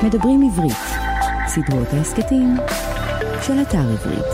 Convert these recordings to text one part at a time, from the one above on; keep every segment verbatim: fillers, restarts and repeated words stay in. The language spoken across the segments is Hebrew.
מדברים עברית, סדרות ההסקטים של אתר עברית.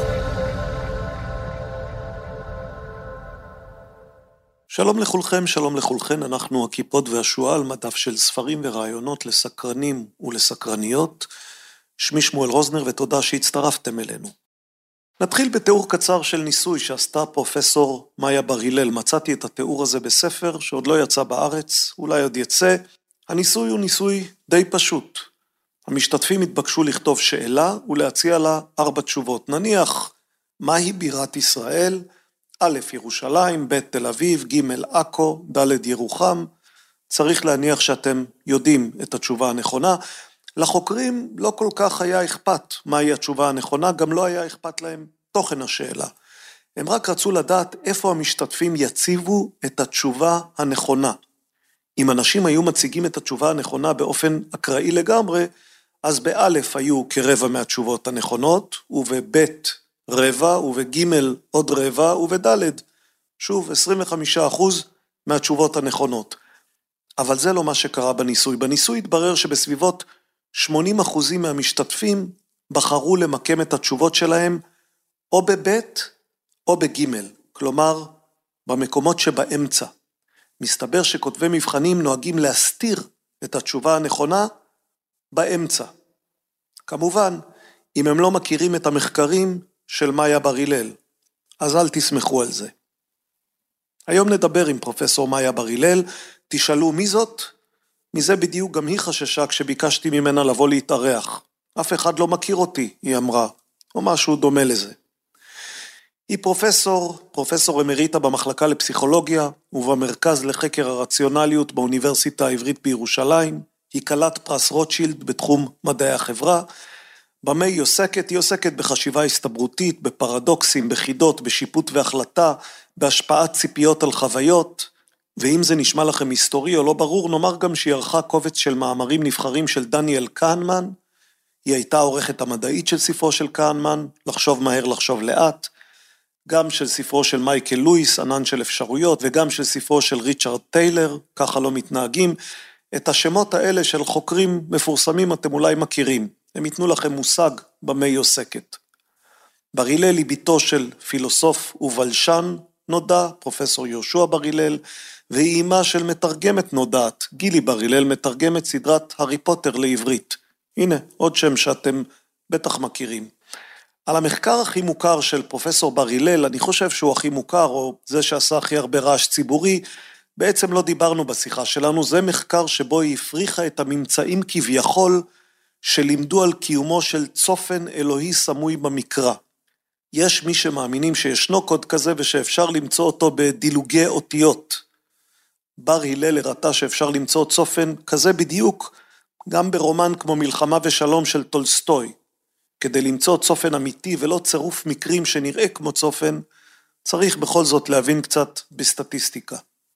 שלום לכולכם, שלום לכולכן, אנחנו הכיפות והשועל, מדף של ספרים ורעיונות לסקרנים ולסקרניות. שמי שמואל רוזנר ותודה שהצטרפתם אלינו. נתחיל בתיאור קצר של ניסוי שעשתה פרופסור מאיה בר הלל. מצאתי את התיאור הזה בספר שעוד לא יצא בארץ, אולי עוד יצא. הניסוי הוא ניסוי די פשוט. המשתתפים התבקשו לכתוב שאלה ולהציע לה ארבע תשובות. נניח, מהי בירת ישראל? א', ירושלים, ב', תל אביב, ג', עכו, ד', ירוחם. צריך להניח שאתם יודעים את התשובה הנכונה. לחוקרים לא כל כך היה אכפת מהי התשובה הנכונה, גם לא היה אכפת להם תוכן השאלה. הם רק רצו לדעת איפה המשתתפים יציבו את התשובה הנכונה. אם אנשים היו מציגים את התשובה הנכונה באופן אקראי לגמרי, אז באלף היו כרבע מהתשובות הנכונות, ובבית רבע, ובגימל עוד רבע, ובדלת, שוב, עשרים וחמישה אחוז מהתשובות הנכונות. אבל זה לא מה שקרה בניסוי. בניסוי התברר שבסביבות שמונים אחוזים מהמשתתפים בחרו למקם את התשובות שלהם או בבית או בגימל, כלומר במקומות שבאמצע. מסתבר שכותבי מבחנים נוהגים להסתיר את התשובה הנכונה באמצע. כמובן, אם הם לא מכירים את המחקרים של מאיה בר הלל, אז אל תסמכו על זה. היום נדבר עם פרופסור מאיה בר הלל, תשאלו מי זאת? מזה בדיוק גם היא חששה כשביקשתי ממנה לבוא להתארח. אף אחד לא מכיר אותי, היא אמרה, או משהו דומה לזה. היא פרופסור, פרופסור אמריטה במחלקה לפסיכולוגיה ובמרכז לחקר הרציונליות באוניברסיטה העברית בירושלים. היא כלת פרס רוטשילד בתחום מדעי החברה. במה היא עוסקת? היא עוסקת בחשיבה הסתברותית, בפרדוקסים, בחידות, בשיפוט והחלטה, בהשפעת ציפיות על חוויות. ואם זה נשמע לכם היסטורי או לא ברור, נאמר גם שהיא ערכה קובץ של מאמרים נבחרים של דניאל קהנמן. היא הייתה עורכת המדעית של ספרו של קהנמן, לחשוב מהר, לחשוב לאט. גם של ספרו של מייקל לואיס, ענן של אפשרויות, וגם של ספרו של ריצ'רד טיילר, ככה לא מתנהגים. את השמות האלה של חוקרים מפורסמים אתם אולי מכירים. הם ייתנו לכם מושג במה היא עוסקת. בר הלל היא ביתו של פילוסוף ובלשן נודע, פרופסור יהושע בר הלל, והיא אימה של מתרגמת נודעת, גילי בר הלל, מתרגמת סדרת הארי פוטר לעברית. הנה, עוד שם שאתם בטח מכירים. על המחקר הכי מוכר של פרופסור בר הלל, אני חושב שהוא הכי מוכר, או זה שעשה הכי הרבה רעש ציבורי, בעצם לא דיברנו בשיחה שלנו, זה מחקר שבו היא הפריחה את הממצאים כביכול, שלימדו על קיומו של צופן אלוהי סמוי במקרא. יש מי שמאמינים שישנו קוד כזה, ושאפשר למצוא אותו בדילוגי אותיות. בר הלל הראתה שאפשר למצוא צופן כזה בדיוק, גם ברומן כמו מלחמה ושלום של טולסטוי. כדי למצוא צופן אמיתי ולא צירוף מקרים שנראה כמו צופן, צריך בכל זאת להבין קצת בסטטיסטיקה.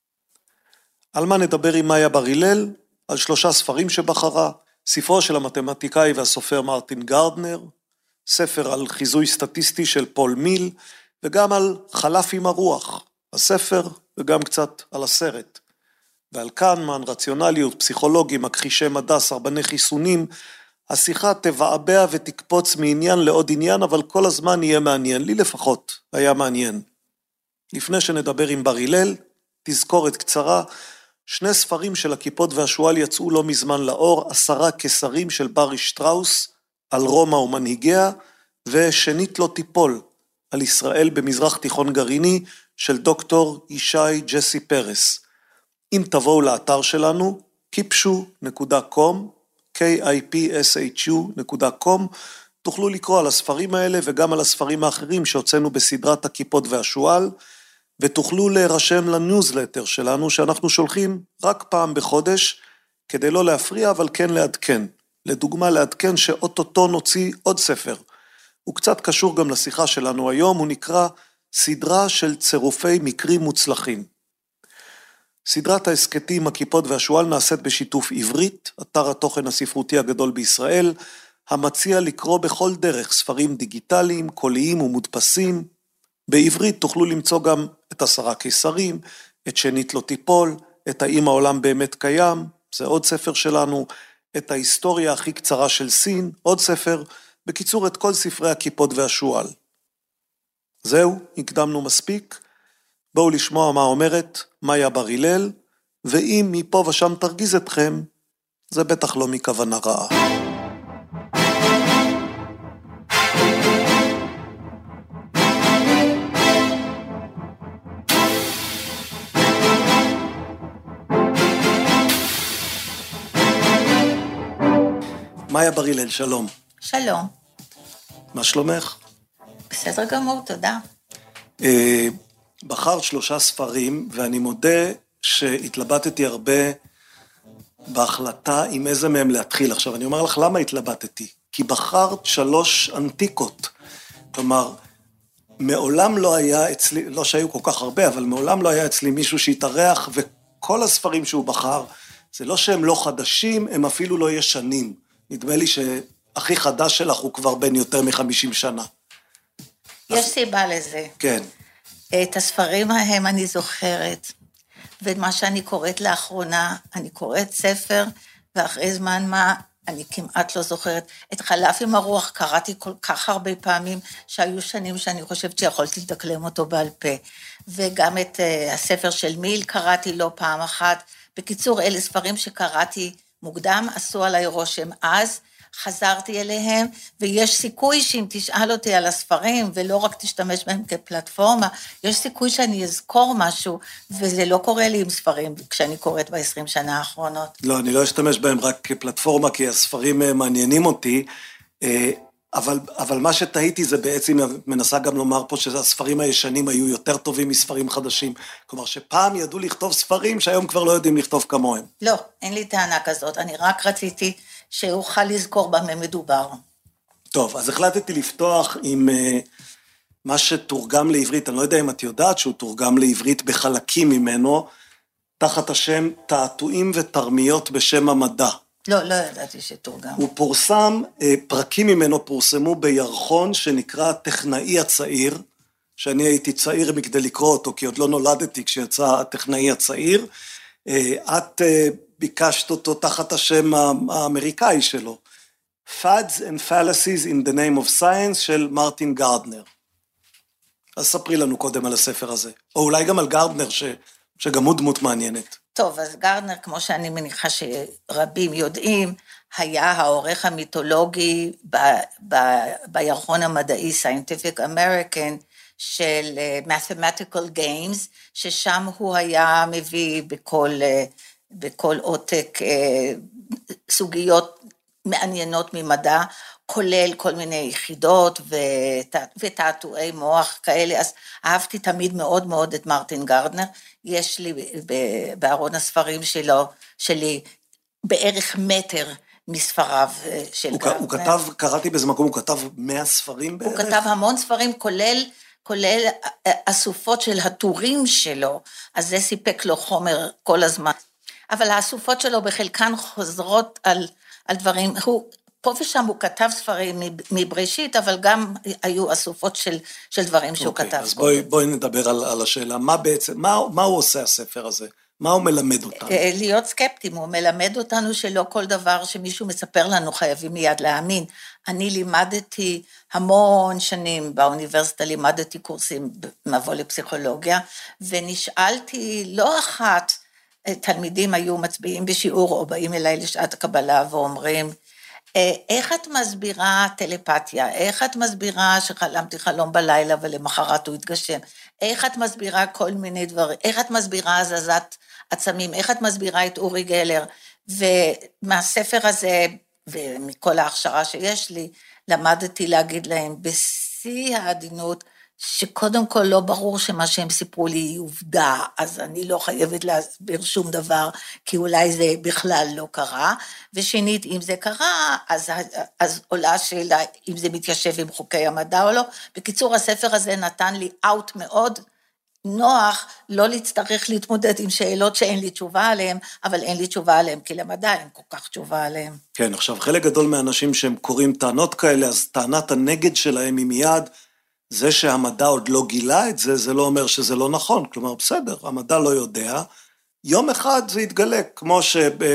על מה נדבר עם מאיה בר הלל? על שלושה ספרים שבחרה, ספרו של המתמטיקאי והסופר מרטין גרדנר, ספר על חיזוי סטטיסטי של פול מיל, וגם על חלף עם הרוח, הספר וגם קצת על הסרט. ועל קהנמן, רציונליות, פסיכולוגים, מכחישי מדע, סרבני חיסונים, השיחה תבעבע ותקפוץ מעניין לעוד עניין, אבל כל הזמן יהיה מעניין, לי לפחות היה מעניין. לפני שנדבר עם בר הלל, תזכורת קצרה, שני ספרים של הכיפות והשועל יצאו לא מזמן לאור, עשרה קיסרים של ברי שטראוס, על רומא ומנהיגיה, ושנית לא תיפול, על ישראל במזרח תיכון גרעיני, של דוקטור ישי ג'סי פרס. אם תבואו לאתר שלנו, קיפשו נקודה קום, קיי איי פי אס אייץ' יו נקודה קום, תוכלו לקרוא על הספרים האלה וגם על הספרים האחרים שהוצאנו בסדרת הכיפות והשועל, ותוכלו להירשם לניוזלטר שלנו שאנחנו שולחים רק פעם בחודש, כדי לא להפריע אבל כן לעדכן. לדוגמה לעדכן שאוטוטו נוציא עוד ספר. הוא קצת קשור גם לשיחה שלנו היום, הוא נקרא סדרה של צירופי מקרים מוצלחים. סדרת ההסקטים, הכיפות והשועל נעשית בשיתוף עברית, אתר התוכן הספרותי הגדול בישראל, המציע לקרוא בכל דרך ספרים דיגיטליים, קוליים ומודפסים. בעברית תוכלו למצוא גם את עשרה קיסרים, את שנית לא תיפול, את האם העולם באמת קיים, זה עוד ספר שלנו, את ההיסטוריה הכי קצרה של סין, עוד ספר, בקיצור את כל ספרי הכיפות והשואל. זהו, הקדמנו מספיק, בואו לשמוע מה אומרת מאיה בר הלל, ואם מפה ושם תרגיז אתכם, זה בטח לא מכוונה רעה. מאיה בר הלל, שלום. שלום. מה שלומך? בסדר גמור, תודה. אה, בחרת שלושה ספרים, ואני מודה שהתלבטתי הרבה בהחלטה עם איזה מהם להתחיל. עכשיו, אני אומר לך למה התלבטתי. כי בחרת שלוש אנטיקות. כלומר, מעולם לא היה אצלי, לא שהיו כל כך הרבה, אבל מעולם לא היה אצלי מישהו שהתארח, וכל הספרים שהוא בחר, זה לא שהם לא חדשים, הם אפילו לא ישנים. נדמה לי שהכי חדש שלך הוא כבר בין יותר מ-חמישים שנה. יש סיבה לזה. כן. את הספרים ההם אני זוכרת, ומה שאני קוראת לאחרונה, אני קוראת ספר, ואחרי זמן מה, אני כמעט לא זוכרת. את חלף עם הרוח קראתי כל כך הרבה פעמים, שהיו שנים שאני חושבת שיכולתי לדקלם אותו בעל פה. וגם את uh, הספר של מיל קראתי לא פעם אחת. בקיצור, אלה ספרים שקראתי מוקדם, עשו עליי רושם אז, חזרתי אליהם, ויש סיכוי שאם תשאל אותי על הספרים, ולא רק תשתמש בהם כפלטפורמה, יש סיכוי שאני אזכור משהו, וזה לא קורה לי עם ספרים, כשאני קוראת ב-עשרים שנה האחרונות. לא, אני לא אשתמש בהם רק כפלטפורמה, כי הספרים מעניינים אותי, אבל, אבל מה שתהיתי זה בעצם, מנסה גם לומר פה, שהספרים הישנים היו יותר טובים מספרים חדשים, כלומר שפעם ידעו לכתוב ספרים, שהיום כבר לא יודעים לכתוב כמוהם. לא, אין לי טענה כזאת, אני רק רציתי שאוכל לזכור במה מדובר. טוב, אז החלטתי לפתוח עם uh, מה שתורגם לעברית, אני לא יודע אם את יודעת שהוא תורגם לעברית בחלקים ממנו, תחת השם תעתועים ותרמיות בשם המדע. לא, לא ידעתי שתורגם. הוא פורסם, uh, פרקים ממנו פורסמו בירחון שנקרא טכנאי הצעיר, שאני הייתי צעיר מכדי לקרוא אותו, כי עוד לא נולדתי כשיצא הטכנאי הצעיר, uh, את... Uh, ביקשת אותו תחת השם האמריקאי שלו, Fads and Fallacies in the Name of Science של מרטין גרדנר. אז ספרי לנו קודם על הספר הזה, או אולי גם על גרדנר, ש... שגם הוא דמות מעניינת. טוב, אז גרדנר, כמו שאני מניחה שרבים יודעים, היה העורך המיתולוגי ב... ב... בירחון המדעי, Scientific American, של Mathematical Games, ששם הוא היה מביא בכל... בכל עותק סוגיות מעניינות ממדע, כולל כל מיני יחידות ותעתועי מוח כאלה, אז אהבתי תמיד מאוד מאוד את מרטין גרדנר, יש לי בארון הספרים שלו, שלי בערך מטר מספריו של הוא גרדנר. הוא כתב, קראתי באיזה מקום, הוא כתב מאה ספרים בערך? הוא כתב המון ספרים, כולל... כולל אסופות של הטורים שלו, אז זה סיפק לו חומר כל הזמן. אבל האסופות שלו בחלקן חוזרות על, על דברים, הוא, פה ושם הוא כתב ספרים מבראשית, אבל גם היו אסופות של, של דברים שהוא okay, כתב. אז בואי, בואי נדבר על, על השאלה, מה בעצם, מה, מה הוא עושה הספר הזה? מה הוא מלמד אותנו? להיות סקפטים, הוא מלמד אותנו שלא כל דבר שמישהו מספר לנו חייבים מיד להאמין. אני לימדתי המון שנים באוניברסיטה, לימדתי קורסים מבוא לפסיכולוגיה, ונשאלתי לא אחת, תלמידים היו מצביעים בשיעור או באים אליי לשעת הקבלה ואומרים, איך את מסבירה טלפתיה? איך את מסבירה שחלמתי חלום בלילה ולמחרת הוא התגשם? איך את מסבירה כל מיני דברים? איך את מסבירה הזזת עצמים? איך את מסבירה את אורי גלר? ומהספר הזה, ומכל ההכשרה שיש לי, למדתי להגיד להם בשיא העדינות, שקודם כל לא ברור שמה שהם סיפרו לי היא עובדה, אז אני לא חייבת להסביר שום דבר, כי אולי זה בכלל לא קרה, ושנית, אם זה קרה, אז, אז עולה השאלה אם זה מתיישב עם חוקי המדע או לא. בקיצור, הספר הזה נתן לי אאוט מאוד נוח, לא להצטרך להתמודד עם שאלות שאין לי תשובה עליהן, אבל אין לי תשובה עליהן, כי למדע אין כל כך תשובה עליהן. כן, עכשיו חלק גדול מהאנשים שהם קוראים טענות כאלה, אז טענת הנגד שלהם היא מיד, זה שהמדע עוד לא גילה את זה, זה לא אומר שזה לא נכון, כלומר בסדר, המדע לא יודע, יום אחד זה יתגלה, כמו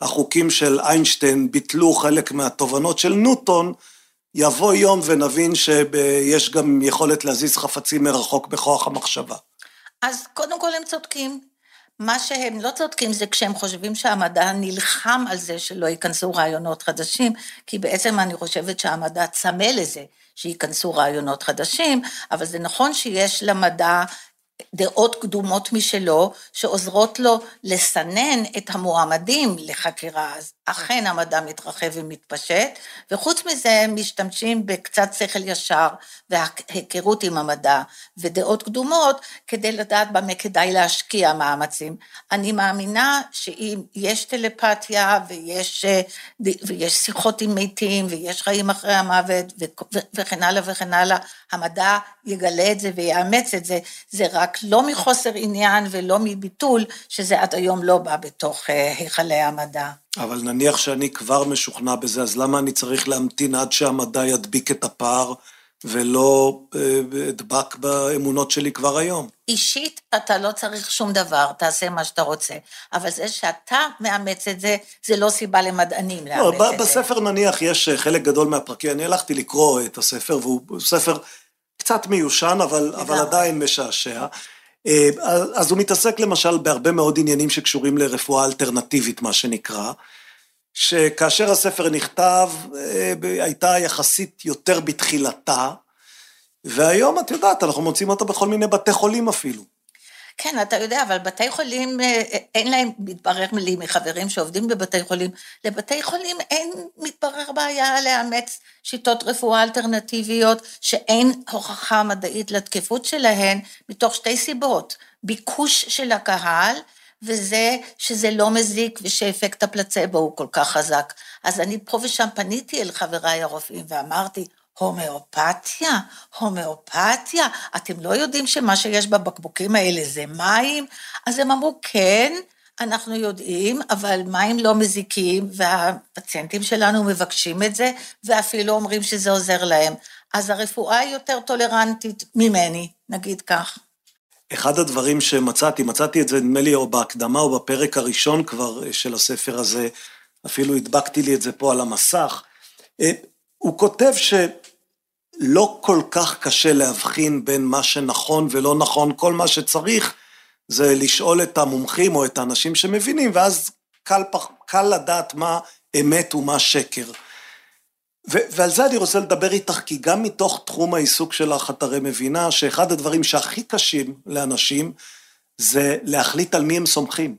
החוקים של איינשטיין ביטלו חלק מהתובנות של ניוטון, יבוא יום ונבין שיש גם יכולת להזיז חפצים מרחוק בכוח המחשבה. אז קודם כל הם צודקים. מה שהם לא צודקים זה כשהם חושבים שהמדע נלחם על זה שלא ייכנסו רעיונות חדשים, כי בעצם אני חושבת שהמדע צמא לזה שייכנסו רעיונות חדשים, אבל זה נכון שיש למדע דעות קדומות משלו, שעוזרות לו לסנן את המועמדים לחקירה, אז אכן המדע מתרחב ומתפשט, וחוץ מזה הם משתמשים בקצת שכל ישר, והיכרות עם המדע, ודעות קדומות, כדי לדעת במה כדאי להשקיע מאמצים. אני מאמינה שאם יש טלפתיה, ויש, ויש שיחות עם מתים, ויש חיים אחרי המוות, וכן הלאה וכן הלאה, המדע יגלה את זה ויאמץ את זה, זה רק לא מחוסר עניין ולא מביטול, שזה עד היום לא בא בתוך היכלי המדע. אבל נניח שאני כבר משוכנע בזה, אז למה אני צריך להמתין עד שהמדע ידביק את הפער, ולא אדבק באמונות שלי כבר היום? אישית אתה לא צריך שום דבר, תעשה מה שאתה רוצה, אבל זה שאתה מאמץ את זה, זה לא סיבה למדענים לאמץ לא, את זה. בספר נניח יש חלק גדול מהפרקים, אני הלכתי לקרוא את הספר, והוא ספר קצת מיושן, אבל, אבל עדיין משעשע. אז הוא מתעסק למשל בהרבה מאוד עניינים שקשורים לרפואה אלטרנטיבית, מה שנקרא, שכאשר הספר נכתב, הייתה יחסית יותר בתחילתה, והיום את יודעת, אנחנו מוצאים אותה בכל מיני בתי חולים אפילו. כן, אתה יודע, אבל בתי חולים, אין להם, מתברר לי מחברים שעובדים בבתי חולים, לבתי חולים אין מתברר בעיה לאמץ שיטות רפואה אלטרנטיביות, שאין הוכחה מדעית לתקפות שלהן, מתוך שתי סיבות, ביקוש של הקהל, וזה שזה לא מזיק, ושאפקט הפלצבו הוא כל כך חזק. אז אני פה ושם פניתי אל חבריי הרופאים, ואמרתי, הומאופתיה, הומאופתיה, אתם לא יודעים שמה שיש בבקבוקים האלה זה מים? אז הם אמרו, כן, אנחנו יודעים, אבל מים לא מזיקים, והפציינטים שלנו מבקשים את זה, ואפילו אומרים שזה עוזר להם. אז הרפואה היא יותר טולרנטית ממני, נגיד כך. אחד הדברים שמצאתי, מצאתי את זה נדמה לי או בהקדמה או בפרק הראשון כבר של הספר הזה, אפילו הדבקתי לי את זה פה על המסך, הוא כותב שלא כל כך קשה להבחין בין מה שנכון ולא נכון, כל מה שצריך זה לשאול את המומחים או את האנשים שמבינים, ואז קל, קל לדעת מה אמת ומה שקר. ו- ועל זה אני רוצה לדבר איתך, כי גם מתוך תחום העיסוק שלך את הרי מבינה, שאחד הדברים שהכי קשים לאנשים, זה להחליט על מי הם סומכים.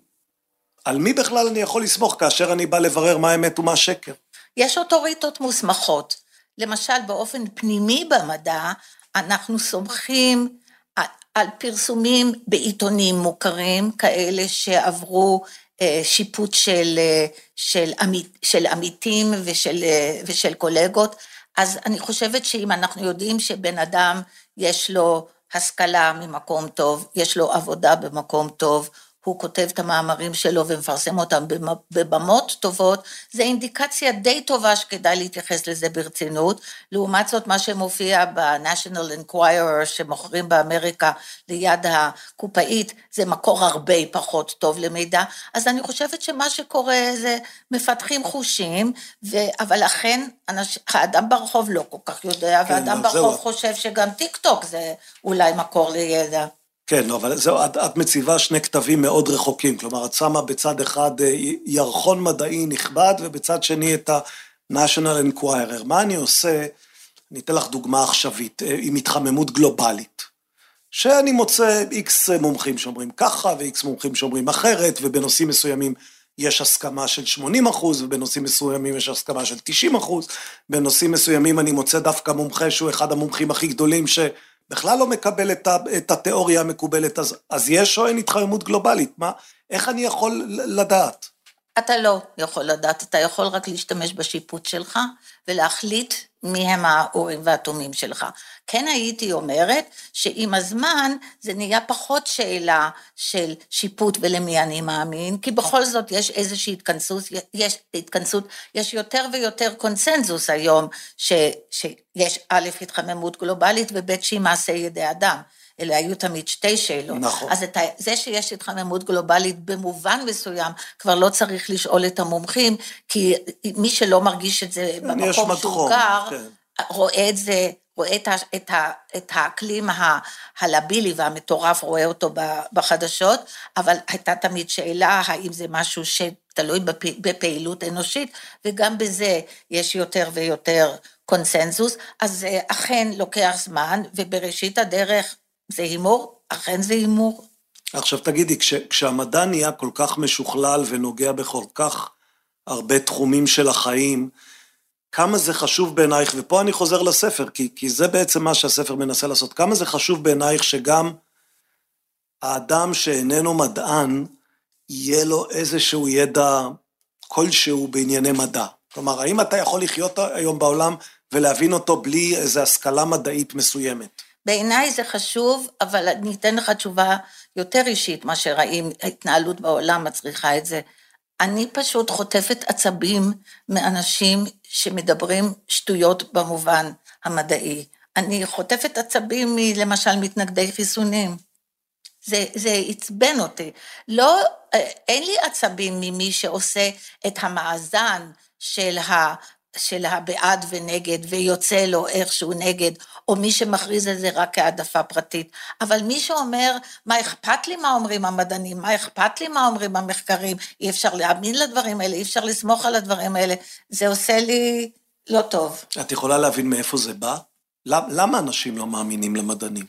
על מי בכלל אני יכול לסמוך, כאשר אני בא לברר מה אמת ומה שקר. יש אוטוריטות מוסמכות, למשל באופן פנימי במדע, אנחנו סומכים על, על פרסומים בעיתונים מוכרים, כאלה שעברו אה, שיפוט של, אה, של, עמית, של עמיתים ושל, אה, ושל קולגות, אז אני חושבת שאם אנחנו יודעים שבן אדם יש לו השכלה ממקום טוב, יש לו עבודה במקום טוב, הוא כותב את המאמרים שלו ומפרסם אותם בבמות טובות, זה אינדיקציה די טובה שכדאי להתייחס לזה ברצינות, לעומת זאת מה שמופיע ב-National Enquirer שמוכרים באמריקה ליד הקופאית, זה מקור הרבה פחות טוב למידע, אז אני חושבת שמה שקורה זה מפתחים חושים, ו... אבל אכן אנש... האדם ברחוב לא כל כך יודע, כן, והאדם ברחוב חושב שגם טיק טוק זה אולי מקור לידע. כן, אבל זהו, את, את מציבה שני כתבים מאוד רחוקים, כלומר, את שמה בצד אחד ירחון מדעי נכבד, ובצד שני את ה-National Enquirer. מה אני עושה? אני אתן לך דוגמה עכשווית, עם התחממות גלובלית, שאני מוצא איקס מומחים שאומרים ככה, ואיקס מומחים שאומרים אחרת, ובנושאים מסוימים יש הסכמה של שמונים אחוז, ובנושאים מסוימים יש הסכמה של תשעים אחוז, בנושאים מסוימים אני מוצא דווקא מומחה שהוא אחד המומחים הכי גדולים ש... בכלל לא מקבל את, ה, את התיאוריה המקובלת, אז, אז יש או אין התחממות גלובלית, מה? איך אני יכול לדעת? אתה לא יכול לדעת, אתה יכול רק להשתמש בשיפוט שלך, ולהחליט מי הם האורים והתומים שלך. כן הייתי אומרת, שעם הזמן זה נהיה פחות שאלה של שיפוט ולמי אני מאמין, כי בכל זאת יש איזושהי התכנסות, יש, התכנסות, יש יותר ויותר קונסנזוס היום, ש, שיש א' התחממות גלובלית, וב' שהיא מעשה ידי אדם. אלא היו תמיד שתי שאלות. נכון. אז את ה... זה שיש התחממות גלובלית במובן מסוים, כבר לא צריך לשאול את המומחים, כי מי שלא מרגיש את זה במקום שהוא גר, כן. רואה את זה, רואה את, ה, את, ה, את האקלים ה, הלבילי והמטורף, רואה אותו בחדשות, אבל הייתה תמיד שאלה, האם זה משהו שתלוי בפ, בפעילות אנושית, וגם בזה יש יותר ויותר קונסנזוס, אז אכן לוקח זמן, ובראשית הדרך זה הימור, אכן זה הימור. עכשיו תגידי, כש, כשהמדע נהיה כל כך משוכלל ונוגע בכל כך הרבה תחומים של החיים, כמה זה חשוב בעינייך, ופה אני חוזר לספר, כי, כי זה בעצם מה שהספר מנסה לעשות, כמה זה חשוב בעינייך שגם האדם שאיננו מדען, יהיה לו איזשהו ידע כלשהו בענייני מדע. כלומר, האם אתה יכול לחיות היום בעולם ולהבין אותו בלי איזו השכלה מדעית מסוימת? בעיניי זה חשוב, אבל אני אתן לך תשובה יותר אישית, מה שראים, ההתנהלות בעולם מצריכה את זה. אני פשוט חוטפת עצבים מאנשים שמדברים שטויות במובן המדעי. אני חוטפת עצבים למשל מתנגדי חיסונים. זה, זה עצבן אותי. לא, אין לי עצבים ממי שעושה את המאזן של ה... של הבעד ונגד, ויוצא לו איכשהו נגד, או מי שמכריז על זה רק כעדפה פרטית. אבל מי שאומר, מה אכפת לי מה אומרים המדענים, מה אכפת לי מה אומרים המחקרים, אי אפשר להאמין לדברים האלה, אי אפשר לסמוך על הדברים האלה, זה עושה לי לא טוב. את יכולה להבין מאיפה זה בא? למה אנשים לא מאמינים למדענים?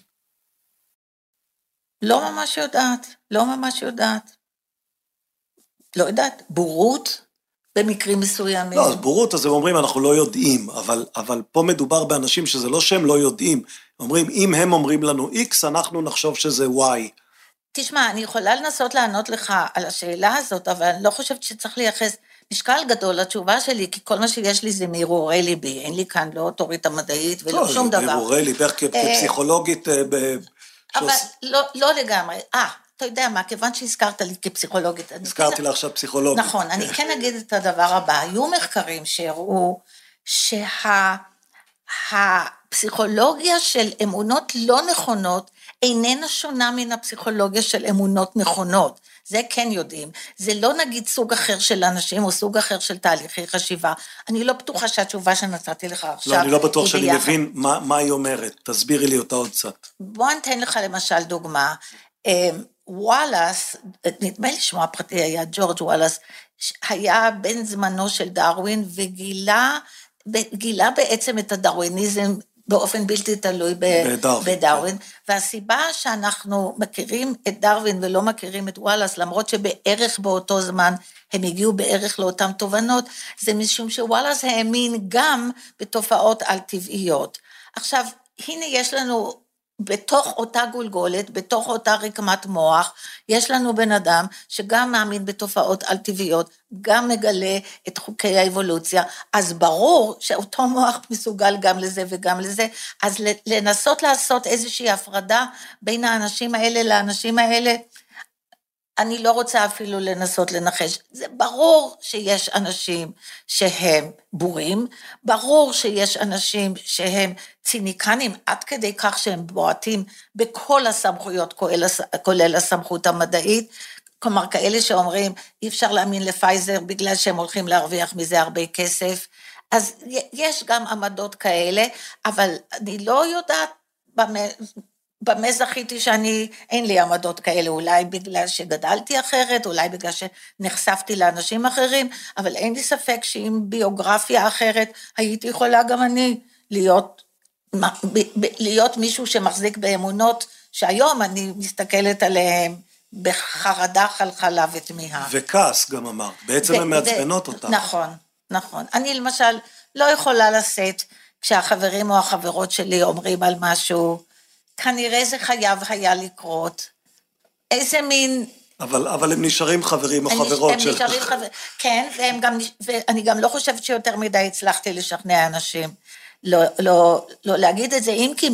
לא ממש יודעת, לא ממש יודעת. לא יודעת, בורות, במקרים מסוימים. לא, אז בורות, אז הם אומרים, אנחנו לא יודעים, אבל, אבל פה מדובר באנשים שזה לא שהם לא יודעים, אומרים, אם הם אומרים לנו X, אנחנו נחשוב שזה Y. תשמע, אני יכולה לנסות לענות לך על השאלה הזאת, אבל אני לא חושבת שצריך לייחס משקל גדול לתשובה שלי, כי כל מה שיש לי זה מהרהורי ליבי, אין לי כאן לא אוטוריטה מדעית ולא שום דבר. מהרהורי ליבי, כפסיכולוגית... אבל לא, לא לגמרי. אה, אתה יודע מה, כיוון שהזכרת לי כפסיכולוגית. הזכרתי לה עכשיו פסיכולוגית. נכון, אני כן אגיד את הדבר הבא. היו מחקרים שהראו שהפסיכולוגיה של אמונות לא נכונות איננה שונה מן הפסיכולוגיה של אמונות נכונות. זה כן יודעים. זה לא נגיד סוג אחר של אנשים או סוג אחר של תהליכי חשיבה. אני לא בטוחה שהתשובה שנתתי לך עכשיו... לא, אני לא בטוח שאני מבין מה, מה היא אומרת. תסבירי לי אותה עוד קצת. בוא נתן לך למשל דוגמה. וואלאס, נדמה לי שמו הפרטי היה ג'ורג' וואלאס, היה בן זמנו של דרווין, וגילה גילה בעצם את הדרוויניזם באופן בלתי תלוי בדרווין. בדרווין. והסיבה שאנחנו מכירים את דרווין ולא מכירים את וואלאס, למרות שבערך באותו זמן הם הגיעו בערך לאותן תובנות, זה משום שוואלאס האמין גם בתופעות על טבעיות. עכשיו, הנה יש לנו... בתוך אותה גולגולת, בתוך אותה רקמת מוח, יש לנו בן אדם שגם מאמין בתופעות על טבעיות, גם מגלה את חוקי האבולוציה, אז ברור שאותו מוח מסוגל גם לזה וגם לזה, אז לנסות לעשות איזושהי הפרדה בין האנשים האלה לאנשים האלה, אני לא רוצה אפילו לנסות לנחש, זה ברור שיש אנשים שהם בורים, ברור שיש אנשים שהם ציניקנים, עד כדי כך שהם בועטים בכל הסמכויות, כולל, כולל הסמכות המדעית, כלומר כאלה שאומרים, אי אפשר להאמין לפייזר, בגלל שהם הולכים להרוויח מזה הרבה כסף, אז יש גם עמדות כאלה, אבל אני לא יודעת במה... במה זכיתי שאני, אין לי עמדות כאלה, אולי בגלל שגדלתי אחרת, אולי בגלל שנחשפתי לאנשים אחרים, אבל אין לי ספק שעם ביוגרפיה אחרת, הייתי יכולה גם אני להיות, להיות מישהו שמחזיק באמונות, שהיום אני מסתכלת עליהם בחרדה, חלחלה ותמיהה. וכעס גם אמרת, בעצם הן מעצבנות אותך. נכון, נכון. אני למשל לא יכולה לשאת, כשהחברים או החברות שלי אומרים על משהו, כנראה זה חייב היה לקרות. איזה מין... אבל, אבל הם נשארים חברים או חברות של... הם נשארים חברים, כן, והם גם, ואני גם לא חושבת שיותר מדי הצלחתי לשכנע אנשים, לא, לא, לא להגיד את זה, אם כי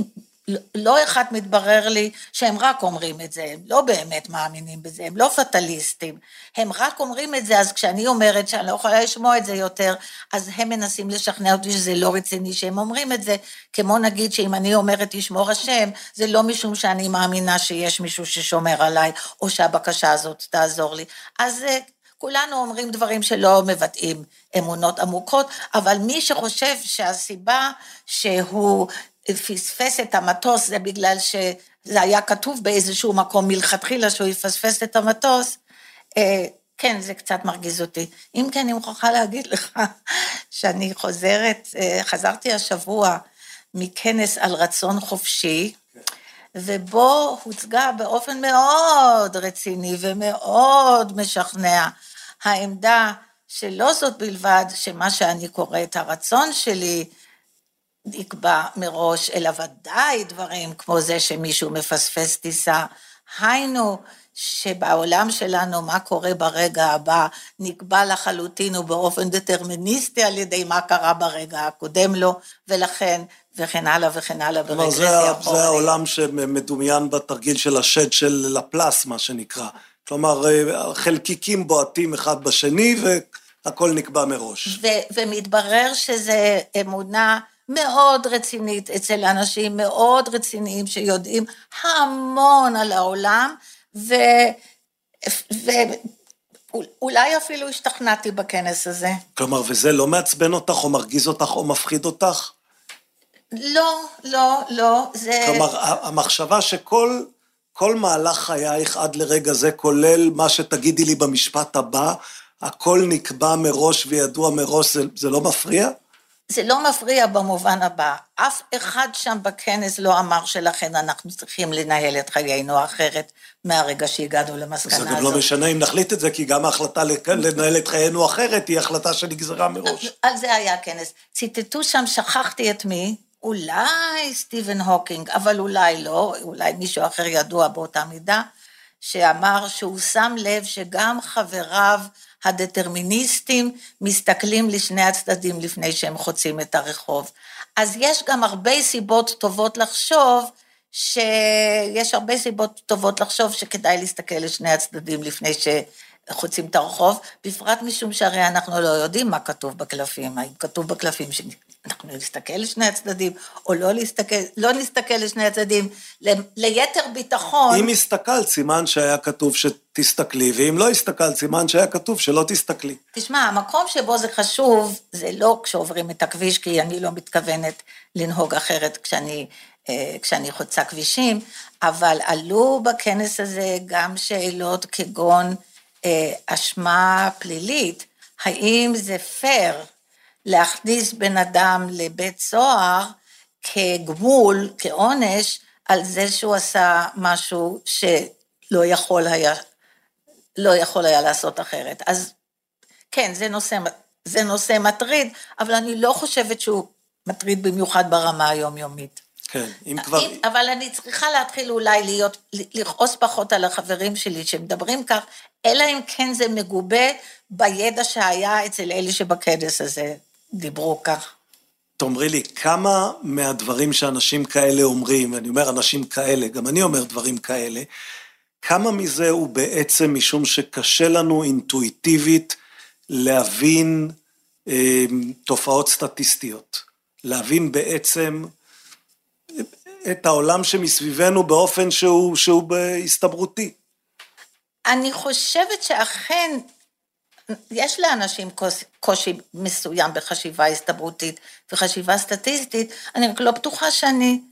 לא אחד מתברר לי שהם רק אומרים את זה, הם לא באמת מאמינים בזה, הם לא פטליסטים, הם רק אומרים את זה, אז כשאני אומרת שאני לא יכולה לשמוע את זה יותר, אז הם מנסים לשכנע אותי שזה לא רציני שהם אומרים את זה, כמו נגיד שאם אני אומרת תשמור השם, זה לא משום שאני מאמינה שיש מישהו ששומר עליי, או שהבקשה הזאת תעזור לי, אז כולנו אומרים דברים שלא מבטאים אמונות עמוקות, אבל מי שחושב שהסיבה שהוא פספס את המטוס, זה בגלל שזה היה כתוב באיזשהו מקום מלכתחילה שהוא יפספס את המטוס, כן, זה קצת מרגיז אותי. אם כן, אני מוכרחה להגיד לך שאני חוזרת, חזרתי השבוע מכנס על רצון חופשי, ובו הוצגה באופן מאוד רציני ומאוד משכנע העמדה שלא זאת בלבד שמה שאני קוראת הרצון שלי נקבע מראש, אלא ודאי דברים כמו זה שמישהו מפספס טיסה, היינו שבעולם שלנו מה קורה ברגע הבא נקבע לחלוטין ובאופן דטרמיניסטי על ידי מה קרה ברגע הקודם לו, ולכן וכן הלאה וכן הלאה ברגרסיה אחורה. זה העולם שמדומיין בתרגיל של השד של לפלס, מה שנקרא. כלומר, חלקיקים בועטים אחד בשני והכל נקבע מראש. ומתברר שזה אמונה מאוד רצינית אצל אנשים מאוד רציניים שיודעים המון על העולם, ואולי אפילו השתכנעתי בכנס הזה. כלומר, וזה לא מעצבן אותך או מרגיז אותך או מפחיד אותך? לא, לא, לא. זה... כלומר, המחשבה שכל כל מהלך חייך עד לרגע זה, כולל מה שתגידי לי במשפט הבא, הכל נקבע מראש וידוע מראש, זה, זה לא מפריע? זה לא מפריע במובן הבא. אף אחד שם בכנס לא אמר שלכן אנחנו צריכים לנהל את חיינו אחרת מהרגע שהגענו למסקנה הזאת. זה גם לא משנה אם נחליט את זה, כי גם ההחלטה לנהל את חיינו אחרת היא החלטה שנגזרה מראש. על זה היה כנס. ציטטו שם, שכחתי את מי, אולי סטיבן הוקינג, אבל אולי לא, אולי מישהו אחר ידוע באותה מידה, שאמר שהוא שם לב שגם חבריו הדטרמיניסטים מסתכלים לשני הצדדים לפני שהם חוצים את הרחוב. אז יש גם הרבה סיבות טובות לחשוב, שיש הרבה סיבות טובות לחשוב שכדאי להסתכל לשני הצדדים לפני שחוצים את הרחוב, בפרט משום שהרי אנחנו לא יודעים מה כתוב בקלפים, האם כתוב בקלפים שאנחנו נסתכל לשני הצדדים, או לא נסתכל, לא נסתכל לשני הצדדים, ליתר ביטחון. אם הסתכלת, סימן שהיה כתוב שתסתכלי, ואם לא הסתכלת, סימן שהיה כתוב שלא תסתכלי. תשמע, המקום שבו זה חשוב, זה לא כשעוברים את הכביש, כי אני לא מתכוונת לנהוג אחרת כשאני, כשאני חוצה כבישים, אבל עלו בכנס הזה גם שאלות כגון אשמה פלילית, האם זה פייר להכניס בן אדם לבית סוהר כגמול, כעונש, על זה שהוא עשה משהו שלא יכול היה, לא יכול היה לעשות אחרת. אז כן, זה נושא, זה נושא מטריד, אבל אני לא חושבת שהוא מטריד במיוחד ברמה היומיומית. כן, אם כבר... אבל אני צריכה להתחיל אולי להיות, לכעוס פחות על החברים שלי שמדברים כך, אלא אם כן זה מגובה בידע שהיה אצל אלה שבכנס הזה דיברו כך. תאמרי לי, כמה מהדברים שאנשים כאלה אומרים, אני אומר אנשים כאלה, גם אני אומר דברים כאלה, כמה מזה הוא בעצם משום שקשה לנו אינטואיטיבית להבין אה, תופעות סטטיסטיות, להבין בעצם את העולם שמסביבנו באופן שהוא, שהוא בהסתברותי. אני חושבת שאכן יש לאנשים קושי מסוים בחשיבה הסתברותית וחשיבה סטטיסטית, אני לא בטוחה שאני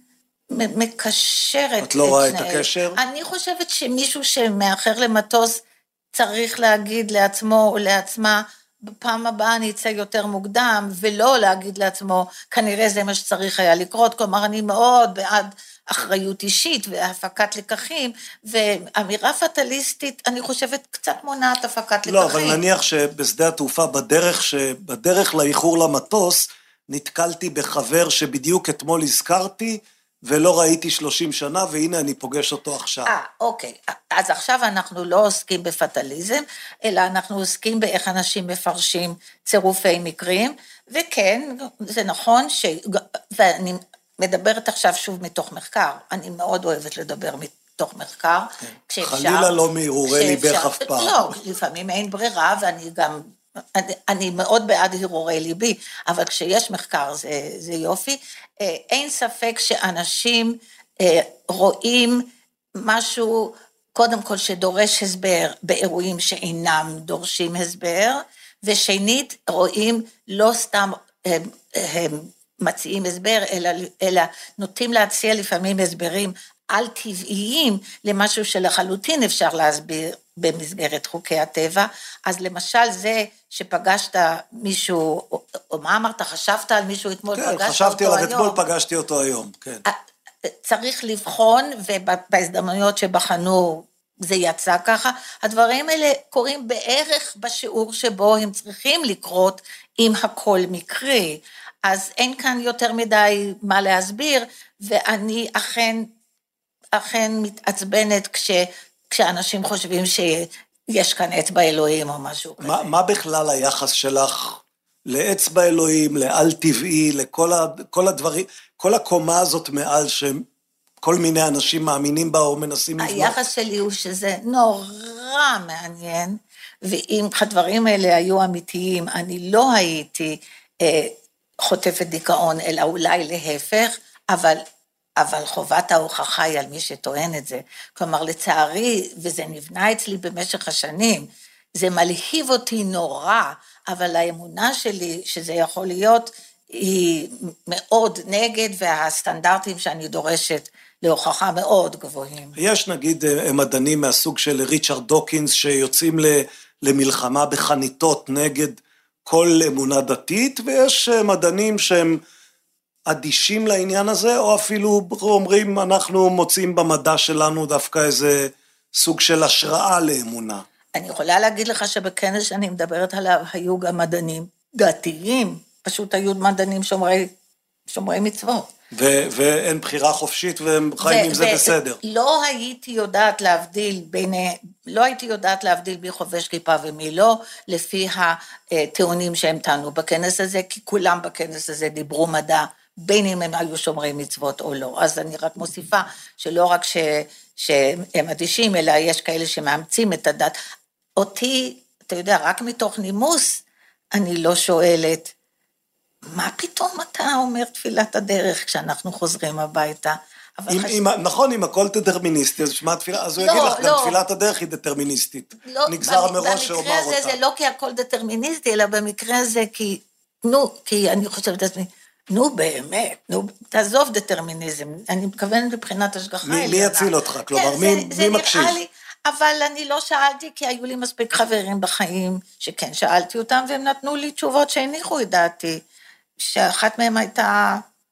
מקשרת. את לא רואה את הקשר? אני חושבת שמישהו שמאחר למטוס צריך להגיד לעצמו או לעצמה, בפעם הבאה אני אצא יותר מוקדם, ולא להגיד לעצמו, כנראה זה מה שצריך היה לקרות, כלומר אני מאוד בעד אחריות אישית והפקת לקחים, ואמירה פטליסטית, אני חושבת קצת מונעת הפקת לקחים. לא, אבל נניח שבשדה התעופה, בדרך, שבדרך לאיחור למטוס, נתקלתי בחבר שבדיוק אתמול הזכרתי, ולא ראיתי שלושים שנה, והנה אני פוגש אותו עכשיו. אה, אוקיי. אז עכשיו אנחנו לא עוסקים בפטליזם, אלא אנחנו עוסקים באיך אנשים מפרשים צירופי מקרים, וכן, זה נכון ש... ואני מדברת עכשיו שוב מתוך מחקר, אני מאוד אוהבת לדבר מתוך מחקר, כשאפשר, חלילה לא מהרהורי ליבך אף פעם. לא, לפעמים אין ברירה, ואני גם, אני, אני מאוד בעד הרהורי ליבי, אבל כשיש מחקר זה, זה יופי, אין ספק שאנשים רואים משהו, קודם כל שדורש הסבר באירועים שאינם דורשים הסבר, ושנית רואים לא סתם הם, הם מציעים הסבר, אלא, אלא נוטים להציע לפעמים הסברים על טבעיים למשהו שלחלוטין אפשר להסביר במסגרת חוקי הטבע. אז למשל זה שפגשת מישהו, או, או מה אמרת, חשבת על מישהו אתמול, כן, פגשת חשבתי אותו עליו היום. אתמול, פגשתי אותו היום, כן. צריך לבחון, ובהזדמנויות שבחנו זה יצא ככה, הדברים האלה קורים בערך בשיעור שבו הם צריכים לקרות, אם הכל מקרי, אז אין כאן יותר מדי מה להסביר, ואני אכן, אכן מתעצבנת כש, כשאנשים חושבים שיש כאן אצבע אלוהים או משהו כזה. מה, מה בכלל היחס שלך לאצבע אלוהים, לעל טבעי, לכל ה, כל הדברים, כל הקומה הזאת מעל שהם, כל מיני אנשים מאמינים בה או מנסים לבנות? היחס שלי הוא שזה נורא מעניין, ואם הדברים האלה היו אמיתיים, אני לא הייתי אה, חוטפת דיכאון, אלא אולי להפך, אבל, אבל חובת ההוכחה היא על מי שטוען את זה. כלומר, לצערי, וזה נבנה אצלי במשך השנים, זה מלהיב אותי נורא, אבל האמונה שלי שזה יכול להיות, היא מאוד נגד, והסטנדרטים שאני דורשת להוכחה מאוד גבוהים. יש נגיד מדענים מהסוג של ריצ'רד דוקינס, שיוצאים למלחמה בחניתות נגד כל אמונה דתית, ויש מדענים שהם אדישים לעניין הזה, או אפילו אומרים, אנחנו מוצאים במדע שלנו דווקא איזה סוג של השראה לאמונה. אני יכולה להגיד לך שבכנס שאני מדברת עליו, היו גם מדענים דתיים, פשוט היו מדענים שומרי, שומרי מצוות. ו- ואין בחירה חופשית, והם חיים עם זה בסדר. לא הייתי יודעת להבדיל בין, לא הייתי יודעת להבדיל בי חובש כיפה ומי לא, לפי הטיעונים שהם טענו בכנס הזה, כי כולם בכנס הזה דיברו מדע, בין אם הם היו שומרי מצוות או לא. אז אני רק מוסיפה שלא רק ש, שהם אדישים, אלא יש כאלה שמאמצים את הדת. אותי, אתה יודע, רק מתוך נימוס, אני לא שואלת, מה פתאום אתה אומר תפילת הדרך כשאנחנו חוזרים הביתה? אם, חש... אם, נכון, אם הכל דטרמיניסטי, אז שמה תפילה, אז הוא לא, יגיד לך, לא. גם תפילת הדרך היא דטרמיניסטית. לא, נגזר במ... מראש שאומר אותה. במקרה הזה זה לא כי הכל דטרמיניסטי, אלא במקרה הזה כי, נו, כי אני חושבת את עצמי, נו באמת, נו, תעזוב דטרמיניזם, אני מכוונת מבחינת השגחה. מי, מי יציל אותך? כלומר, כן, מי, זה, מי זה מקשיב? לי, אבל אני לא שאלתי, כי היו לי מספיק חברים בחיים, שכן שאלתי אותם, והם נתנו לי תשובות שהניחו את דעתי. שאחת מהם הייתה,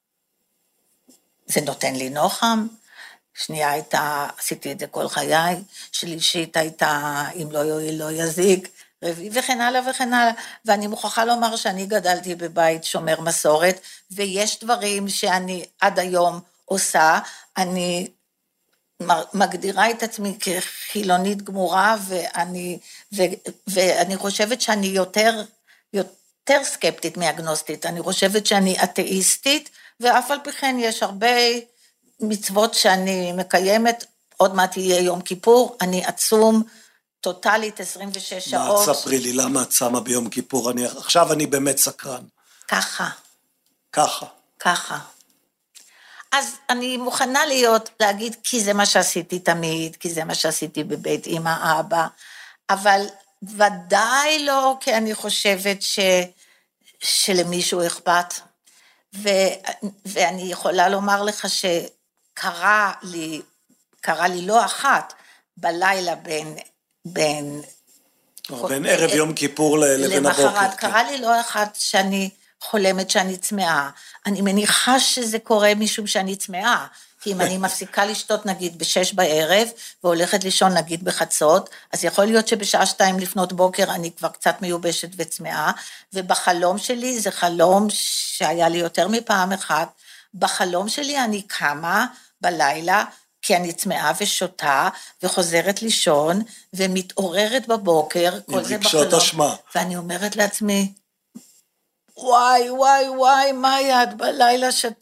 זה נותן לי נוחם, שנייה הייתה, עשיתי את זה כל חיי, שלישית הייתה, אם לא יועיל לא יזיק, רביעי וכן הלאה וכן הלאה, ואני מוכרחה לומר שאני גדלתי בבית שומר מסורת, ויש דברים שאני עד היום עושה, אני מגדירה את עצמי כחילונית גמורה, ואני, ו, ואני חושבת שאני יותר, יותר, יותר סקפטית מאגנוסטית, אני חושבת שאני אתאיסטית, ואף על פי כן יש הרבה מצוות שאני מקיימת, עוד מעט יהיה יום כיפור, אני עצום, טוטלית עשרים ושש שעות. מה תספרי לי, למה את שמה ביום כיפור? אני, עכשיו אני באמת סקרן. ככה. ככה. ככה. אז אני מוכנה להיות, להגיד, כי זה מה שעשיתי תמיד, כי זה מה שעשיתי בבית אמא אבא, אבל ודאי לא, כי אני חושבת ש, שלמישהו אכפת, ו, ואני יכולה לומר לך שקרה לי, קרה לי לא אחת, בלילה בין, בין, בין ערב יום כיפור לבין הבוקר. למחרת, קרה לי לא אחת שאני חולמת שאני צמאה, אני מניחה שזה קורה משום שאני צמאה, כי אם אני מפסיקה לשתות נגיד בשש בערב, והולכת לישון נגיד בחצות, אז יכול להיות שבשעה שתיים לפנות בוקר אני כבר קצת מיובשת וצמאה, ובחלום שלי, זה חלום שהיה לי יותר מפעם אחת, בחלום שלי אני קמה בלילה, כי אני צמאה ושותה, וחוזרת לישון, ומתעוררת בבוקר, כל זה בחלום, השמה. ואני אומרת לעצמי, וואי, וואי, וואי, מה יד בלילה שתית,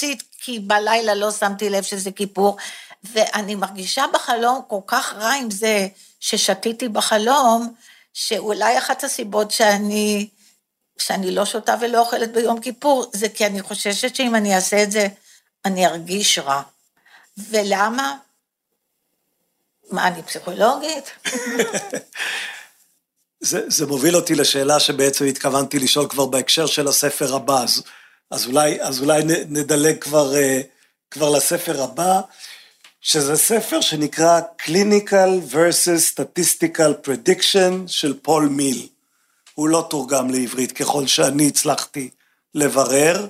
כי בלילה לא שמתי לב שזה כיפור, ואני מרגישה בחלום כל כך רע עם זה, ששתיתי בחלום, שאולי אחת הסיבות שאני, שאני לא שותה ולא אוכלת ביום כיפור, זה כי אני חוששת שאם אני אעשה את זה, אני ארגיש רע. ולמה? מה, אני פסיכולוגית? זה, זה מוביל אותי לשאלה שבעצם התכוונתי לשאול כבר בהקשר של הספר הבא, אז, אז אולי, אז אולי נדלג כבר, כבר לספר הבא, שזה ספר שנקרא Clinical versus Statistical Prediction של פול מיל. הוא לא תורגם לעברית, ככל שאני הצלחתי לברר.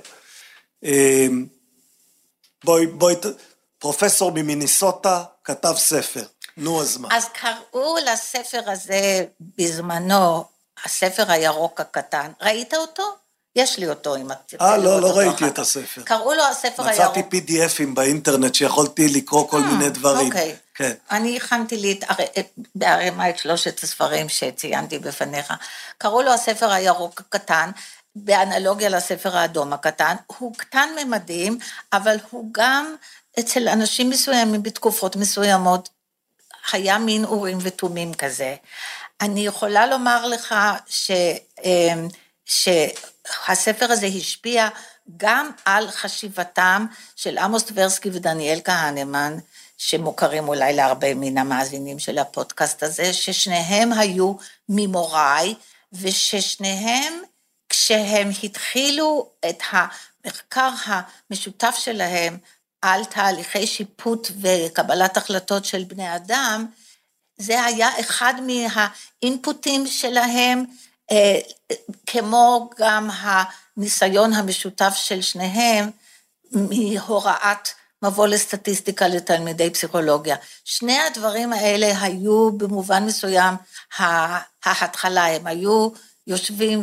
בואי, בואי, פרופסור ממיניסוטה כתב ספר. נו, אז מה? אז קראו לספר הזה בזמנו, הספר הירוק הקטן. ראית אותו? יש לי אותו, אם את... אה, לא, לא ראיתי את הספר. קראו לו הספר הירוק. מצאתי פי די אפים באינטרנט שיכולתי לקרוא כל מיני דברים. אוקיי. כן. אני הכנתי לי בהרמה את שלושת הספרים שציינתי בפניך. קראו לו הספר הירוק הקטן, באנלוגיה לספר האדום הקטן. הוא קטן ממדים, אבל הוא גם אצל אנשים מסוימים בתקופות מסוימות, היה מין אורים ותומים כזה. אני יכולה לומר לך ש... שהספר הזה השפיע גם על חשיבתם של עמוס טברסקי ודניאל כהנמן, שמוכרים אולי להרבה מן המאזינים של הפודקאסט הזה, ששניהם היו ממוראי, וששניהם כשהם התחילו את המחקר המשותף שלהם, על תהליכי שיפוט וקבלת החלטות של בני אדם, זה היה אחד מהאינפוטים שלהם, כמו גם הניסיון המשותף של שניהם, מהוראת מבוא לסטטיסטיקה לתלמידי פסיכולוגיה. שני הדברים האלה היו במובן מסוים ההתחלה, הם היו יושבים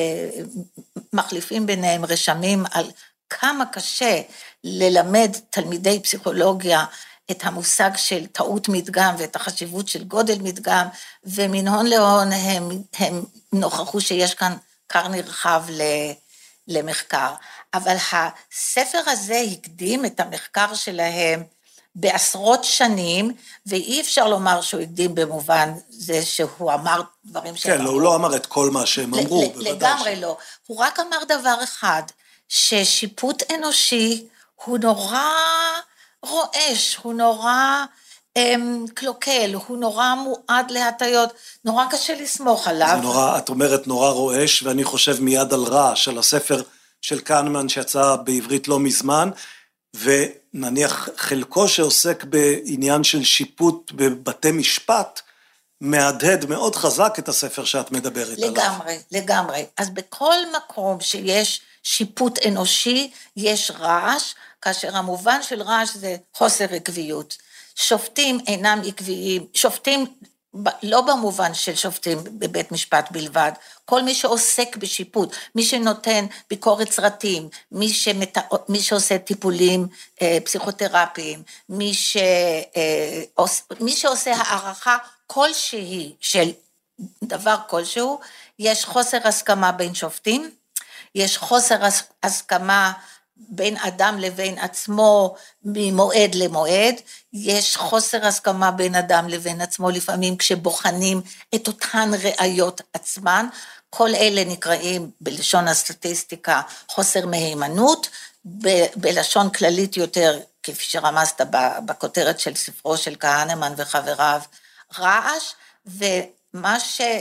ומחליפים ביניהם רשמים על כמה קשה ללמד תלמידי פסיכולוגיה את המושג של טעות מדגם ואת החשיבות של גודל מדגם, ומן הון להון הם, הם נוכחו שיש כאן קר נרחב למחקר. אבל הספר הזה הקדים את המחקר שלהם בעשרות שנים, ואי אפשר לומר שהוא הקדים במובן זה שהוא אמר דברים שהם כן, אמרו. כן, הוא לא אמר את כל מה שהם אמרו. לגמרי לא. הוא רק אמר דבר אחד, ששיפוט אנושי הוא נורא רועש, הוא נורא אמ, קלוקל, הוא נורא מועד להטיות, נורא קשה לסמוך עליו. זה נורא, את אומרת נורא רועש, ואני חושב מיד על רע של הספר של כהנמן שיצא בעברית לא מזמן, ונניח חלקו שעוסק בעניין של שיפוט בבתי משפט, מהדהד מאוד חזק את הספר שאת מדברת עליו. לגמרי, לגמרי. אז בכל מקום שיש שיפוט אנושי, יש רעש, כאשר המובן של רעש זה חוסר עקביות. שופטים אינם עקביים, שופטים לא במובן של שופטים בבית משפט בלבד, כל מי שעוסק בשיפוט, מי שנותן ביקורת סרטים, מי, שמת... מי שעושה טיפולים אה, פסיכותרפיים, מי, ש... אה, עוש... מי שעושה הערכה כלשהי של דבר כלשהו, יש חוסר הסכמה בין שופטים, יש חוסר הסכמה בין אדם לבין עצמו ממועד למועד, יש חוסר הסכמה בין אדם לבין עצמו לפעמים כשבוחנים את אותן ראיות עצמן, כל אלה נקראים בלשון הסטטיסטיקה חוסר מהימנות, ב- בלשון כללית יותר, כפי שרמזת בכותרת של ספרו של כהנמן וחבריו, רעש, ומה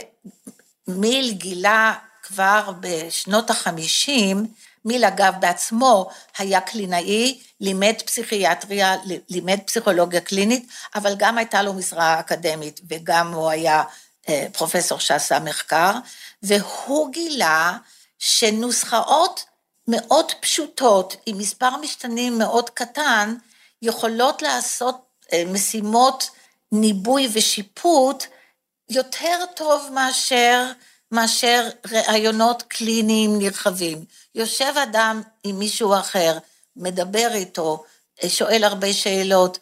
שמיל גילה כבר בשנות החמישים, מיל אגב בעצמו היה קלינאי, לימד פסיכיאטריה, לימד פסיכולוגיה קלינית, אבל גם הייתה לו משרה אקדמית, וגם הוא היה פרופסור שעשה מחקר, והוא גילה שנוסחאות מאוד פשוטות, עם מספר משתנים מאוד קטן, יכולות לעשות משימות ניבוי ושיפוט, יותר טוב מאשר, מאשר רעיונות קליניים נרחבים. יושב אדם עם מישהו אחר, מדבר איתו, שואל הרבה שאלות,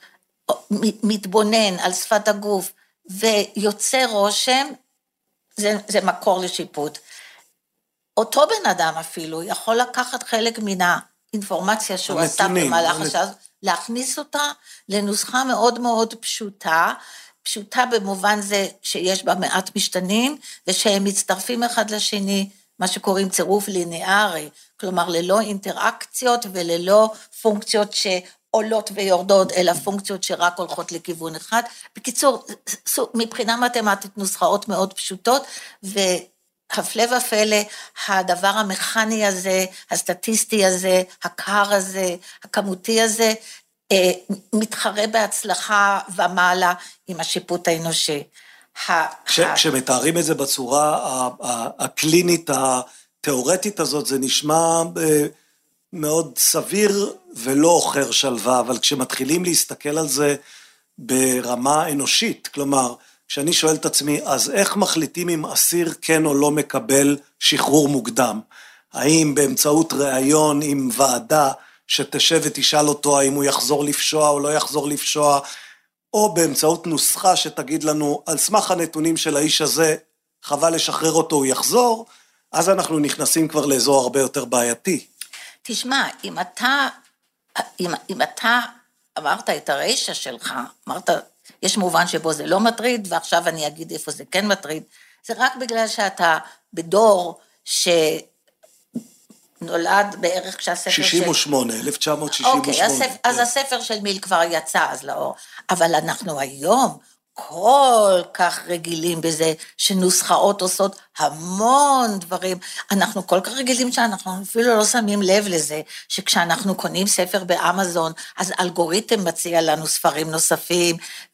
מתבונן על שפת הגוף, ויוצא רושם, זה, זה מקור לשיפוט. אותו בן אדם אפילו יכול לקחת חלק מן האינפורמציה שהוא עשה במהלך השעה, להכניס אותה לנוסחה מאוד מאוד פשוטה, פשוטה במובן זה שיש בה מעט משתנים, ושהם מצטרפים אחד לשני, מה שקוראים צירוף ליניארי, כלומר ללא אינטראקציות וללא פונקציות שעולות ויורדות, אלא פונקציות שרק הולכות לכיוון אחד. בקיצור, מבחינה מתמטית נוסחאות מאוד פשוטות, והפלא ופלא, הדבר המכני הזה, הסטטיסטי הזה, הקר הזה, הכמותי הזה, מתחרה בהצלחה ומעלה עם השיפוט האנושי. כשמתארים את זה בצורה הקלינית, התיאורטית הזאת, זה נשמע מאוד סביר ולא אוכר שלווה, אבל כשמתחילים להסתכל על זה ברמה אנושית, כלומר, כשאני שואל את עצמי, אז איך מחליטים אם אסיר כן או לא מקבל שחרור מוקדם? האם באמצעות ראיון עם ועדה, שתשב ותשאל אותו האם הוא יחזור לפשוע או לא יחזור לפשוע, או באמצעות נוסחה שתגיד לנו, על סמך הנתונים של האיש הזה, חבל לשחרר אותו, הוא יחזור, אז אנחנו נכנסים כבר לאזור הרבה יותר בעייתי. תשמע, אם אתה, אם, אם אתה אמרת את הרשע שלך, אמרת, יש מובן שבו זה לא מטריד, ועכשיו אני אגיד איפה זה כן מטריד, זה רק בגלל שאתה בדור ש... נולד בערך כשהספר של... שישים ושמונה, אלף תשע מאות שישים ושמונה. אוקיי, הספר, אז הספר של מיל כבר יצא אז לאור, אבל אנחנו היום כל כך רגילים בזה, שנוסחאות עושות המון דברים, אנחנו כל כך רגילים שאנחנו אפילו לא שמים לב לזה, שכשאנחנו קונים ספר באמזון, אז אלגוריתם מציע לנו ספרים נוספים,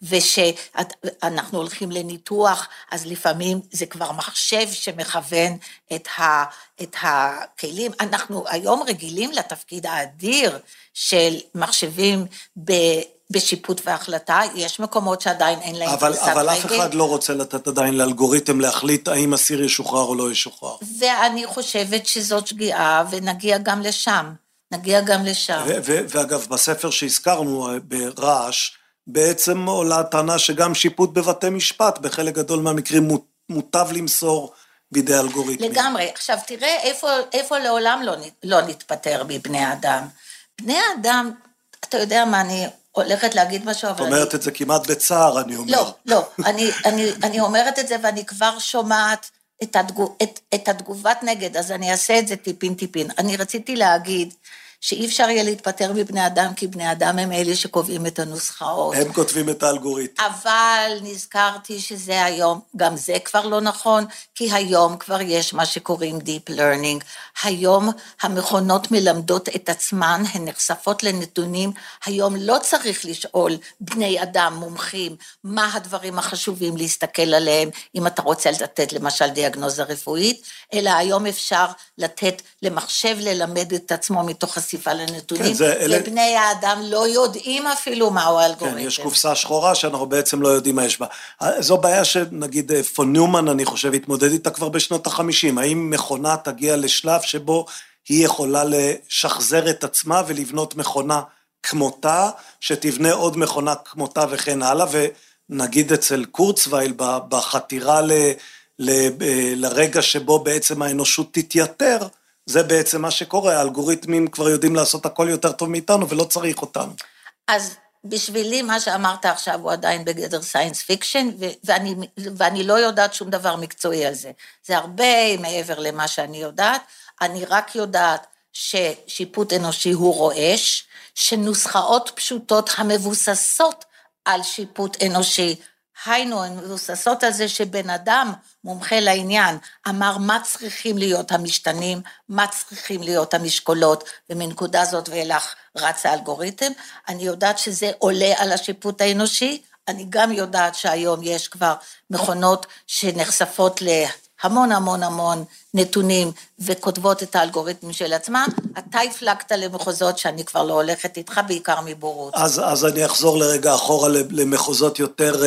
ושאנחנו הולכים לניתוח, אז לפעמים זה כבר מחשב שמכוון את, ה, את הכלים, אנחנו היום רגילים לתפקיד האדיר של מחשבים ב... בשיפוט והחלטה, יש מקומות שעדיין אין להם אבל, אבל אף אחד לא רוצה לתת עדיין לאלגוריתם להחליט האם אסיר ישוחרר או לא ישוחרר. ואני חושבת שזאת שגיאה, ונגיע גם לשם, נגיע גם לשם. ו- ו- ואגב, בספר שהזכרנו ברעש, בעצם עולה טענה שגם שיפוט בבתי משפט, בחלק גדול מהמקרים מוטב למסור בידי אלגוריתמים. לגמרי, עכשיו תראה איפה, איפה לעולם לא, לא נתפטר מבני אדם. בני אדם, אתה יודע מה אני... הולכת להגיד משהו, אבל... את אומרת את זה כמעט בצער, אני אומר. לא, לא, אני, אני, אני אומרת את זה, ואני כבר שומעת את, התגוב, את, את התגובת נגד, אז אני אעשה את זה טיפין טיפין. אני רציתי להגיד שאי אפשר יהיה להתפטר מבני אדם, כי בני אדם הם אלה שקובעים את הנוסחאות. הם כותבים את האלגוריתם. אבל נזכרתי שזה היום, גם זה כבר לא נכון, כי היום כבר יש מה שקוראים Deep Learning. היום המכונות מלמדות את עצמן, הן נחשפות לנתונים, היום לא צריך לשאול בני אדם מומחים, מה הדברים החשובים להסתכל עליהם, אם אתה רוצה לתת למשל דיאגנוזה רפואית, אלא היום אפשר לתת למחשב ללמד את עצמו מתוך חשיפה לנתונים, כן, ובני אלה... האדם לא יודעים אפילו מהו האלגוריתם. כן, יש קופסה שחורה שאנחנו בעצם לא יודעים מה יש בה. זו בעיה שנגיד פון ניומן, אני חושב, התמודד איתה כבר בשנות החמישים. האם מכונה תגיע לשלב שבו היא יכולה לשחזר את עצמה ולבנות מכונה כמותה, שתבנה עוד מכונה כמותה וכן הלאה, ונגיד אצל קורצווייל בחתירה ל, ל, לרגע שבו בעצם האנושות תתייתר, זה בעצם מה שקורה, האלגוריתמים כבר יודעים לעשות הכל יותר טוב מאיתנו, ולא צריך אותנו. אז בשבילי מה שאמרת עכשיו הוא עדיין בגדר סיינס פיקשן, ואני, ואני לא יודעת שום דבר מקצועי על זה. זה הרבה מעבר למה שאני יודעת, אני רק יודעת ששיפוט אנושי הוא רועש, שנוסחאות פשוטות המבוססות על שיפוט אנושי, היינו, הן מבוססות על זה שבן אדם מומחה לעניין, אמר מה צריכים להיות המשתנים, מה צריכים להיות המשקולות, ומנקודה זאת ואילך רץ האלגוריתם, אני יודעת שזה עולה על השיפוט האנושי, אני גם יודעת שהיום יש כבר מכונות שנחשפות להמון המון המון נתונים, וכותבות את האלגוריתמים של עצמם, אתה הפלגת למחוזות שאני כבר לא הולכת איתך, בעיקר מבורות. אז, אז אני אחזור לרגע אחורה למחוזות יותר...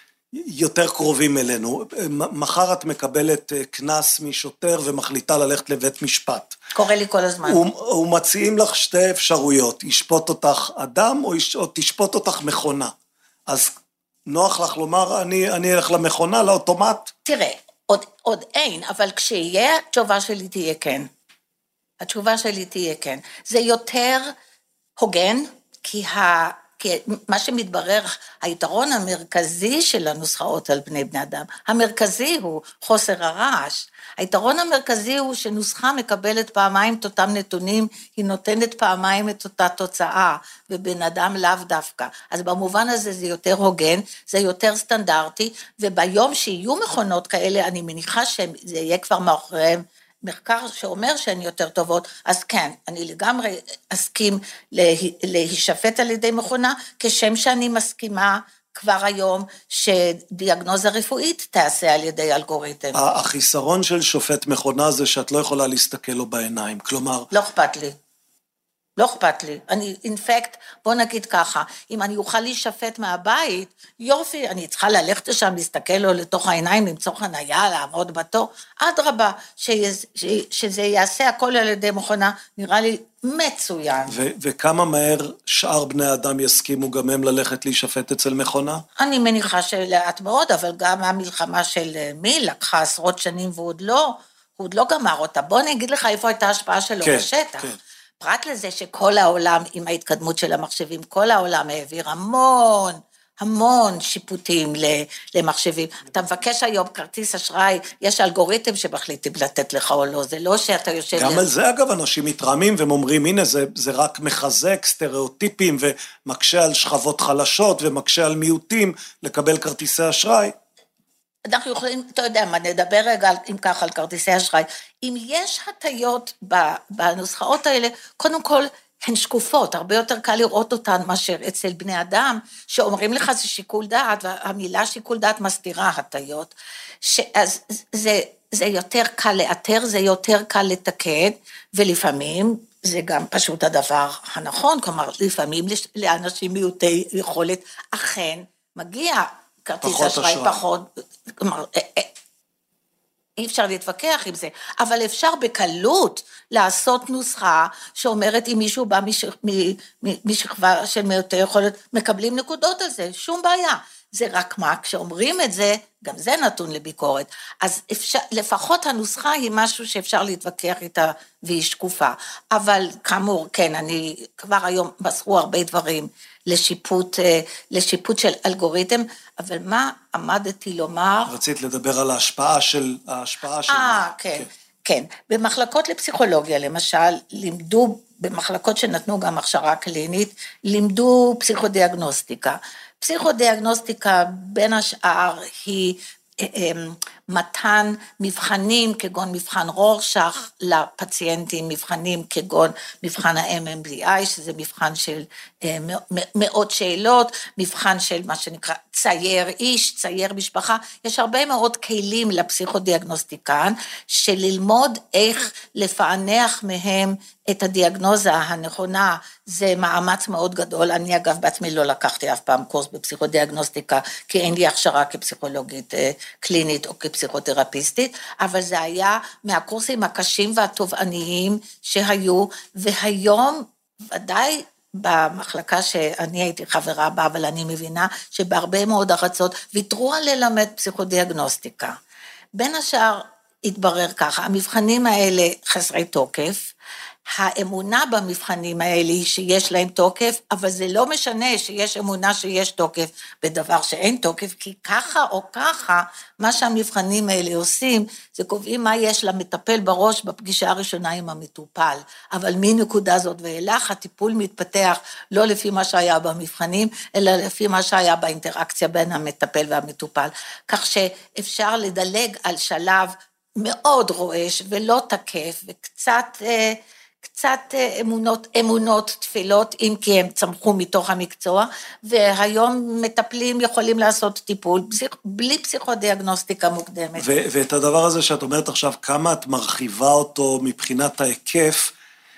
יותר קרובים אלינו. מחר את מקבלת כנס משוטר ומחליטה ללכת לבית משפט. קורה לי כל הזמן. הוא, הוא מציעים לך שתי אפשרויות, ישפוט אותך אדם או, יש, או תשפוט אותך מכונה. אז נוח לך לומר, אני, אני אלך למכונה, לאוטומט? תראה, עוד, עוד אין, אבל כשיהיה, התשובה שלי תהיה כן. התשובה שלי תהיה כן. זה יותר הוגן, כי ה... כי מה שמתברר, היתרון המרכזי של הנוסחאות על פני בני אדם, המרכזי הוא חוסר הרעש. היתרון המרכזי הוא שנוסחה מקבלת פעמיים את אותם נתונים, היא נותנת פעמיים את אותה תוצאה, ובן אדם לאו דווקא. אז במובן הזה זה יותר הוגן, זה יותר סטנדרטי, וביום שיהיו מכונות כאלה, אני מניחה שזה יהיה כבר מאחוריהם, מחקר שאומר שהן יותר טובות, אז כן, אני לגמרי אסכים להישפט על ידי מכונה, כשם שאני מסכימה כבר היום שדיאגנוזה רפואית תעשה על ידי אלגוריתם. החיסרון של שופט מכונה זה שאת לא יכולה להסתכל לו בעיניים, כלומר... לא אכפת לי. לא אכפת לי, אני, אינפקט, בוא נגיד ככה, אם אני אוכל להישפט מהבית, יופי, אני צריכה ללכת לשם, להסתכל לו לתוך העיניים, למצוא חנייה, לעמוד בתור, עד רבה, שזה, שזה יעשה הכל על ידי מכונה, נראה לי מצוין. ו- וכמה מהר שאר בני אדם יסכימו גם הם ללכת להישפט אצל מכונה? אני מניחה שלאט מאוד, אבל גם המלחמה של מי לקחה עשרות שנים, והוא עוד לא, הוא עוד לא גמר אותה. בוא אני אגיד לך איפה הייתה ההשפעה שלו כן, בשטח. כן. פרט לזה שכל העולם, עם ההתקדמות של המחשבים, כל העולם העביר המון, המון שיפוטים למחשבים. אתה מבקש היום כרטיס אשראי, יש אלגוריתם שמחליטים לתת לך או לא, זה לא שאתה יושב... גם על זה אגב אנשים מתרמים והם אומרים, הנה זה, זה רק מחזק סטריאוטיפים ומקשה על שכבות חלשות ומקשה על מיעוטים לקבל כרטיסי אשראי. אנחנו יכולים, אתה יודע מה, נדבר רגע אם כך על כרטיסי אשראי. אם יש הטיות בנוסחאות האלה, קודם כל הן שקופות, הרבה יותר קל לראות אותן מאשר אצל בני אדם, שאומרים לך זה שיקול דעת, והמילה שיקול דעת מסתירה הטיות, אז זה, זה יותר קל לאתר, זה יותר קל לתקן, ולפעמים זה גם פשוט הדבר הנכון, כלומר לפעמים לאנשים מיעוטי יכולת, אכן מגיע כרטיס אשראי פחות, כלומר, אי אפשר להתווכח עם זה, אבל אפשר בקלות לעשות נוסחה שאומרת אם מישהו בא משכבה של מיעוטי יכולת, מקבלים נקודות על זה, שום בעיה. זה רק מה, כשאומרים את זה, גם זה נתון לביקורת. אז אפשר, לפחות הנוסחה היא משהו שאפשר להתווכח איתה והיא שקופה. אבל כאמור, כן, אני כבר היום מסרו הרבה דברים לשיפוט, לשיפוט של אלגוריתם, אבל מה עמדתי לומר? רצית לדבר על ההשפעה של... ההשפעה של... אה, כן, כן, כן. במחלקות לפסיכולוגיה, למשל, לימדו, במחלקות שנתנו גם הכשרה קלינית, לימדו פסיכודיאגנוסטיקה. פסיכודיאגנוסטיקה בין השאר היא מתן מבחנים כגון מבחן רורשך לפציינטים, מבחנים כגון מבחן ה-אם אם די איי, שזה מבחן של מאות שאלות, מבחן של מה שנקרא צייר איש, צייר משפחה, יש הרבה מאוד כלים לפסיכודיאגנוסטיקן, שללמוד איך לפענח מהם את הדיאגנוזה הנכונה, זה מאמץ מאוד גדול, אני אגב בעצמי לא לקחתי אף פעם קורס בפסיכודיאגנוסטיקה, כי אין לי הכשרה כפסיכולוגית קלינית או כפסיכותרפיסטית, אבל זה היה מהקורסים הקשים והתובעניים שהיו, והיום ודאי במחלקה שאני הייתי חברה בה, אבל אני מבינה שבהרבה מאוד ארצות ויתרו על ללמד פסיכודיאגנוסטיקה. בין השאר התברר ככה, המבחנים האלה חסרי תוקף, האמונה במבחנים האלה היא שיש להם תוקף, אבל זה לא משנה שיש אמונה שיש תוקף בדבר שאין תוקף, כי ככה או ככה, מה שהמבחנים האלה עושים, זה קובעים מה יש למטפל בראש בפגישה הראשונה עם המטופל, אבל מנקודה זאת ואילך, הטיפול מתפתח לא לפי מה שהיה במבחנים, אלא לפי מה שהיה באינטראקציה בין המטפל והמטופל, כך שאפשר לדלג על שלב מאוד רועש ולא תקף, וקצת... קצת אמונות, אמונות תפילות, אם כי הם צמחו מתוך המקצוע, והיום מטפלים יכולים לעשות טיפול, בלי פסיכודיאגנוסטיקה מוקדמת. ו- ואת הדבר הזה שאת אומרת עכשיו, כמה את מרחיבה אותו מבחינת ההיקף,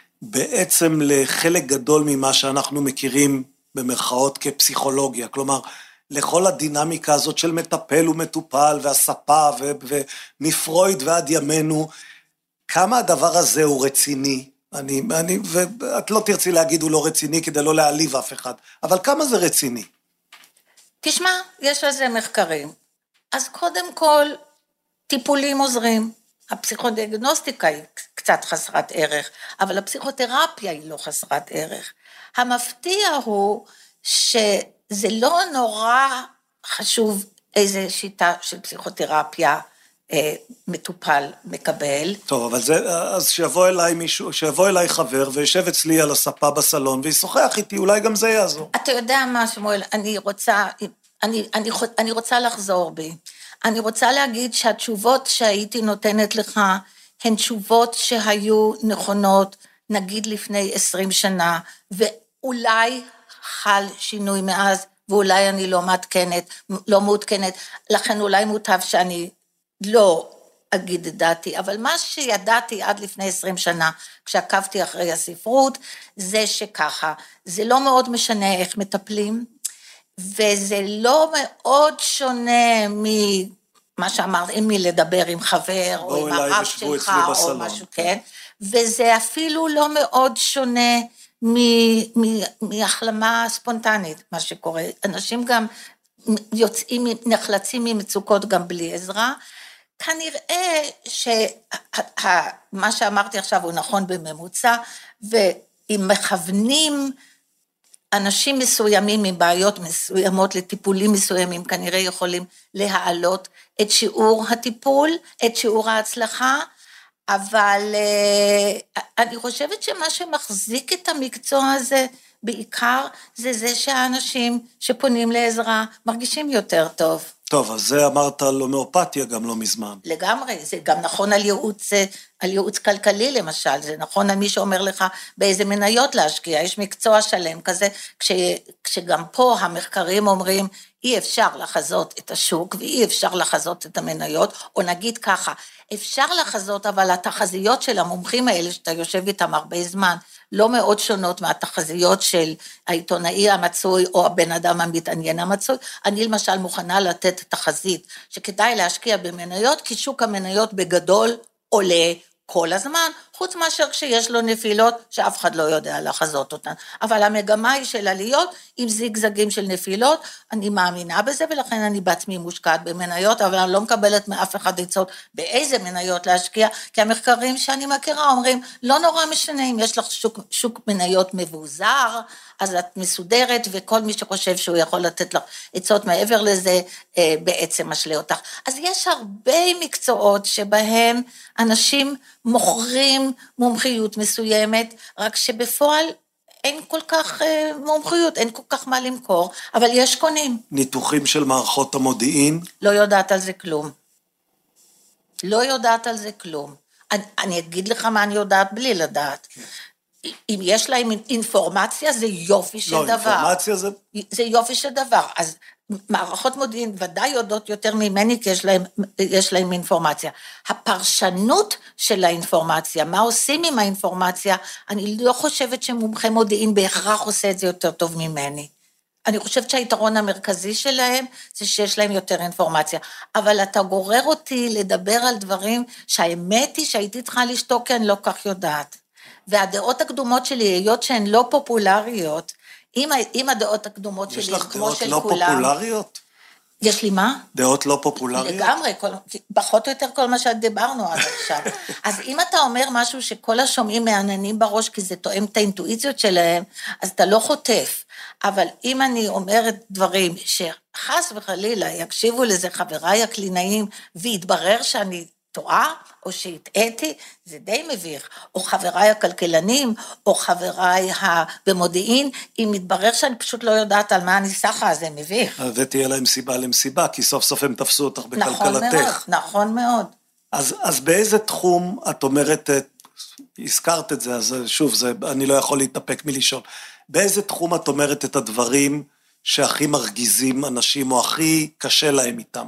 בעצם לחלק גדול ממה שאנחנו מכירים במרכאות כפסיכולוגיה, כלומר, לכל הדינמיקה הזאת של מטפל ומטופל, והספה, ו- ומפרויד ועד ימינו, כמה הדבר הזה הוא רציני, אני, אני, ואת לא תרצי להגיד הוא לא רציני כדי לא להעליב אף אחד, אבל כמה זה רציני? תשמע, יש לזה מחקרים. אז קודם כל, טיפולים עוזרים. הפסיכודיאגנוסטיקה היא קצת חסרת ערך, אבל הפסיכותרפיה היא לא חסרת ערך. המפתיע הוא שזה לא נורא חשוב איזה שיטה של פסיכותרפיה אה, מטופל מקבל. טוב, אבל זה, אז שיבוא אליי מישהו, שיבוא אליי חבר וישב אצלי על הספה בסלון וישוחח איתי, אולי גם זה יעזור. אתה יודע מה, שמואל, אני רוצה, אני, אני, אני רוצה לחזור בי. אני רוצה להגיד שהתשובות שהייתי נותנת לך, הן תשובות שהיו נכונות, נגיד לפני עשרים שנה, ואולי חל שינוי מאז, ואולי אני לא מעדכנת, לא מעודכנת, לכן אולי מוטב שאני לא אגיד את דעתי, אבל מה שידעתי עד לפני עשרים שנה, כשעקבתי אחרי הספרות, זה שככה, זה לא מאוד משנה איך מטפלים, וזה לא מאוד שונה ממה שאמרת, אם מלדבר עם חבר, או עם הרב שלך, או משהו, כן, וזה אפילו לא מאוד שונה מהחלמה ספונטנית, מה שקורה. אנשים גם יוצאים, נחלצים ממצוקות גם בלי עזרה, כנראה שמה שאמרתי עכשיו הוא נכון בממוצע, ואם מכוונים אנשים מסוימים מבעיות מסוימות לטיפולים מסוימים, כנראה יכולים להעלות את שיעור הטיפול, את שיעור ההצלחה, אבל אני חושבת שמה שמחזיק את המקצוע הזה בעיקר, זה זה שהאנשים שפונים לעזרה מרגישים יותר טוב. טוב, אז זה אמרת על הומאופתיה גם לא מזמן. לגמרי, זה גם נכון על ייעוץ, על ייעוץ כלכלי למשל, זה נכון על מי שאומר לך באיזה מניות להשקיע, יש מקצוע שלם כזה, כש, כשגם פה המחקרים אומרים, אי אפשר לחזות את השוק, ואי אפשר לחזות את המניות, או נגיד ככה, אפשר לחזות, אבל התחזיות של המומחים האלה, שאתה יושב איתם הרבה זמן, לא מאוד שונות מהתחזיות של העיתונאי המצוי, או הבן אדם המתעניין המצוי. אני למשל מוכנה לתת תחזית, שכדאי להשקיע במניות, כי שוק המניות בגדול עולה כל הזמן, חוץ מאשר כשיש לו נפילות, שאף אחד לא יודע לחזות אותן. אבל המגמה היא של עליות, עם זיגזגים של נפילות, אני מאמינה בזה, ולכן אני בעצמי מושקעת במניות, אבל אני לא מקבלת מאף אחד עצות באיזה מניות להשקיע, כי המחקרים שאני מכירה אומרים, לא נורא משנה אם יש לך שוק, שוק מניות מבוזר, אז את מסודרת, וכל מי שחושב שהוא יכול לתת לך עצות מעבר לזה, בעצם משלה אותך. אז יש הרבה מקצועות שבהם אנשים מוכרים מומחיות מסוימת, רק שבפועל אין כל כך מומחיות, אין כל כך מה למכור, אבל יש קונים. ניתוחים של מערכות המודיעין? לא יודעת על זה כלום. לא יודעת על זה כלום. אני, אני אגיד לך מה אני יודעת בלי לדעת. אם יש להם אינפורמציה, זה יופי של לא, דבר. לא, אינפורמציה זה... זה יופי של דבר. אז מערכות מודיעין ודאי יודעות יותר ממני, כי יש להם, יש להם אינפורמציה. הפרשנות של האינפורמציה, מה עושים עם האינפורמציה, אני לא חושבת שמומחה מודיעין בהכרח עושה את זה יותר טוב ממני. אני חושבת שהיתרון המרכזי שלהם, זה שיש להם יותר אינפורמציה. אבל אתה גורר אותי לדבר על דברים, שהאמת היא שהייתי צריכה לשתוק, כי אני לא כך יודעת. והדעות הקדומות שלי, היות שהן לא פופולריות, אם, אם הדעות הקדומות שלי, כמו של כולם... יש לך דעות לא פופולריות? יש לי מה? דעות לא פופולריות? לגמרי, כל, פחות או יותר כל מה שדיברנו עד עכשיו. אז אם אתה אומר משהו שכל השומעים מעננים בראש, כי זה תואם את האינטואיציות שלהם, אז אתה לא חוטף. אבל אם אני אומרת דברים שחס וחלילה יקשיבו לזה חבריי הקלינאים, ויתברר שאני טועה, או שהתאיתי, זה די מביך, או חבריי הכלכלנים, או חבריי במודיעין, אם מתברר שאני פשוט לא יודעת על מה אני סחה, אז זה מביך. ותהיה להם סיבה למסיבה, כי סוף סוף הם תפסו אותך בכלכלתך. נכון מאוד, נכון מאוד. אז, אז באיזה תחום את אומרת, הזכרת את זה, אז שוב, זה, אני לא יכול להתאפק מלישון, באיזה תחום את אומרת את הדברים שהכי מרגיזים אנשים, או הכי קשה להם איתם?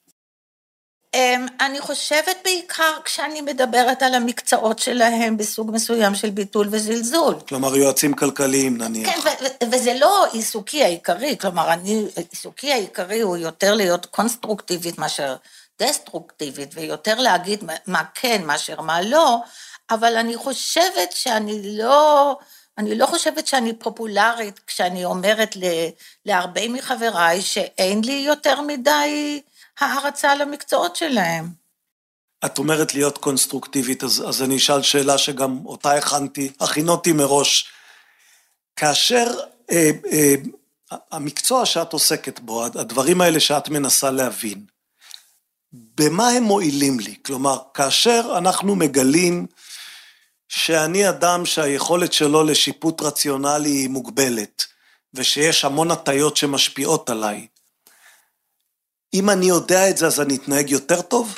אני חושבת בעיקר כשאני מדברת על המקצועות שלהם בסוג מסוים של ביטול וזלזול. כלומר, יועצים כלכליים נניח. כן, וזה לא עיסוקי העיקרי, כלומר, אני, עיסוקי העיקרי הוא יותר להיות קונסטרוקטיבית מאשר דסטרוקטיבית, ויותר להגיד מה כן מאשר מה לא, אבל אני חושבת שאני לא, אני לא חושבת שאני פופולרית כשאני אומרת להרבה מחבריי שאין לי יותר מדי הערצה למקצועות שלהם. את אומרת להיות קונסטרוקטיבית, אז, אז אני אשאל שאלה שגם אותה הכנתי, הכינותי מראש. כאשר אה, אה, המקצוע שאת עוסקת בו, הדברים האלה שאת מנסה להבין, במה הם מועילים לי? כלומר, כאשר אנחנו מגלים שאני אדם שהיכולת שלו לשיפוט רציונלי היא מוגבלת, ושיש המון הטיות שמשפיעות עליי, אם אני יודע את זה, אז אני אתנהג יותר טוב?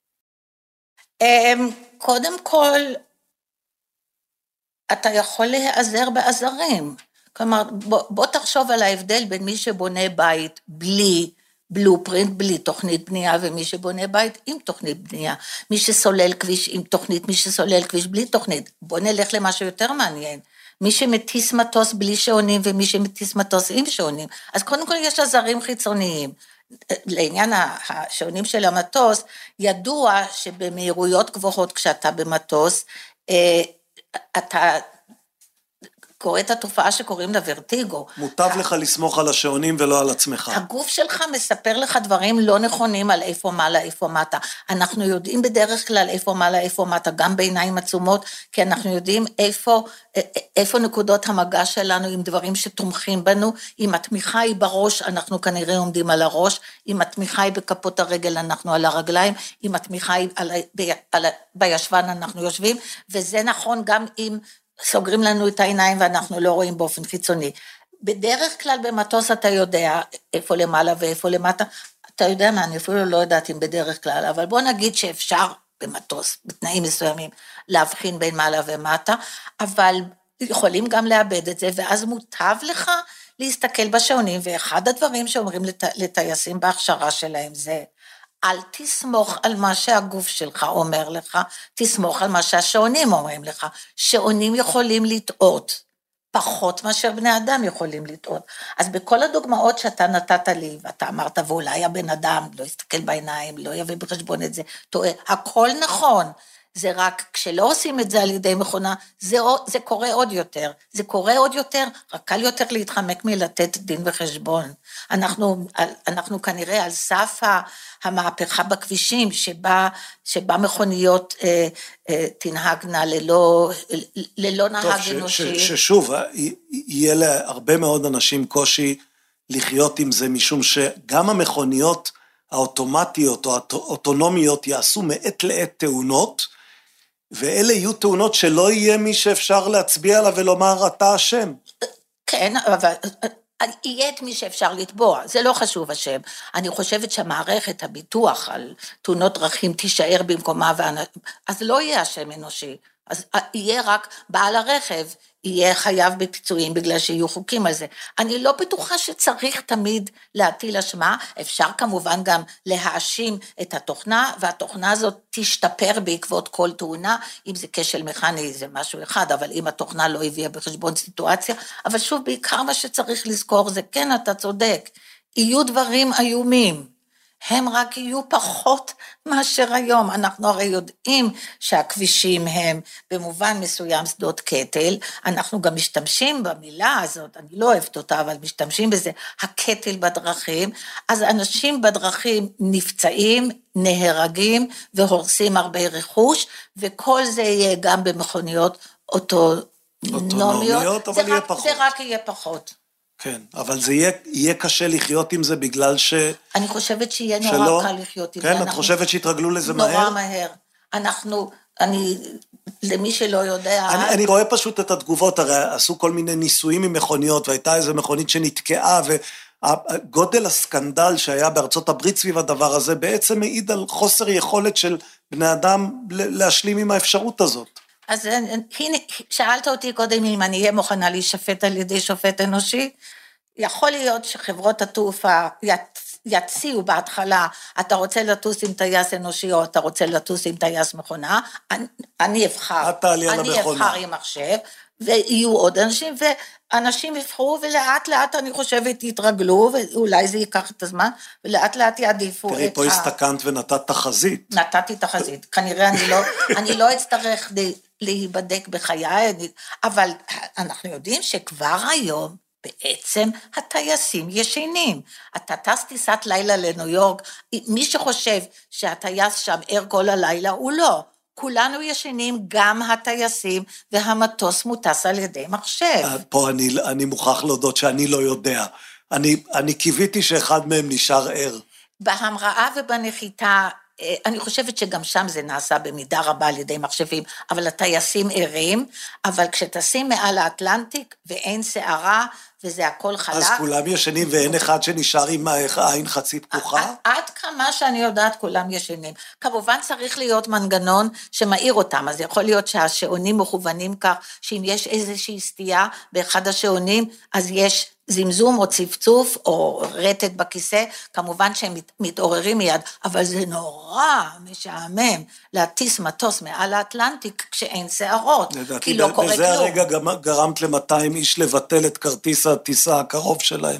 קודם כל, אתה יכול להיעזר בעזרים. כלומר, בוא, בוא תחשוב על ההבדל בין מי שבונה בית בלי בלופרינט, בלי תוכנית בנייה, ומי שבונה בית עם תוכנית בנייה. מי שסולל כביש עם תוכנית, מי שסולל כביש בלי תוכנית. בוא נלך למשהו יותר מעניין. מי שמטיס מטוס בלי שעונים, ומי שמטיס מטוס עם שעונים. אז קודם כל יש עזרים חיצוניים. לעניין השעונים של המטוס, ידוע שבמהירויות גבוהות כשאתה במטוס, אתה קורא את התופעה שקוראים לה ורטיגו. מוטב לך לסמוך על השעונים ולא על עצמך. הגוף שלך מספר לך דברים לא נכונים על איפה מעלה, איפה מטה. אנחנו יודעים בדרך כלל איפה מעלה, איפה מטה, גם בעיניים עצומות, כי אנחנו יודעים איפה, איפה נקודות המגע שלנו עם דברים שתומכים בנו. אם התמיכה היא בראש, אנחנו כנראה עומדים על הראש. אם התמיכה היא בכפות הרגל, אנחנו על הרגליים. אם התמיכה היא על, ב, על, בישבן, אנחנו יושבים. וזה נכון גם אם סוגרים לנו את העיניים ואנחנו לא רואים באופן חיצוני. בדרך כלל במטוס אתה יודע איפה למעלה ואיפה למטה, אתה יודע מה, אני אפילו לא יודעת אם בדרך כלל, אבל בוא נגיד שאפשר במטוס, בתנאים מסוימים, להבחין בין מעלה ומטה, אבל יכולים גם לאבד את זה, ואז מוטב לך להסתכל בשעונים, ואחד הדברים שאומרים לט... לטייסים בהכשרה שלהם זה, אל תסמוך על מה שהגוף שלך אומר לך, תסמוך על מה שהשעונים אומרים לך. שעונים יכולים לטעות, פחות מאשר בני אדם יכולים לטעות. אז בכל הדוגמאות שאתה נתת לי, ואתה אמרת, ואולי הבן אדם לא יסתכל בעיניים, לא יביא בחשבון את זה, טועה, הכל נכון. זה רק כשלא עושים את זה על ידי מכונה, זה, זה קורה עוד יותר. זה קורה עוד יותר, רק קל יותר להתחמק מלתת דין וחשבון. אנחנו, אנחנו כנראה על סף המהפכה בכבישים, שבה, שבה מכוניות אה, אה, תנהגנה ללא, ללא נהג אנושי. ששוב, יהיה להרבה מאוד אנשים קושי לחיות עם זה, משום שגם המכוניות האוטומטיות או האוטונומיות יעשו מעת לעת תאונות, ואלה יהיו תאונות שלא יהיה מי שאפשר להצביע עליו ולומר, אתה אשם. כן, אבל יהיה את מי שאפשר לתבוע, זה לא חשוב השם. אני חושבת שהמערכת הביטוח על תאונות דרכים תישאר במקומה, אז לא יהיה השם אנושי, אז יהיה רק בעל הרכב, יהיה חייב בפיצויים בגלל שיהיו חוקים על זה. אני לא בטוחה שצריך תמיד להטיל אשמה, אפשר כמובן גם להאשים את התוכנה, והתוכנה הזאת תשתפר בעקבות כל תאונה, אם זה כשל מכני זה משהו אחד, אבל אם התוכנה לא הביאה בחשבון סיטואציה, אבל שוב בעיקר מה שצריך לזכור זה כן אתה צודק, יהיו דברים איומים, הם רק יהיו פחות מאשר היום. אנחנו הרי יודעים שהכבישים הם במובן מסוים שדות קטל, אנחנו גם משתמשים במילה הזאת, אני לא אוהבת אותה, אבל משתמשים בזה, הקטל בדרכים, אז אנשים בדרכים נפצעים, נהרגים והורסים הרבה רכוש, וכל זה יהיה גם במכוניות אוטונומיות, אוטונומיות אבל יהיה פחות. זה רק יהיה פחות. כן, אבל זה יהיה, יהיה קשה לחיות עם זה בגלל ש... אני חושבת שיהיה נורא שלא, קל לחיות עם כן, זה. את חושבת שהתרגלו לזה נורא מהר? נורא מהר. אנחנו, אני, למי שלא יודע... אני, אני רואה פשוט את התגובות, הרי עשו כל מיני ניסויים עם מכוניות, והייתה איזו מכונית שנתקעה, והגודל הסקנדל שהיה בארצות הברית סביב הדבר הזה, בעצם מעיד על חוסר יכולת של בני אדם להשלים עם האפשרות הזאת. אז הנה, שאלת אותי קודם אם אני אהיה מוכנה להישפט על ידי שופט אנושי, יכול להיות שחברות התעופה יציעו בהתחלה, אתה רוצה לטוס עם טייס אנושי או אתה רוצה לטוס עם טייס מכונה, אני, אני אבחר, אני אבחר עם מחשב, ויהיו עוד אנשים, ואנשים יבחרו, ולאט לאט אני חושבת יתרגלו, ואולי זה ייקח את הזמן, ולאט לאט יעדיפו. תראי, פה הסתכנת ונתת תחזית. נתתי תחזית, כנראה אני לא, אני לא אצטרך להיבדק בחיי, אבל אנחנו יודעים שכבר היום, בעצם הטייסים ישנים. אתה טס טיסת לילה לניו יורק, מי שחושב שהטייס שם ער כל הלילה, הוא לא. כולנו ישנים, גם הטייסים, והמטוס מוטס על ידי מחשב. פה אני, אני מוכרח להודות שאני לא יודע. אני, אני קיוויתי שאחד מהם נשאר ער. בהמראה ובנחיתה, אני חושבת שגם שם זה נעשה במידה רבה על ידי מחשבים, אבל הטייסים ערים, אבל כשטסים מעל האטלנטיק ואין שערה, וזה הכל חלק. אז כולם ישנים ואין אחד שנשאר עם העין חצי פתוחה? עד, עד כמה שאני יודעת כולם ישנים. כמובן צריך להיות מנגנון שמאיר אותם, אז יכול להיות שהשעונים מכוונים כך, שאם יש איזושהי סטייה באחד השעונים, אז יש זמזום או צפצוף או רטט בכיסא, כמובן שהם מתעוררים מיד, אבל זה נורא משעמם להטיס מטוס מעל האטלנטיק כשאין שערות, כי לא קורה כלום. בזה הרגע גרמת ל-מאתיים איש לבטל את כרטיס הטיסה הקרוב שלהם.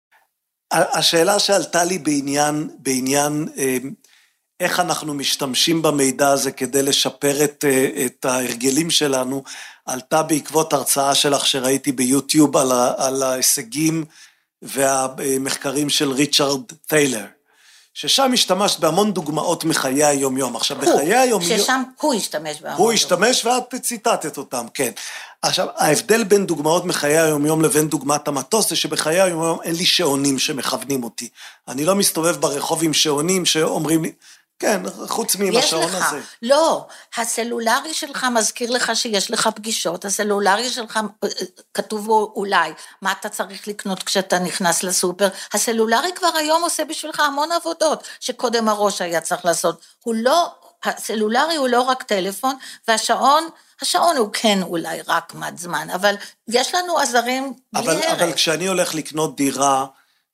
השאלה שעלתה לי בעניין, בעניין איך אנחנו משתמשים במידע הזה כדי לשפר את, את ההרגלים שלנו, עלתה בעקבות הרצאה שלך שראיתי ביוטיוב על, ה, על ההישגים והמחקרים של ריצ'רד טיילר, ששם השתמשת בהמון דוגמאות מחיי היום-יום. עכשיו, הוא, בחיי היום-יום... ששם הוא השתמש בהמון. הוא השתמש ואת ציטטת אותם, כן. עכשיו, ההבדל בין דוגמאות מחיי היום-יום לבין דוגמת המטוס, זה שבחיי היום-יום אין לי שעונים שמכוונים אותי. אני לא מסתובב ברחוב עם שעונים שאומרים לי... כן, חוץ מהשעון הזה. יש לך, לא, הסלולרי שלך מזכיר לך שיש לך פגישות, הסלולרי שלך כתוב בו אולי, מה אתה צריך לקנות כשאתה נכנס לסופר, הסלולרי כבר היום עושה בשבילך המון עבודות, שקודם הראש היה צריך לעשות, הוא לא, הסלולרי הוא לא רק טלפון, והשעון, השעון הוא כן אולי רק מד זמן, אבל יש לנו עזרים בלי אבל, הרף. אבל כשאני הולך לקנות דירה,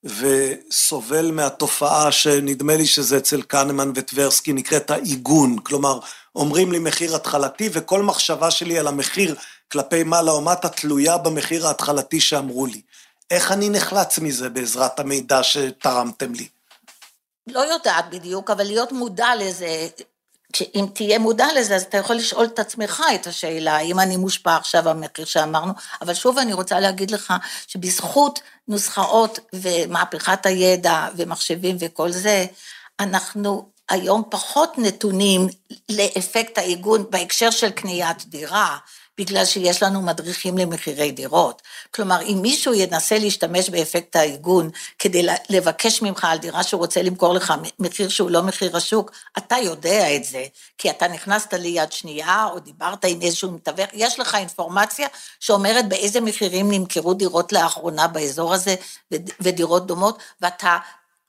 וסובל מהתופעה שנדמה לי שזה אצל קנמן וטברסקי, נקראת העיגון, כלומר, אומרים לי מחיר התחלתי, וכל מחשבה שלי על המחיר כלפי מעלה או מטה תלויה במחיר ההתחלתי שאמרו לי. איך אני נחלץ מזה בעזרת המידע שתרמתם לי? לא יודעת בדיוק, אבל להיות מודע לזה, אם תהיה מודע לזה, אז אתה יכול לשאול את עצמך את השאלה, אם אני מושפע עכשיו במחיר שאמרנו, אבל שוב אני רוצה להגיד לך, שבזכות נוסחאות ומהפכת הידע ומחשבים וכל זה, אנחנו היום פחות נתונים לאפקט העיגון בהקשר של קניית דירה, בגלל שיש לנו מדריכים למחירי דירות. כלומר, אם מישהו ינסה להשתמש באפקט העיגון, כדי לבקש ממך על דירה שהוא רוצה למכור לך מחיר שהוא לא מחיר השוק, אתה יודע את זה, כי אתה נכנסת ליד שנייה, או דיברת עם איזשהו מתווך, יש לך אינפורמציה שאומרת באיזה מחירים נמכרו דירות לאחרונה באזור הזה, ודירות דומות, ואתה...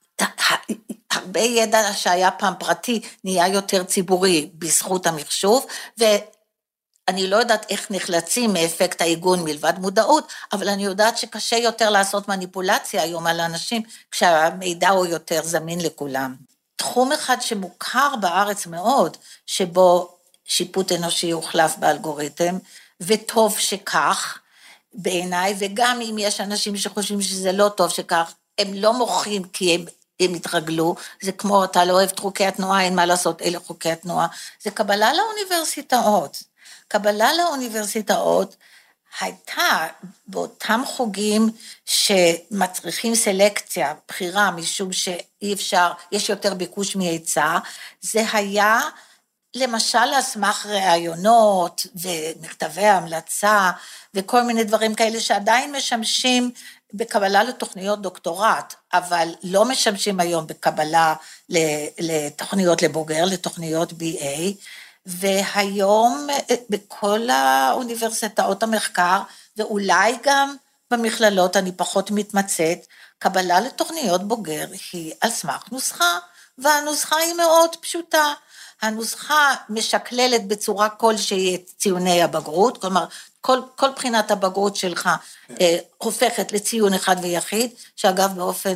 הרבה ידע שהיה פעם פרטי, נהיה יותר ציבורי בזכות המחשוב, ו... אני לא יודעת איך נחלצים מאפקט העיגון מלבד מודעות, אבל אני יודעת שקשה יותר לעשות מניפולציה היום על האנשים, כשהמידע הוא יותר זמין לכולם. תחום אחד שמוכר בארץ מאוד, שבו שיפוט אנושי הוחלף באלגוריתם, וטוב שכך בעיניי, וגם אם יש אנשים שחושבים שזה לא טוב שכך, הם לא מוחים כי הם, הם התרגלו, זה כמו אתה לא אוהב את חוקי התנועה, אין מה לעשות, אלה חוקי התנועה, זה קבלה לאוניברסיטאות. קבלה לאוניברסיטאות הייתה באותם חוגים שמצריכים סלקציה, בחירה, משום שאי אפשר, יש יותר ביקוש מהיצע, זה היה למשל להסמך ראיונות ומכתבי המלצה וכל מיני דברים כאלה שעדיין משמשים בקבלה לתוכניות דוקטורט, אבל לא משמשים היום בקבלה לתוכניות לבוגר, לתוכניות בי איי, והיום בכל האוניברסיטאות המחקר, ואולי גם במכללות אני פחות מתמצאת, קבלה לתוכניות בוגר היא על סמך נוסחה, והנוסחה היא מאוד פשוטה. הנוסחה משקללת בצורה כלשהי את ציוני הבגרות, כלומר כל, כל בחינת הבגרות שלך אה, הופכת לציון אחד ויחיד, שאגב באופן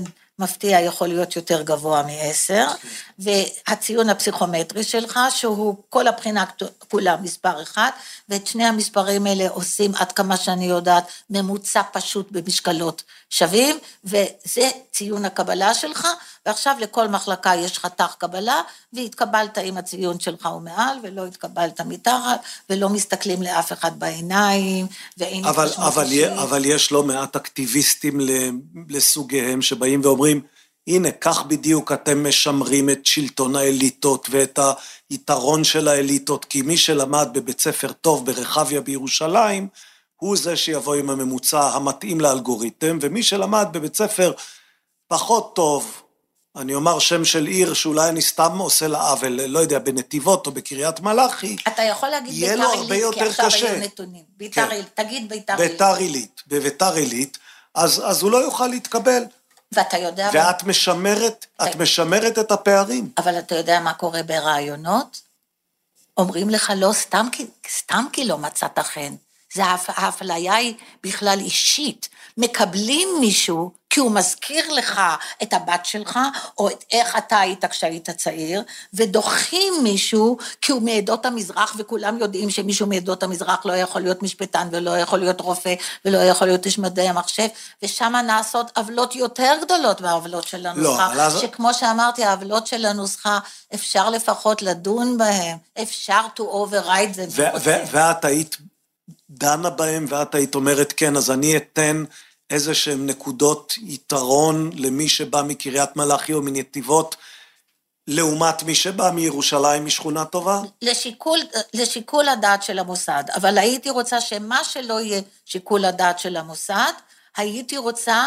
מפתיע יכול להיות יותר גבוה מ-עשר, והציון הפסיכומטרי שלך, שהוא כל הבחינה כולה מספר אחד, ואת שני המספרים האלה עושים עד כמה שאני יודעת, ממוצע פשוט במשקלות שווים, וזה ציון הקבלה שלך, ועכשיו לכל מחלקה יש חתך קבלה, והתקבלת עם הציון שלך ומעל, ולא התקבלת מתחת, ולא מסתכלים לאף אחד בעיניים, ואין אבל, אבל, אבל יש לא מעט אקטיביסטים לסוגיהם, שבאים ואומרים, הנה, כך בדיוק אתם משמרים את שלטון האליטות, ואת היתרון של האליטות, כי מי שלמד בבית ספר טוב ברחביה בירושלים, הוא זה שיבוא עם הממוצע המתאים לאלגוריתם, ומי שלמד בבית ספר פחות טוב, אני אומר שם של עיר שאולי אני סתם עושה לה עוול, לא יודע, בנתיבות או בקריית מלאכי, אתה יכול להגיד ביתר עילית, כי עכשיו היו נתונים. ביתר עילית, תגיד ביתר עילית. ביתר עילית, בביתר עילית, אז, אז הוא לא יוכל להתקבל. ואתה יודע... ואת משמרת, את משמרת את הפערים. אבל אתה יודע מה קורה ברעיונות? אומרים לך לא סתם כי, סתם כי לא מצאת חן. זה ההפליה היא בכלל אישית. מקבלים מישהו כי הוא מזכיר לך את הבת שלך, או את איך אתה היית כשהיית צעיר, ודוחים מישהו כי הוא מעדות המזרח, וכולם יודעים שמישהו מעדות המזרח לא יכול להיות משפטן, ולא יכול להיות רופא, ולא יכול להיות איש מדעי המחשב, ושם נעשות עוולות יותר גדולות מהעוולות של הנוסחה, לא, שכמו שאמרתי, העוולות של הנוסחה, אפשר לפחות לדון בהם, אפשר to override them. ואת היית דנה בהם, ואת היית אומרת, כן, אז אני אתן איזה שהם נקודות יתרון למי שבא מקריית מלאכי או מנתיבות, לעומת מי שבא מירושלים משכונה טובה? לשיקול, לשיקול הדעת של המוסד, אבל הייתי רוצה שמה שלא יהיה שיקול הדעת של המוסד, הייתי רוצה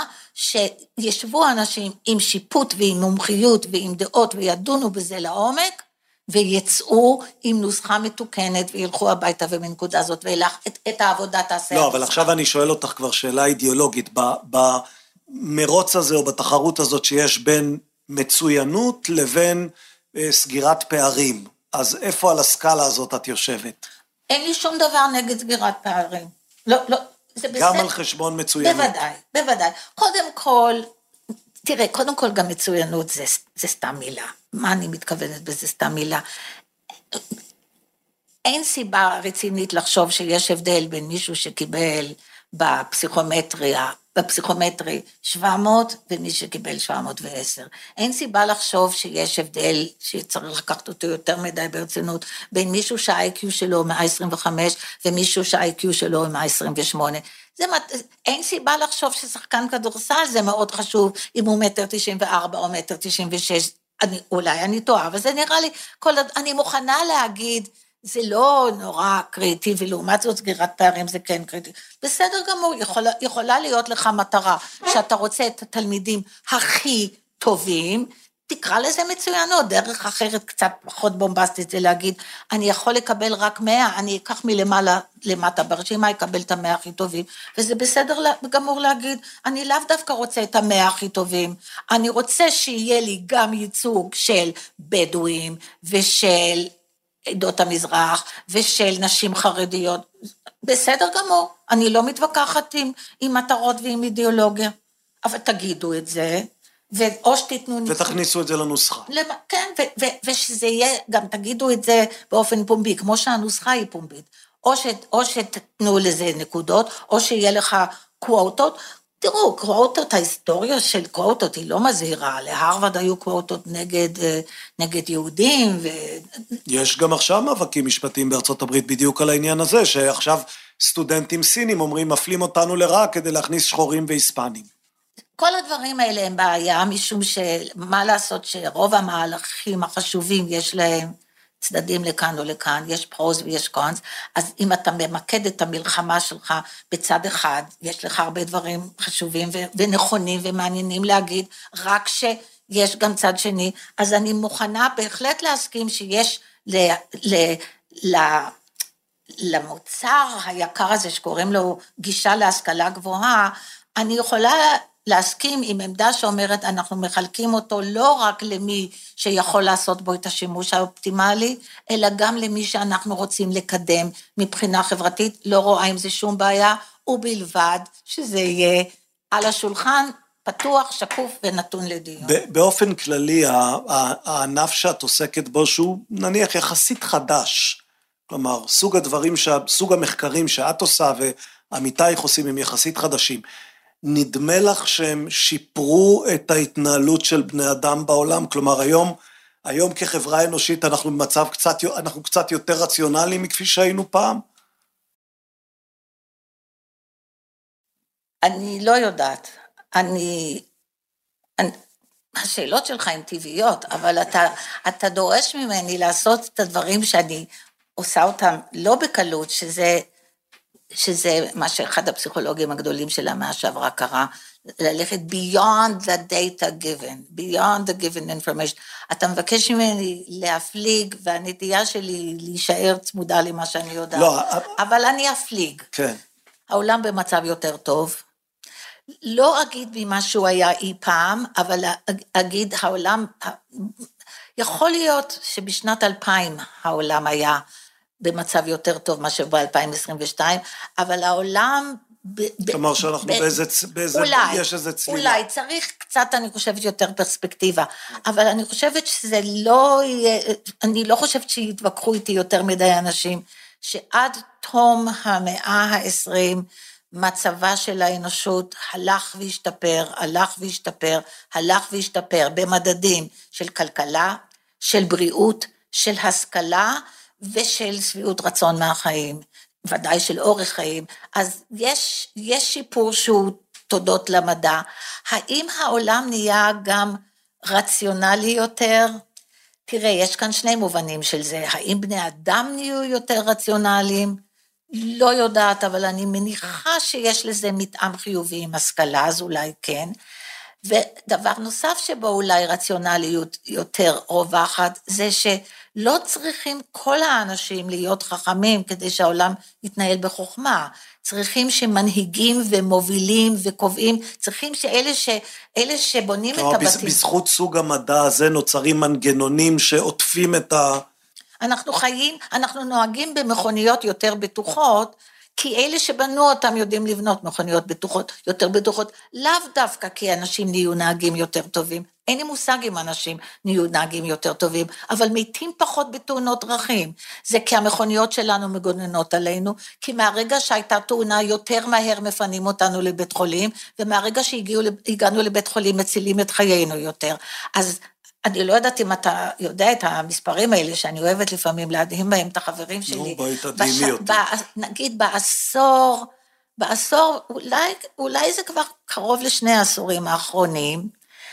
שישבו אנשים עם שיפוט ועם מומחיות ועם דעות וידונו בזה לעומק, ויצאו עם נוסחה מתוקנת, וילכו הביתה ומנקודה הזאת, וילך את, את העבודה תעשה. לא, אבל עכשיו אני שואל אותך כבר שאלה אידיאולוגית, במרוץ הזה או בתחרות הזאת שיש בין מצוינות לבין סגירת פערים, אז איפה על הסקאלה הזאת את יושבת? אין לי שום דבר נגד סגירת פערים. לא, לא, זה בסדר. גם על חשבון מצוינות. בוודאי, בוודאי. קודם כל, תראה, קודם כל גם מצוינות זה, זה סתם מילה. מה אני מתכוונת בזה סתם מילה? אין סיבה רצינית לחשוב שיש הבדל בין מישהו שקיבל בפסיכומטריה, בפסיכומטרי שבע מאות ומי שקיבל שבע מאות ועשר. אין סיבה לחשוב שיש הבדל שצריך לקחת אותו יותר מדי ברצינות, בין מישהו שה-איי קיו שלו מאה עשרים וחמש ומישהו שה-איי קיו שלו מאה עשרים ושמונה. זה, אין סיבה לחשוב ששחקן כדורסל זה מאוד חשוב, אם הוא מטר תשעים וארבע או מטר תשעים ושש, אני, אולי אני טועה, אבל זה נראה לי, כל, אני מוכנה להגיד, זה לא נורא קריטי, ולעומת זאת סגירת פערים זה כן קריטי. בסדר גמור, יכולה, יכולה להיות לך מטרה, שאתה רוצה את התלמידים הכי טובים, תקרא לזה מצוינות, דרך אחרת קצת פחות בומבסטית, זה להגיד, אני יכול לקבל רק מאה, אני אקח מלמעלה למטה ברשימה, אקבל את המאה הכי טובים, וזה בסדר גמור להגיד, אני לאו דווקא רוצה את המאה הכי טובים, אני רוצה שיהיה לי גם ייצוג של בדואים, ושל עדות המזרח, ושל נשים חרדיות, בסדר גמור, אני לא מתווכחת עם, עם מטרות ועם אידיאולוגיה, אבל תגידו את זה, ואו שתיתנו ניסוי. ותכניסו את זה לנוסחה. כן, ו- ו- ושזה יהיה, גם תגידו את זה באופן פומבי, כמו שהנוסחה היא פומבית, או, ש- או שתתנו לזה נקודות, או שיהיה לך קוואטות, תראו, קוואטות, ההיסטוריה של קוואטות היא לא מזהירה, להרווארד היו קוואטות נגד, נגד יהודים. ו... יש גם עכשיו מאבקים משפטיים בארצות הברית בדיוק על העניין הזה, שעכשיו סטודנטים סינים אומרים, מפלים אותנו לרעה כדי להכניס שחורים והיספנים. כל הדברים האלה הם בעיה, משום שמה לעשות שרוב המהלכים החשובים יש להם צדדים לכאן או לכאן, יש פרוז ויש קונס, אז אם אתה ממקד את המלחמה שלך בצד אחד, יש לך הרבה דברים חשובים ונכונים ומעניינים להגיד, רק שיש גם צד שני, אז אני מוכנה בהחלט להסכים שיש ל, ל, ל, למוצר היקר הזה שקוראים לו גישה להשכלה גבוהה, אני יכולה להסכים עם עמדה שאומרת, אנחנו מחלקים אותו לא רק למי שיכול לעשות בו את השימוש האופטימלי, אלא גם למי שאנחנו רוצים לקדם מבחינה חברתית, לא רואה עם זה שום בעיה, ובלבד שזה יהיה על השולחן פתוח, שקוף ונתון לדיון. באופן כללי, הענף שאת עוסקת בו, שהוא נניח יחסית חדש, כלומר, סוג הדברים, סוג המחקרים שאת עושה ועמיתייך עושים הם יחסית חדשים, נדמה לך שהם שיפרו את ההתנהלות של בני אדם בעולם? כלומר, היום, היום כחברה אנושית אנחנו במצב קצת, אנחנו קצת יותר רציונליים מכפי שהיינו פעם? אני לא יודעת. אני, אני, השאלות שלך הן טבעיות, אבל אתה, אתה דורש ממני לעשות את הדברים שאני עושה אותם לא בקלות, שזה, שזה מה שאחד הפסיכולוגים הגדולים של המאה שעברה קרא, ללכת beyond the data given, beyond the given information. אתה מבקש ממני להפליג, והנטייה שלי להישאר צמודה למה שאני יודעת, לא, אבל אני אפליג. כן. העולם במצב יותר טוב, לא אגיד ממה שהוא היה אי פעם, אבל אגיד העולם, יכול להיות שבשנת אלפיים העולם היה במצב יותר טוב מאשר ב-אלפיים עשרים ושתיים, אבל העולם... כלומר שאנחנו באיזה, באיזה, אולי, יש איזה צלילה. אולי, צריך קצת, אני חושבת, יותר פרספקטיבה, אבל אני חושבת שזה לא יהיה, אני לא חושבת שיתווכחו איתי יותר מדי אנשים, שעד תום המאה העשרים, מצבה של האנושות הלך והשתפר, הלך והשתפר, הלך והשתפר, במדדים של כלכלה, של בריאות, של השכלה, ושל שביעות רצון מהחיים, ודאי של אורך חיים. אז יש, יש שיפור שהוא תודות למדע. האם העולם נהיה גם רציונלי יותר? תראה, יש כאן שני מובנים של זה. האם בני אדם נהיו יותר רציונליים? לא יודעת, אבל אני מניחה שיש לזה מטעם חיובי עם השכלה, אז אולי כן. ודבר נוסף שבו אולי רציונליות יותר רווחת, זה שלא צריכים כל האנשים להיות חכמים, כדי שהעולם יתנהל בחוכמה. צריכים שמנהיגים ומובילים וקובעים, צריכים שאלה ש, אלה שבונים את הבתים. בזכות סוג המדע הזה נוצרים מנגנונים שעוטפים את ה... אנחנו חיים, אנחנו נוהגים במכוניות יותר בטוחות, כי אלה שבנו אותם יודעים לבנות מכוניות בטוחות, יותר בטוחות, לאו דווקא כי אנשים נהיו נהגים יותר טובים, אין לי מושג אם אנשים נהיו נהגים יותר טובים, אבל מתים פחות בתאונות דרכים, זה כי המכוניות שלנו מגוננות עלינו, כי מהרגע שהייתה תאונה יותר מהר מפנים אותנו לבית חולים, ומהרגע שהגענו לבית חולים מצילים את חיינו יותר, אז אני לא יודעת אם אתה יודע את המספרים האלה, שאני אוהבת לפעמים להדהים בהם את החברים שלי. נו, בואי תדהימי אותי. נגיד בעשור, בעשור, אולי, אולי זה כבר קרוב לשני העשורים האחרונים,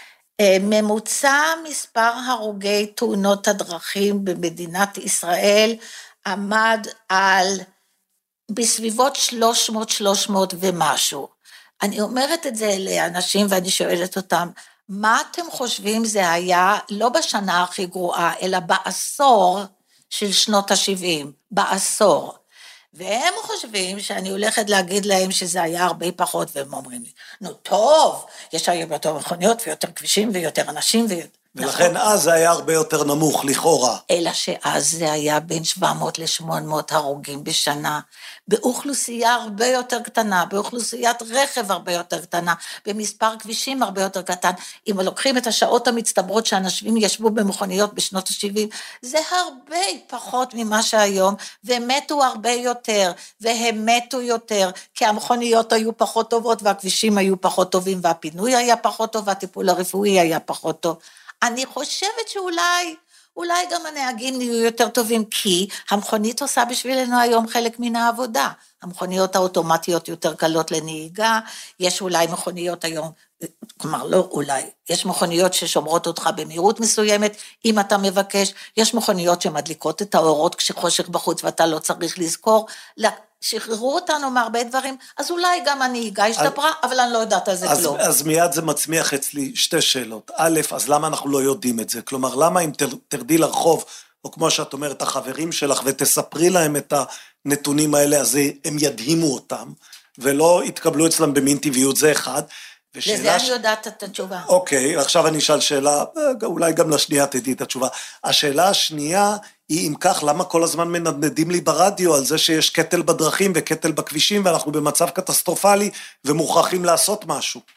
ממוצע מספר הרוגי תאונות הדרכים במדינת ישראל, עמד על בסביבות שלוש מאות, שלוש מאות ומשהו. אני אומרת את זה לאנשים ואני שואלת אותם, מה אתם חושבים זה היה, לא בשנה הכי גרועה, אלא בעשור של שנות ה-שבעים, בעשור. והם חושבים שאני הולכת להגיד להם שזה היה הרבה פחות, והם אומרים לי, נו טוב, יש היום יותר מכוניות ויותר כבישים ויותר אנשים ויותר... ולכן אז זה היה הרבה יותר נמוך, לכאורה. אלא שאז זה היה בין שבע מאות ל-שמונה מאות הרוגים בשנה, באוכלוסייה הרבה יותר קטנה, באוכלוסיית רכב הרבה יותר קטנה, במספר כבישים הרבה יותר קטן. אם לוקחים את השעות המצטברות שאנשים ישבו במכוניות בשנות ה-שבעים, זה הרבה פחות ממה שהיום, והם מתו הרבה יותר, והם מתו יותר, כי המכוניות היו פחות טובות, והכבישים היו פחות טובים, והפינוי היה פחות טוב, והטיפול הרפואי היה פחות טוב. אני חושבת שאולי, אולי גם הנהגים נהיו יותר טובים, כי המכונית עושה בשבילנו היום חלק מן העבודה. המכוניות האוטומטיות יותר קלות לנהיגה, יש אולי מכוניות היום, כלומר לא אולי, יש מכוניות ששומרות אותך במהירות מסוימת, אם אתה מבקש, יש מכוניות שמדליקות את האורות כשחושך בחוץ, ואתה לא צריך לזכור, שחררו אותנו מהרבה דברים, אז אולי גם הנהיגה השתפרה, אבל אני לא יודעת על זה כלום. אז מיד זה מצמיח אצלי שתי שאלות. א', אז למה אנחנו לא יודעים את זה? כלומר, למה אם תרדי לרחוב, או כמו שאת אומרת, החברים שלך, ותספרי להם את הנתונים האלה, אז הם ידהימו אותם, ולא יתקבלו אצלם במין טבעיות, זה אחד. לזה אני יודעת את התשובה. אוקיי, עכשיו אני אשאל שאלה, אולי גם לשנייה תדעי את התשובה. השאלה השנייה היא, אם כך, למה כל הזמן מנדנדים לי ברדיו על זה שיש קטל בדרכים וקטל בכבישים, ואנחנו במצב קטסטרופלי ומוכרחים לעשות משהו?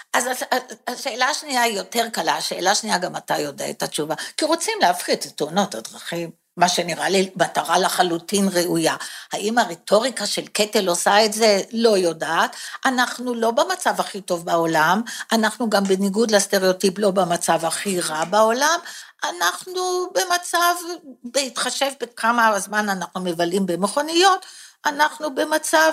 אז השאלה השנייה היא יותר קלה, השאלה השנייה גם אתה יודע את התשובה, כי רוצים להפחית את תאונות הדרכים, מה שנראה לי מטרה לחלוטין ראויה. האם הרטוריקה של קטל עושה את זה? לא יודעת. אנחנו לא במצב הכי טוב בעולם, אנחנו גם בניגוד לסטריאוטיפ לא במצב הכי רע בעולם, אנחנו במצב, בהתחשב בכמה הזמן אנחנו מבלים במכוניות, אנחנו במצב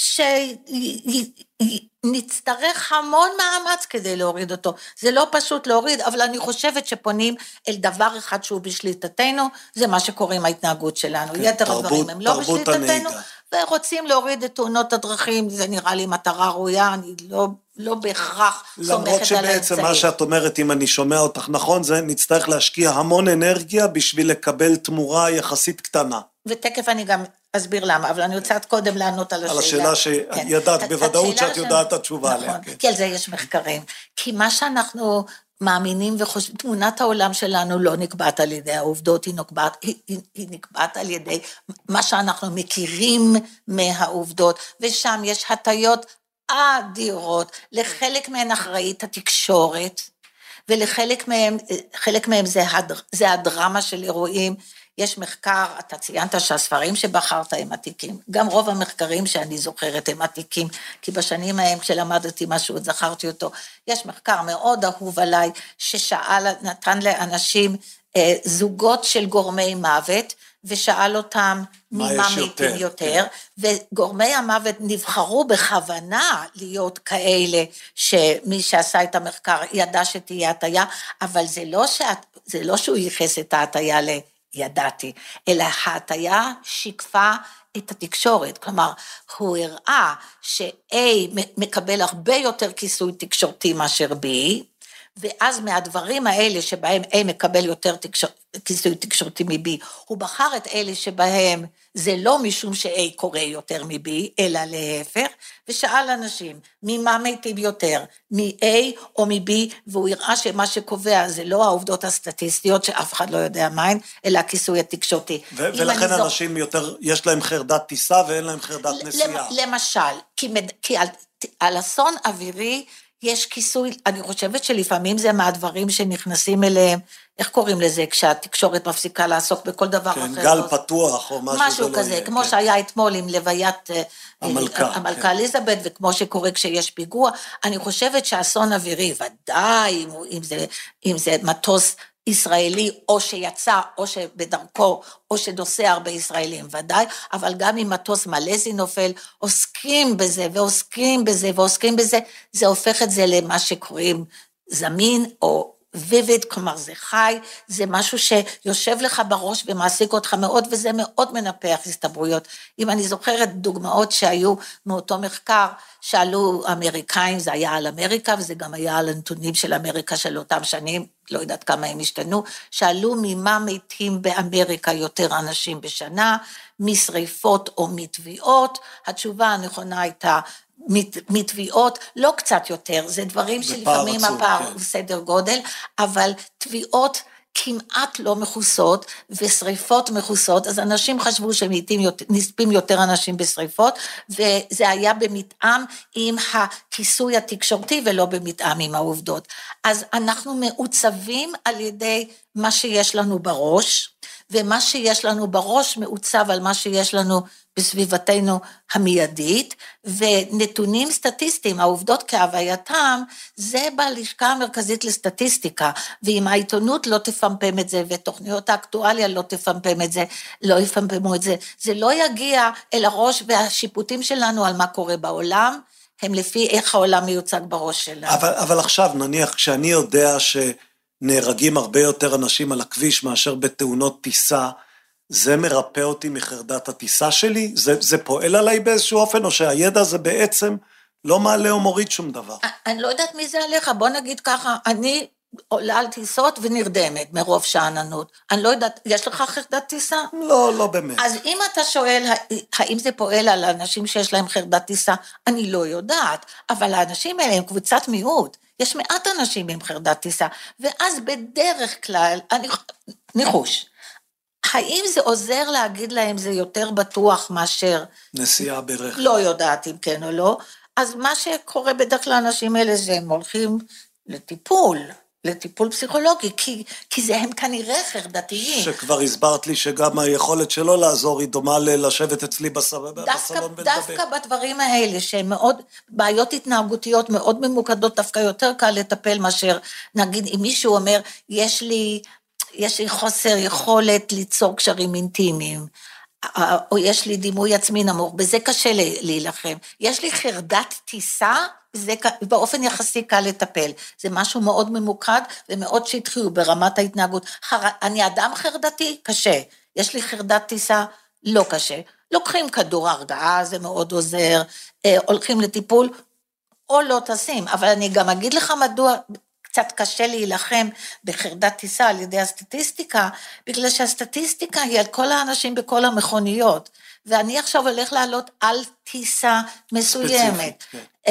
שנצטרך המון מאמץ כדי להוריד אותו. זה לא פשוט להוריד, אבל אני חושבת שפונים אל דבר אחד שהוא בשליטתנו, זה מה שקוראים ההתנהגות שלנו. כן, יתר תרבות, הדברים הם לא בשליטתנו, ורוצים להוריד את תאונות הדרכים, זה נראה לי מטרה ראויה, אני לא, לא בהכרח סומכת על האמצעים. למרות שבעצם מה שאת אומרת, אם אני שומע אותך נכון, זה נצטרך להשקיע המון אנרגיה, בשביל לקבל תמורה יחסית קטנה. ותקף אני גם אסביר למה, אבל אני רוצה קודם לענות על השאלה. על השאלה שידעת בוודאות שאת יודעת את התשובה עליה. כי על זה יש מחקרים. כי מה שאנחנו מאמינים וחושבים, תמונת העולם שלנו לא נקבעת על ידי העובדות, היא נקבעת, היא, היא, היא נקבעת על ידי מה שאנחנו מכירים מהעובדות, ושם יש הטיות אדירות, לחלק מהן אחראית התקשורת, ולחלק מהם, חלק מהם זה, הדר, זה הדרמה של אירועים, יש מחקר, אתה ציינת שהספרים שבחרת הם עתיקים, גם רוב המחקרים שאני זוכרת הם עתיקים, כי בשנים ההם כשלמדתי משהו, זכרתי אותו, יש מחקר מאוד אהוב עליי, ששאל, נתן לאנשים אה, זוגות של גורמי מוות, ושאל אותם ממה מתים יותר, כן. וגורמי המוות נבחרו בכוונה להיות כאלה, שמי שעשה את המחקר ידע שתהיה הטיה, אבל זה לא, שאת, זה לא שהוא ייחס את ההטיה ל... ידעתי, אלא ההטיה שיקפה את התקשורת, כלומר, הוא הראה ש-A מקבל הרבה כיסוי כיסוי תקשורתי מאשר B, ואז מהדברים האלה שבהם A מקבל יותר תקשור, כיסוי תקשורתי מ-B, הוא בחר את אלה שבהם זה לא משום ש-A קורא יותר מ-B, אלא להפך, ושאל אנשים, ממה מתים יותר, מ-A או מ-B, והוא הראה שמה שקובע זה לא העובדות הסטטיסטיות, שאף אחד לא יודע מהן, אלא הכיסוי התקשורתי. ו- ולכן אנשים זו... יותר, יש להם חרדת טיסה ואין להם חרדת נסיעה. למשל, כי, מד... כי על, על אסון אווירי, יש כיסוי, אני חושבת שלפעמים זה מהדברים שנכנסים אליהם, איך קוראים לזה, כשהתקשורת מפסיקה לעסוק בכל דבר כן, אחר. גל פתוח או משהו, משהו כזה, לא יהיה, כמו כן. שהיה אתמול עם לוויית המלכה, המלכה כן. אליזבת, וכמו שקורה כשיש פיגוע, אני חושבת שהאסון אווירי, ודאי, אם זה, אם זה מטוס ישראלי, או שיצא, או שבדרכו, או שנוסע הרבה ישראלים, ודאי, אבל גם אם מטוס מלזי נופל, עוסקים בזה, ועוסקים בזה, ועוסקים בזה, זה הופך את זה למה שקוראים זמין, או ויביד, כלומר זה חי, זה משהו שיושב לך בראש, ומעסיק אותך מאוד, וזה מאוד מנפח הסתברויות. אם אני זוכרת דוגמאות שהיו מאותו מחקר, שאלו אמריקאים, זה היה על אמריקה, וזה גם היה על הנתונים של אמריקה של אותם שנים, לא יודעת כמה הם השתנו, שאלו ממה מתים באמריקה יותר אנשים בשנה, משריפות או מתביעות, התשובה הנכונה הייתה, מתביעות, לא קצת יותר, זה דברים שלפעמים הפער הוא סדר גודל, אבל תביעות כמעט לא מכוסות, ושריפות מכוסות, אז אנשים חשבו שנספים יותר אנשים בשריפות, וזה היה במתאם עם הכיסוי התקשורתי, ולא במתאם עם העובדות. אז אנחנו מעוצבים על ידי מה שיש לנו בראש, ומה שיש לנו בראש מעוצב על מה שיש לנו בסביבתנו המיידית, ונתונים סטטיסטיים, העובדות כהווייתם, זה בלשכה המרכזית לסטטיסטיקה, ואם העיתונות לא תפמפם את זה, ותוכניות האקטואליה לא תפמפם את זה, לא יפמפמו את זה, זה לא יגיע אל הראש, והשיפוטים שלנו על מה קורה בעולם, הם לפי איך העולם מיוצג בראש שלנו. אבל, אבל עכשיו נניח, כשאני יודע שנהרגים הרבה יותר אנשים על הכביש, מאשר בתאונות טיסה, זה מרפא אותי מחרדת הטיסה שלי? זה, זה פועל עליי באיזשהו אופן, או שהידע זה בעצם לא מעלה או מוריד שום דבר? אני לא יודעת מי זה עליך, בוא נגיד ככה, אני עולה על טיסות ונרדמת מרוב שעננות. אני לא יודעת, יש לך חרדת טיסה? לא, לא באמת. אז אם אתה שואל, האם זה פועל על אנשים שיש להם חרדת טיסה? אני לא יודעת, אבל האנשים האלה הם קבוצת מיעוט. יש מעט אנשים עם חרדת טיסה, ואז בדרך כלל, אני ניחוש, האם זה עוזר להגיד להם זה יותר בטוח מאשר... נסיעה ברכב. לא יודעת אם כן או לא, אז מה שקורה בדרך כלל לאנשים האלה, זה הם הולכים לטיפול, לטיפול פסיכולוגי, כי, כי זה הם כנראה חרדתיים. שכבר הסברת לי שגם היכולת שלו לעזור היא דומה לשבת אצלי בסלון ולדבר. דווקא בדברים האלה, שהן מאוד, בעיות התנהגותיות מאוד ממוקדות, דווקא יותר קל לטפל מאשר, נגיד, אם מישהו אומר, יש לי, יש לי חוסר יכולת ליצור קשרים אינטימיים, או יש לי דימוי עצמי נמוך, בזה קשה להילחם. יש לי חרדת טיסה, זה באופן יחסי קל לטפל. זה משהו מאוד ממוקד ומאוד שטחי ברמת ההתנהגות. אני אדם חרדתי? קשה. יש לי חרדת טיסה? לא קשה. לוקחים כדור הרגעה, זה מאוד עוזר, הולכים לטיפול, או לא תשים. אבל אני גם אגיד לך מדוע קצת קשה להילחם בחרדת טיסה על ידי הסטטיסטיקה, בגלל שהסטטיסטיקה היא על כל האנשים בכל המכוניות, ואני עכשיו הולך לעלות על טיסה מסוימת.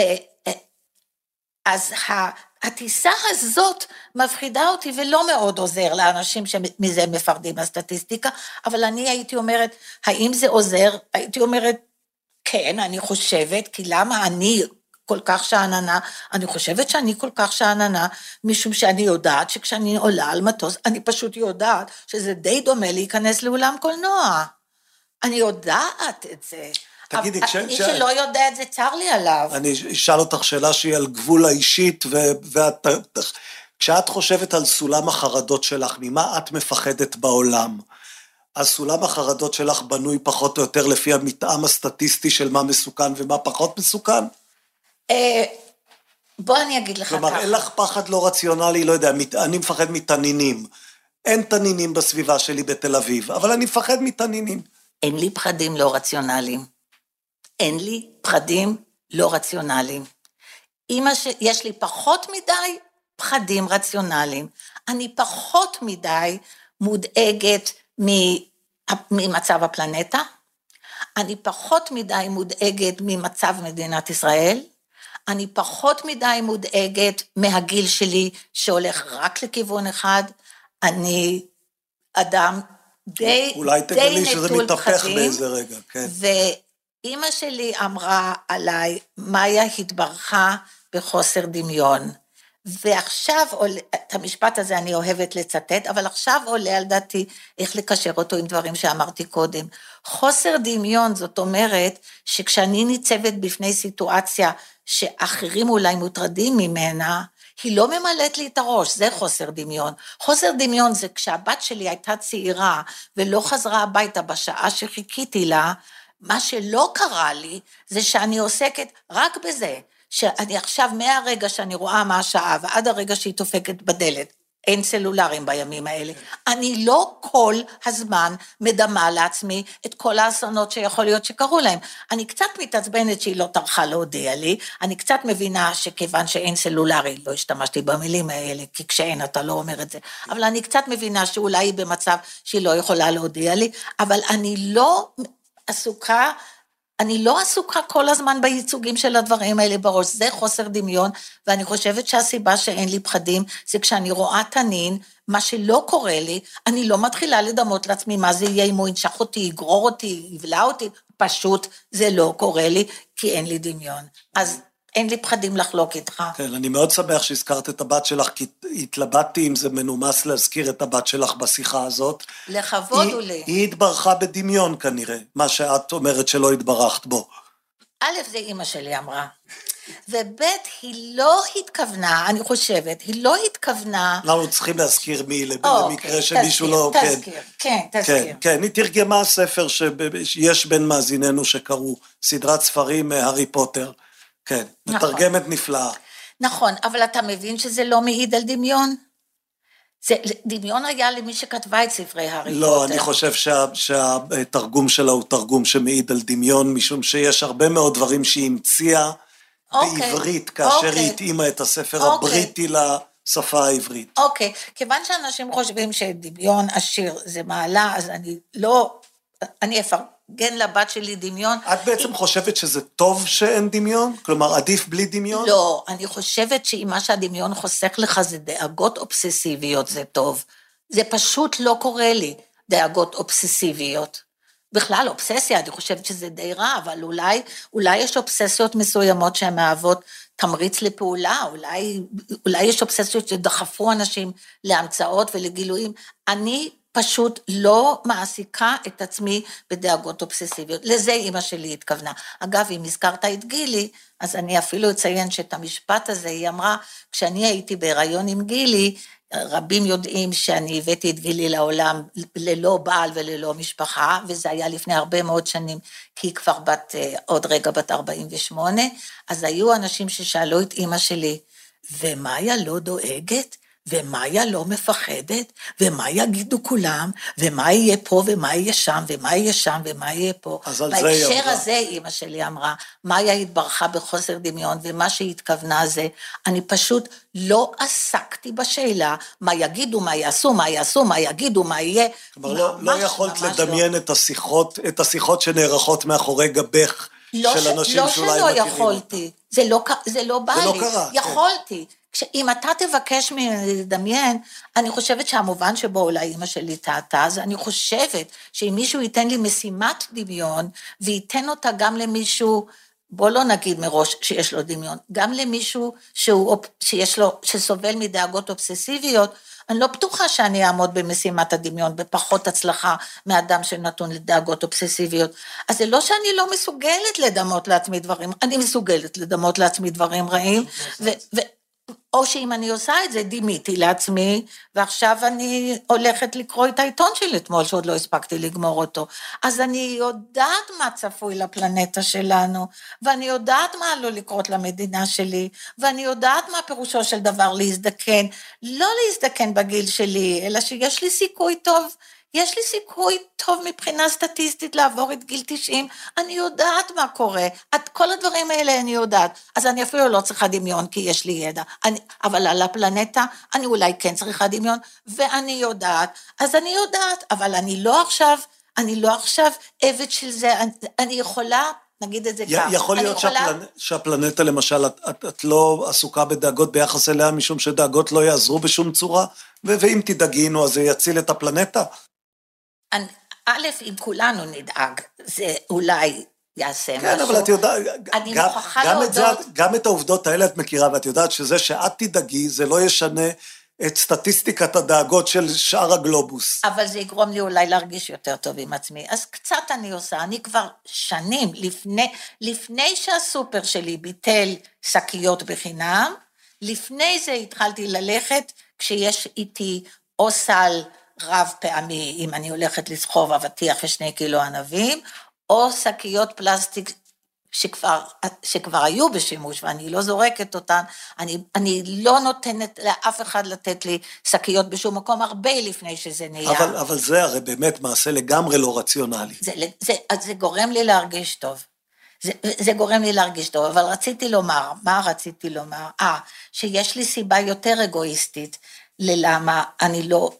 אז הטיסה הזאת מפחידה אותי ולא מאוד עוזר לאנשים שמזה מפחדים הסטטיסטיקה, אבל אני הייתי אומרת, האם זה עוזר? הייתי אומרת, כן, אני חושבת, כי למה אני כל כך שעננה? אני חושבת שאני כל כך שעננה, משום שאני יודעת שכשאני עולה על מטוס, אני פשוט יודעת שזה די דומה להיכנס לאולם קולנוע. אני יודעת את זה. תגידי, כש... מי שלא יודע את זה, צר לי עליו. אני אשאל אותך שאלה שהיא על גבול האישית, ואת... כשאת חושבת על סולם החרדות שלך, ממה את מפחדת בעולם? אז סולם החרדות שלך בנוי פחות או יותר לפי המתאם הסטטיסטי של מה מסוכן ומה פחות מסוכן? בוא אני אגיד לך ככה. כלומר, אין לך פחד לא רציונלי, לא יודע, אני מפחד מתנינים. אין תנינים בסביבה שלי בתל אביב, אבל אני מפחד מתנינים. אין לי פחדים לא רציונליים. אין לי פחדים לא רציונליים. יש לי פחות מדי פחדים רציונליים. אני פחות מדי מודאגת ממצב הפלנטה. אני פחות מדי מודאגת ממצב מדינת ישראל. אני פחות מדי מודאגת מהגיל שלי שהולך רק לכיוון אחד. אני אדם די, אולי תגלי די שזה נטול מתהפך פחדים. באיזה רגע, כן. ואמא שלי אמרה עליי, מאיה התברכה בחוסר דמיון. ועכשיו, את המשפט הזה אני אוהבת לצטט, אבל עכשיו עולה על דעתי איך לקשר אותו עם דברים שאמרתי קודם. חוסר דמיון, זאת אומרת, שכשאני ניצבת בפני סיטואציה שאחרים אולי מוטרדים ממנה, היא לא ממלאת לי את הראש, זה חוסר דמיון. חוסר דמיון זה כשהבת שלי הייתה צעירה, ולא חזרה הביתה בשעה שחיכיתי לה, מה שלא קרה לי, זה שאני עוסקת רק בזה, שאני עכשיו מהרגע שאני רואה מה השעה, ועד הרגע שהיא תופקת בדלת, אין סלולרים בימים האלה, אני לא כל הזמן מדמה לעצמי את כל האסונות שיכול להיות שקרו להם. אני קצת מתעצבנת שהיא לא טרחה להודיע לי, אני קצת מבינה שכיוון שאין סלולרי, לא השתמשתי במילים האלה, כי כשאין אתה לא אומר את זה, אבל אני קצת מבינה שאולי היא במצב שהיא לא יכולה להודיע לי, אבל אני לא עסוקה, אני לא עסוקה כל הזמן בייצוגים של הדברים האלה בראש, זה חוסר דמיון, ואני חושבת שהסיבה שאין לי פחדים, זה כשאני רואה תנין, מה שלא קורה לי, אני לא מתחילה לדמות לעצמי מה זה יהיה, אם הוא ינשך אותי, יגרור אותי, יבלע אותי, פשוט זה לא קורה לי, כי אין לי דמיון. אז אין לי פחדים לחלוק איתך. כן, אני מאוד שמח שהזכרת את הבת שלך, כי התלבטתי אם זה מנומס להזכיר את הבת שלך בשיחה הזאת. לכבוד היא, הוא לי. היא התברכה בדמיון כנראה, מה שאת אומרת שלא התברכת בו. א', זה אמא שלי אמרה, וב', היא לא התכוונה, אני חושבת, היא לא התכוונה... אנחנו צריכים להזכיר מי, או, למקרה אוקיי, שמישהו תזכיר, לא... תזכיר, כן, כן, תזכיר. כן, כן, היא תרגמה ספר שיש בין מאזיננו שקראו, סדרת ספרים הארי פוטר. כן, נכון. מתרגמת נפלאה. נכון, אבל אתה מבין שזה לא מעיד על דמיון? זה, דמיון היה למי שכתבה את ספרי הארי לא, פוטר. אני חושב שה, שהתרגום שלה הוא תרגום שמעיד על דמיון, משום שיש הרבה מאוד דברים שהיא המציאה אוקיי, בעברית, כאשר אוקיי. היא התאימה את הספר אוקיי. הבריטי לשפה העברית. אוקיי, כיוון שאנשים חושבים שדמיון עשיר זה מעלה, אז אני לא, אני אפרגן לבת שלי דמיון. את בעצם היא... חושבת שזה טוב שאין דמיון? כלומר, עדיף בלי דמיון? לא, אני חושבת שאם מה שהדמיון חוסך לך זה דאגות אובססיביות, זה טוב. זה פשוט לא קורה לי, דאגות אובססיביות. בכלל, אובססיה, אני חושבת שזה די רע, אבל אולי, אולי יש אובססיות מסוימות שהן מהוות תמריץ לפעולה, אולי, אולי יש אובססיות שדחפו אנשים להמצאות ולגילויים. אני פשוט לא מעסיקה את עצמי בדאגות אובססיביות. לזה אמא שלי התכוונה. אגב, אם הזכרת את גילי, אז אני אפילו אציין שאת המשפט הזה, היא אמרה, כשאני הייתי בהיריון עם גילי, רבים יודעים שאני הבאתי את גילי לעולם ללא בעל וללא משפחה, וזה היה לפני הרבה מאוד שנים, כי היא כבר בת, עוד רגע בת ארבעים ושמונה, אז היו אנשים ששאלו את אמא שלי, ומאיה לא דואגת? ומאיה לא מפחדת? ומה יגידו כולם? ומה יהיה פה ומה יהיה שם? ומה יהיה שם ומה יהיה פה? בהקשר הזה אמא שלי אמרה, מאיה התברכה בחוסר דמיון, ומה שהיא התכוונה זה, אני פשוט לא עסקתי בשאלה, מה יגידו, מה יעשו, מה יעשו, מה יגידו, מה יהיה. כלומר, לא, לא יכולת לדמיין לא. את השיחות, את השיחות שנערכות מאחורי גבך, לא של אנשים לא שאולי מכירים. לא שלא יכולתי, זה לא, זה לא בא זה לי. לא קרה. יכולתי. כן. אם אתה תבקש ממני לדמיין, אני חושבת שהמובן שבו אולי אמא שלי טעתה, אז אני חושבת שאם מישהו ייתן לי משימת דמיון, וייתן אותה גם למישהו, בוא לא נגיד מראש שיש לו דמיון, גם למישהו שהוא, שיש לו, שסובל מדאגות אובססיביות, אני לא בטוחה שאני אעמוד במשימת הדמיון, בפחות הצלחה מאדם שנתון לדאגות אובססיביות. אז זה לא שאני לא מסוגלת לדמות לעצמי דברים, אני מסוגלת לדמות לעצמי דברים רעים, ו... ו או שאם אני עושה את זה, דימיתי לעצמי, ועכשיו אני הולכת לקרוא את העיתון של אתמול, שעוד לא הספקתי לגמור אותו. אז אני יודעת מה צפוי לפלנטה שלנו, ואני יודעת מה לא לקרות למדינה שלי, ואני יודעת מה פירושו של דבר להזדקן, לא להזדקן בגיל שלי, אלא שיש לי סיכוי טוב, יש לי סיכוי טוב מבחינה סטטיסטית לעבור את גיל תשעים, אני יודעת מה קורה, את כל הדברים האלה אני יודעת, אז אני אפילו לא צריכה דמיון כי יש לי ידע, אני, אבל על הפלנטה אני אולי כן צריכה דמיון, ואני יודעת, אז אני יודעת, אבל אני לא עכשיו, אני לא עכשיו עבד של זה, אני, אני יכולה, נגיד את זה כך. יכול להיות יכולה... שהפלנ... שהפלנטה למשל, את, את, את לא עסוקה בדאגות ביחס אליה, משום שדאגות לא יעזרו בשום צורה, ו- ואם תדאגינו אז זה יציל את הפלנטה? א', אם כולנו נדאג, זה אולי יעשה כן, משהו. אבל את יודעת, אני גם, מוכרחה גם, להודות. זה, גם את העובדות האלה את מכירה, ואת יודעת שזה שאת תדאגי, זה לא ישנה את סטטיסטיקת הדאגות של שאר הגלובוס. אבל זה יגרום לי אולי להרגיש יותר טוב עם עצמי. אז קצת אני עושה, אני כבר שנים, לפני, לפני שהסופר שלי ביטל שקיות בחינם, לפני זה התחלתי ללכת, כשיש איתי או סל רב פעמי, אם אני הולכת לסחוב אבטיח ושני קילו ענבים, או שקיות פלסטיק שכבר, שכבר היו בשימוש, ואני לא זורקת אותן, אני, אני לא נותנת לאף אחד לתת לי שקיות בשום מקום, הרבה לפני שזה נהיה. אבל, אבל זה הרי באמת מעשה לגמרי לא רציונלי. זה, זה, זה גורם לי להרגיש טוב. זה, זה גורם לי להרגיש טוב, אבל רציתי לומר, מה רציתי לומר? אה, שיש לי סיבה יותר אגואיסטית, ללמה אני לא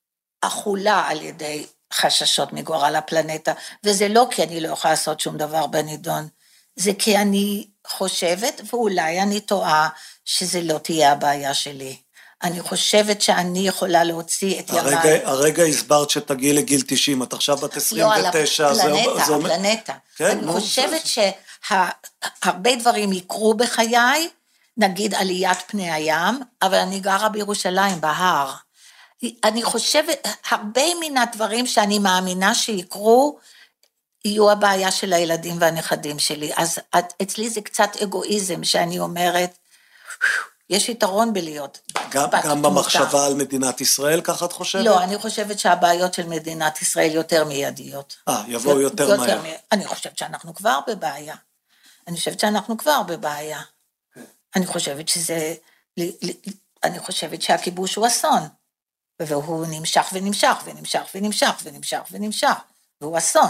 אכולה על ידי חששות מגורל הפלנטה, וזה לא כי אני לא יכולה לעשות שום דבר בנידון, זה כי אני חושבת, ואולי אני טועה, שזה לא תהיה הבעיה שלי. אני חושבת שאני יכולה להוציא את הרגע, ימיי. הרגע הסברת שתגיעי לגיל תשעים, את עכשיו בת עשרים ותשע. לא, על הפלנטה, זה... הפלנטה. כן, אני נו, חושבת שהרבה דברים יקרו בחיי, נגיד עליית פני הים, אבל אני גרה בירושלים, בהר. אני חושבת, הרבה מן הדברים שאני מאמינה שיקרו, יהיו הבעיה של הילדים והנכדים שלי. אז אצלי זה קצת אגואיזם, שאני אומרת, יש יתרון בלהיות. גם, גם במחשבה על מדינת ישראל, ככה את חושבת? לא, אני חושבת שהבעיות של מדינת ישראל יותר מיידיות. אה, יבואו יותר, יותר מהר. מ... אני חושבת שאנחנו כבר בבעיה. אני חושבת שאנחנו כבר בבעיה. אני חושבת שזה, אני חושבת שהכיבוש הוא אסון. והוא נמשך ונמשך ונמשך ונמשך ונמשך ונמשך, והוא אסון.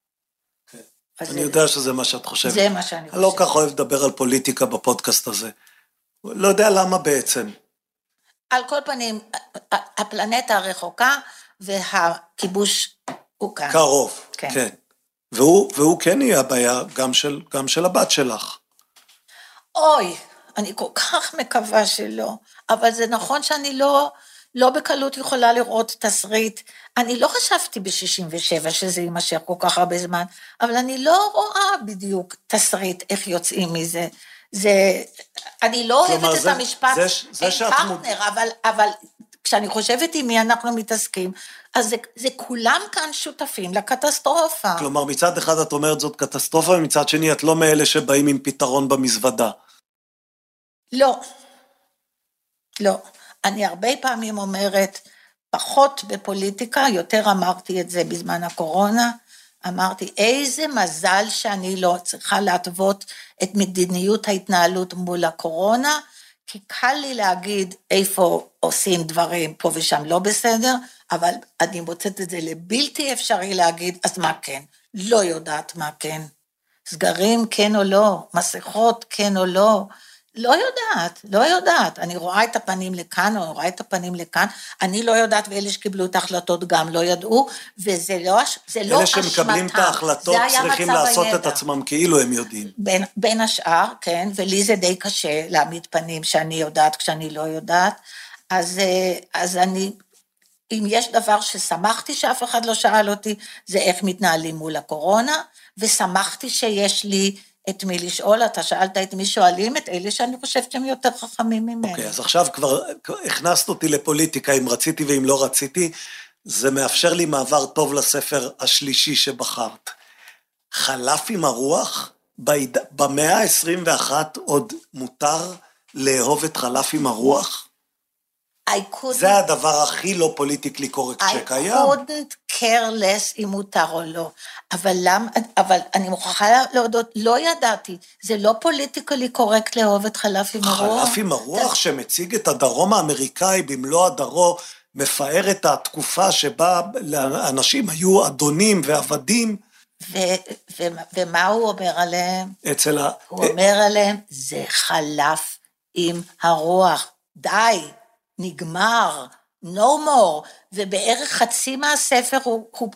אני יודע שזה מה שאת חושבת. זה מה שאני חושבת. אני לא כך אוהב לדבר על פוליטיקה בפודקאסט הזה. לא יודע למה בעצם. על כל פנים, הפלנטה הרחוקה והכיבוש הוא כאן. קרוב, כן. והוא כן יהיה הבעיה גם של הבת שלך. אוי, אני כל כך מקווה שלא, אבל זה נכון שאני לא... לא בקלות יכולה לראות תסריט. אני לא חשבתי ב-שישים ושבע שזה יימשך כל כך הרבה זמן, אבל אני לא רואה בדיוק תסריט איך יוצאים מזה. זה, אני לא אוהבת את המשפט, זה, זה אין שאת פרטנר, מוד... אבל, אבל כשאני חושבת עם מי אנחנו מתעסקים, אז זה, זה כולם כאן שותפים לקטסטרופה. כלומר, מצד אחד את אומרת זאת קטסטרופה, ומצד שני את לא מאלה שבאים עם פתרון במזוודה. לא, לא. אני הרבה פעמים אומרת, פחות בפוליטיקה, יותר אמרתי את זה בזמן הקורונה, אמרתי, איזה מזל שאני לא צריכה להתוות את מדיניות ההתנהלות מול הקורונה, כי קל לי להגיד איפה עושים דברים פה ושם לא בסדר, אבל אני מוצאת את זה לבלתי אפשרי להגיד, אז מה כן? לא יודעת מה כן. סגרים כן או לא, מסכות כן או לא, לא יודעת, לא יודעת, אני רואה את הפנים לכאן, או רואה את הפנים לכאן, אני לא יודעת, ואלה שקיבלו את ההחלטות גם לא ידעו, וזה לא, זה לא אשמתם. אלה שמקבלים את ההחלטות צריכים לעשות הידע. את עצמם כאילו הם יודעים. בין, בין השאר, כן, ולי זה די קשה להעמיד פנים שאני יודעת כשאני לא יודעת, אז, אז אני, אם יש דבר ששמחתי שאף אחד לא שאל אותי, זה איך מתנהלים מול הקורונה, ושמחתי שיש לי את מי לשאול, אתה שאלת את מי שואלים, את אלה שאני חושבת שהם יותר חכמים ממני. אוקיי, אז עכשיו כבר הכנסת אותי לפוליטיקה, אם רציתי ואם לא רציתי, זה מאפשר לי מעבר טוב לספר השלישי שבחרת. חלף עם הרוח, במאה ה-עשרים ואחת עוד מותר לאהוב את חלף עם הרוח? זה הדבר הכי לא פוליטיקלי קורקט שקיים. I couldn't care less אם מותר או לא. אבל למה, אבל אני מוכרחה להודות, לא ידעתי, זה לא פוליטיקלי קורקט לאהוב את חלף עם הרוח. חלף עם הרוח שמציג את הדרום האמריקאי במלוא הדרו, מפאר את התקופה שבה לאנשים היו אדונים ועבדים. ומה הוא אומר עליהם? אצל ה... הוא אומר עליהם, זה חלף עם הרוח. די. נגמר, no more, ובערך חצי מהספר, הוא, הוא,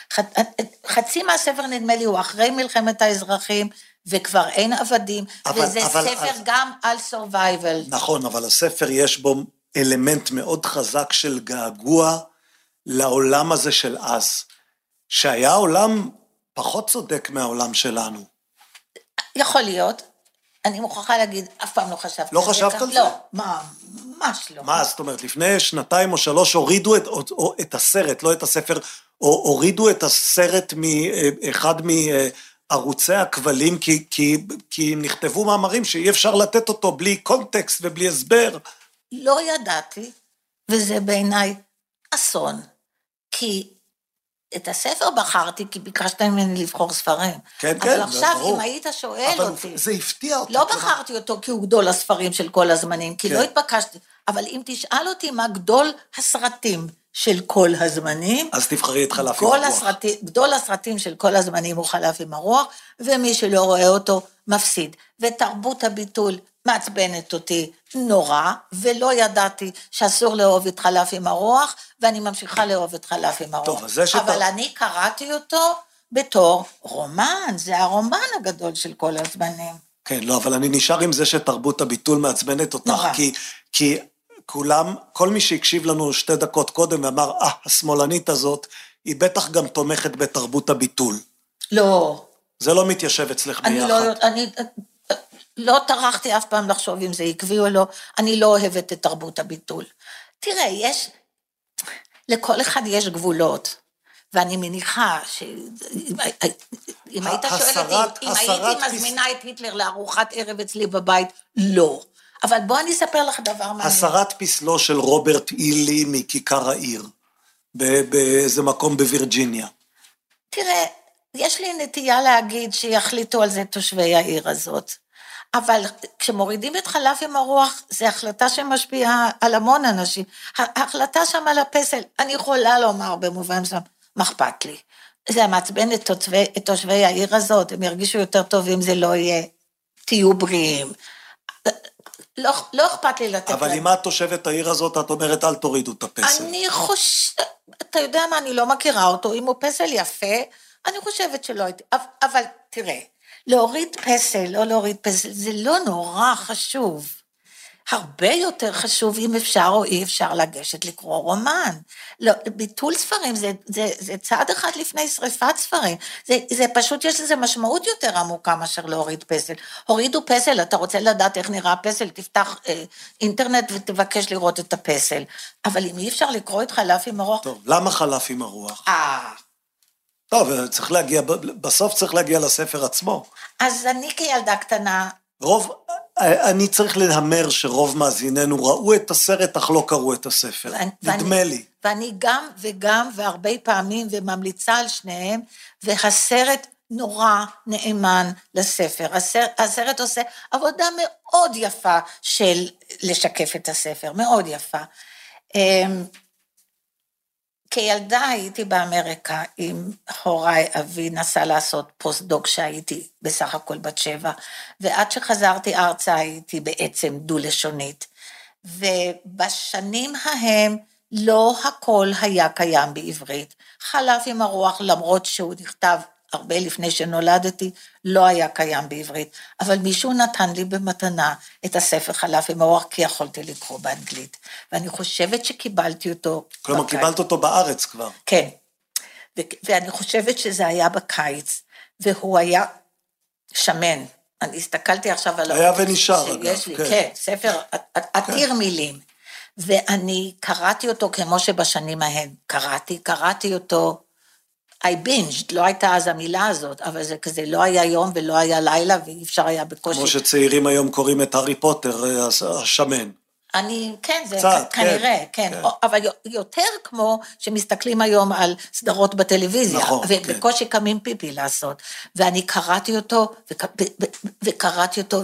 חצי מהספר נדמה לי, הוא אחרי מלחמת האזרחים, וכבר אין עבדים, אבל, וזה אבל, ספר אז, גם על survival. נכון, אבל הספר יש בו אלמנט מאוד חזק של געגוע, לעולם הזה של אז, שהיה עולם פחות צודק מהעולם שלנו. יכול להיות, אני מוכרחה להגיד, אף פעם לא חשבתי. לא חשבת על זה? לא, מה, ממש לא. מה, זאת אומרת, לפני שנתיים או שלוש הורידו את, או, או, את הסרט, לא את הספר, או הורידו את הסרט מאחד מערוצי הכבלים, כי, כי, כי נכתבו מאמרים שאי אפשר לתת אותו בלי קונטקסט ובלי הסבר. לא ידעתי, וזה בעיניי אסון, כי את הספר בחרתי, כי ביקשת ממני לבחור ספרים. כן, כן, אבל עכשיו, ברור. אם היית שואל אבל אותי... זה הפתיע אותי. לא בחרתי אותו כי הוא גדול הספרים של כל הזמנים, כי כן. לא התבקשתי, אבל אם תשאל אותי מה גדול הסרטים של כל הזמנים... אז תבחרי את חלף עם הרוח. הסרטים, גדול הסרטים של כל הזמנים הוא חלף עם הרוח, ומי שלא רואה אותו מפסיד. ותרבות הביטול מעצבנת אותי נורא, ולא ידעתי שאסור לאהוב את חלף עם הרוח, ואני ממשיכה לאהוב את חלף עם הרוח. טוב, שת... אבל אני קראתי אותו בתור רומן, זה הרומן הגדול של כל הזמנים. כן, לא, אבל אני נשאר עם זה שתרבות הביטול מעצבנת אותך, נורא. כי, כי כולם, כל מי שהקשיב לנו שתי דקות קודם ואמר, אה, השמאלנית הזאת, היא בטח גם תומכת בתרבות הביטול. לא. זה לא מתיישב אצלך ביחד. אני לא, אני... לא טרחתי אף פעם לחשוב אם זה עקבי או לא, אני לא אוהבת את תרבות הביטול. תראה, יש, לכל אחד יש גבולות, ואני מניחה שאם היית שואלת, אם הייתי מזמינה את היטלר לארוחת ערב אצלי בבית, לא. אבל בוא אני אספר לך דבר מעניין. הסרת פסלו של רוברט אילי מכיכר העיר, באיזה מקום בווירג'יניה. תראה, יש לי נטייה להגיד שיחליטו על זה תושבי העיר הזאת. אבל כשמורידים את חלף עם הרוח, זו החלטה שמשפיעה על המון אנשים. ההחלטה שם על הפסל, אני יכולה לומר במובן שם, מה אכפת לי? זה מעצבן את תושבי, את תושבי העיר הזאת, הם ירגישו יותר טוב אם זה לא יהיה, תהיו בריאים. לא, לא אכפת לי לתת... אבל אם את תושבת העיר הזאת, את אומרת, אל תורידו את הפסל. אני חושב, אתה יודע מה, אני לא מכירה אותו, אם הוא פסל יפה, אני חושבת שלא הייתי, אבל תראה, להוריד פסל, לא להוריד פסל, זה לא נורא חשוב. הרבה יותר חשוב אם אפשר או אי אפשר לגשת לקרוא רומן. לא, ביטול ספרים זה, זה, זה צעד אחד לפני שריפת ספרים. זה, זה פשוט, יש לזה משמעות יותר עמוקה מאשר להוריד פסל. הורידו פסל, אתה רוצה לדעת איך נראה פסל, תפתח אה, אינטרנט ותבקש לראות את הפסל. אבל אם אי אפשר לקרוא את חלף עם הרוח... טוב, למה חלף עם הרוח? אה... טוב, צריך להגיע, בסוף צריך להגיע לספר עצמו. אז אני כילדה קטנה... רוב, אני צריך להמר שרוב מאזיננו ראו את הסרט, אך לא קראו את הספר. ואני, נדמה לי. ואני גם וגם, והרבה פעמים, וממליצה על שניהם, והסרט נורא נאמן לספר. הסרט, הסרט עושה עבודה מאוד יפה של לשקף את הספר, מאוד יפה. כילדה הייתי באמריקה עם הוריי, אבי נסע לעשות פוסט-דוק שהייתי בסך הכל בת שבע, ועד שחזרתי ארצה הייתי בעצם דו-לשונית, ובשנים ההם לא הכל היה קיים בעברית, חלף עם הרוח למרות שהוא נכתב הרבה לפני שנולדתי, לא היה קיים בעברית, אבל מישהו נתן לי במתנה את הספר חלף עם הרוח, כי יכולתי לקרוא באנגלית, ואני חושבת שקיבלתי אותו... כלומר, בקיץ. קיבלת אותו בארץ כבר. כן, ו- ואני חושבת שזה היה בקיץ, והוא היה שמן, אני הסתכלתי עכשיו על... היה ונשאר, אגב. לי, כן. כן, ספר עתיר כן. מילים, ואני קראתי אותו כמו שבשנים ההן, קראתי, קראתי אותו... I binged, לא הייתה אז המילה הזאת, אבל זה כזה לא היה יום ולא היה לילה, ואי אפשר היה בקושי. כמו שצעירים היום קוראים את הארי פוטר, השמן. אני, כן, זה קצת, כנראה, כן, כן. אבל יותר כמו שמסתכלים היום על סדרות בטלוויזיה, נכון, ובקושי כן. קמים פיפי לעשות, ואני קראתי אותו, וקראתי אותו,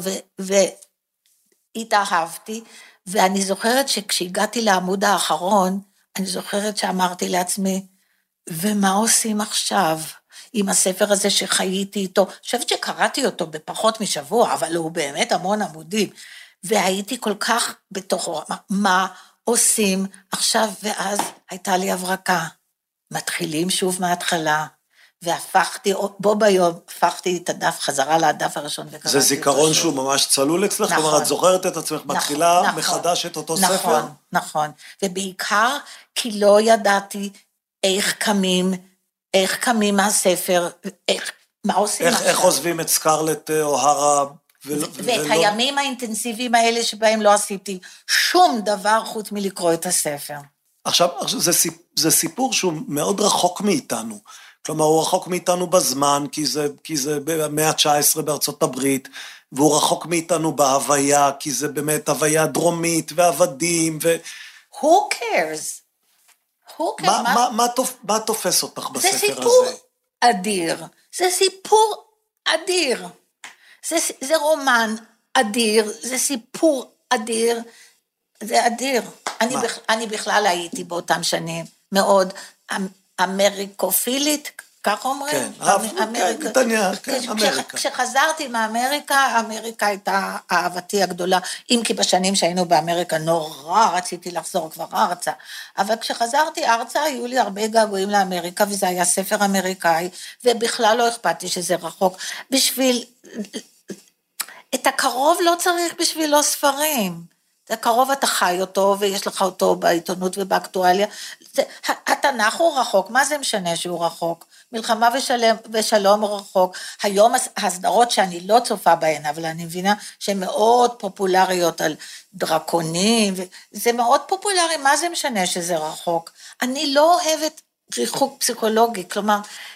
והתאהבתי, ואני זוכרת שכשהגעתי לעמוד האחרון, אני זוכרת שאמרתי לעצמי, ומה עושים עכשיו עם הספר הזה שחייתי איתו? אני חושבת שקראתי אותו בפחות משבוע, אבל הוא באמת המון עמודים, והייתי כל כך בתוכו, מה עושים עכשיו? ואז הייתה לי הברקה, מתחילים שוב מההתחלה, והפכתי, בו ביום, הפכתי את הדף חזרה לדף הראשון, זה זיכרון שהוא ממש צלול אצלך, נכון, כלומר, את זוכרת את עצמך, נכון, מתחילה נכון, מחדש את אותו נכון, ספר? נכון, נכון, ובעיקר כי לא ידעתי, איך קמים, איך קמים מהספר, איך, מה עושים איך, עכשיו? איך עוזבים את סקרלט אוהרה? ו- ואת ולא... הימים האינטנסיביים האלה שבהם לא עשיתי שום דבר חוץ מלקרוא את הספר. עכשיו, זה, סיפ, זה סיפור שהוא מאוד רחוק מאיתנו, כלומר הוא רחוק מאיתנו בזמן, כי זה, כי זה במאה ה-תשע עשרה בארצות הברית, והוא רחוק מאיתנו בהוויה, כי זה באמת הוויה דרומית ועבדים ו... Who cares? מה, מה, מה, תופ, מה תופס אותך בספר הזה? זה סיפור הזה? אדיר, זה סיפור אדיר, זה, זה רומן אדיר, זה סיפור אדיר, זה אדיר. אני, בכ, אני בכלל הייתי באותם שנים מאוד אמריקופילית, כך אומרים? כן, אמריקה, נתניה, כן, אמריקה. כשחזרתי מאמריקה, אמריקה הייתה אהבתי הגדולה, אם כי בשנים שהיינו באמריקה נורא רציתי לחזור כבר ארצה, אבל כשחזרתי ארצה היו לי הרבה געגועים לאמריקה, וזה היה ספר אמריקאי, ובכלל לא אכפתי שזה רחוק, בשביל, את הקרוב לא צריך בשבילו ספרים, זה קרוב אתה חי אותו, ויש לך אותו בעיתונות ובאקטואליה, זה, התנ"ך הוא רחוק, מה זה משנה שהוא רחוק? מלחמה ושלם, ושלום רחוק, היום הסדרות שאני לא צופה בהן, אבל אני מבינה שהן מאוד פופולריות על דרקונים, זה מאוד פופולרי, מה זה משנה שזה רחוק? אני לא אוהבת ריחוק פסיכולוגי, כלומר,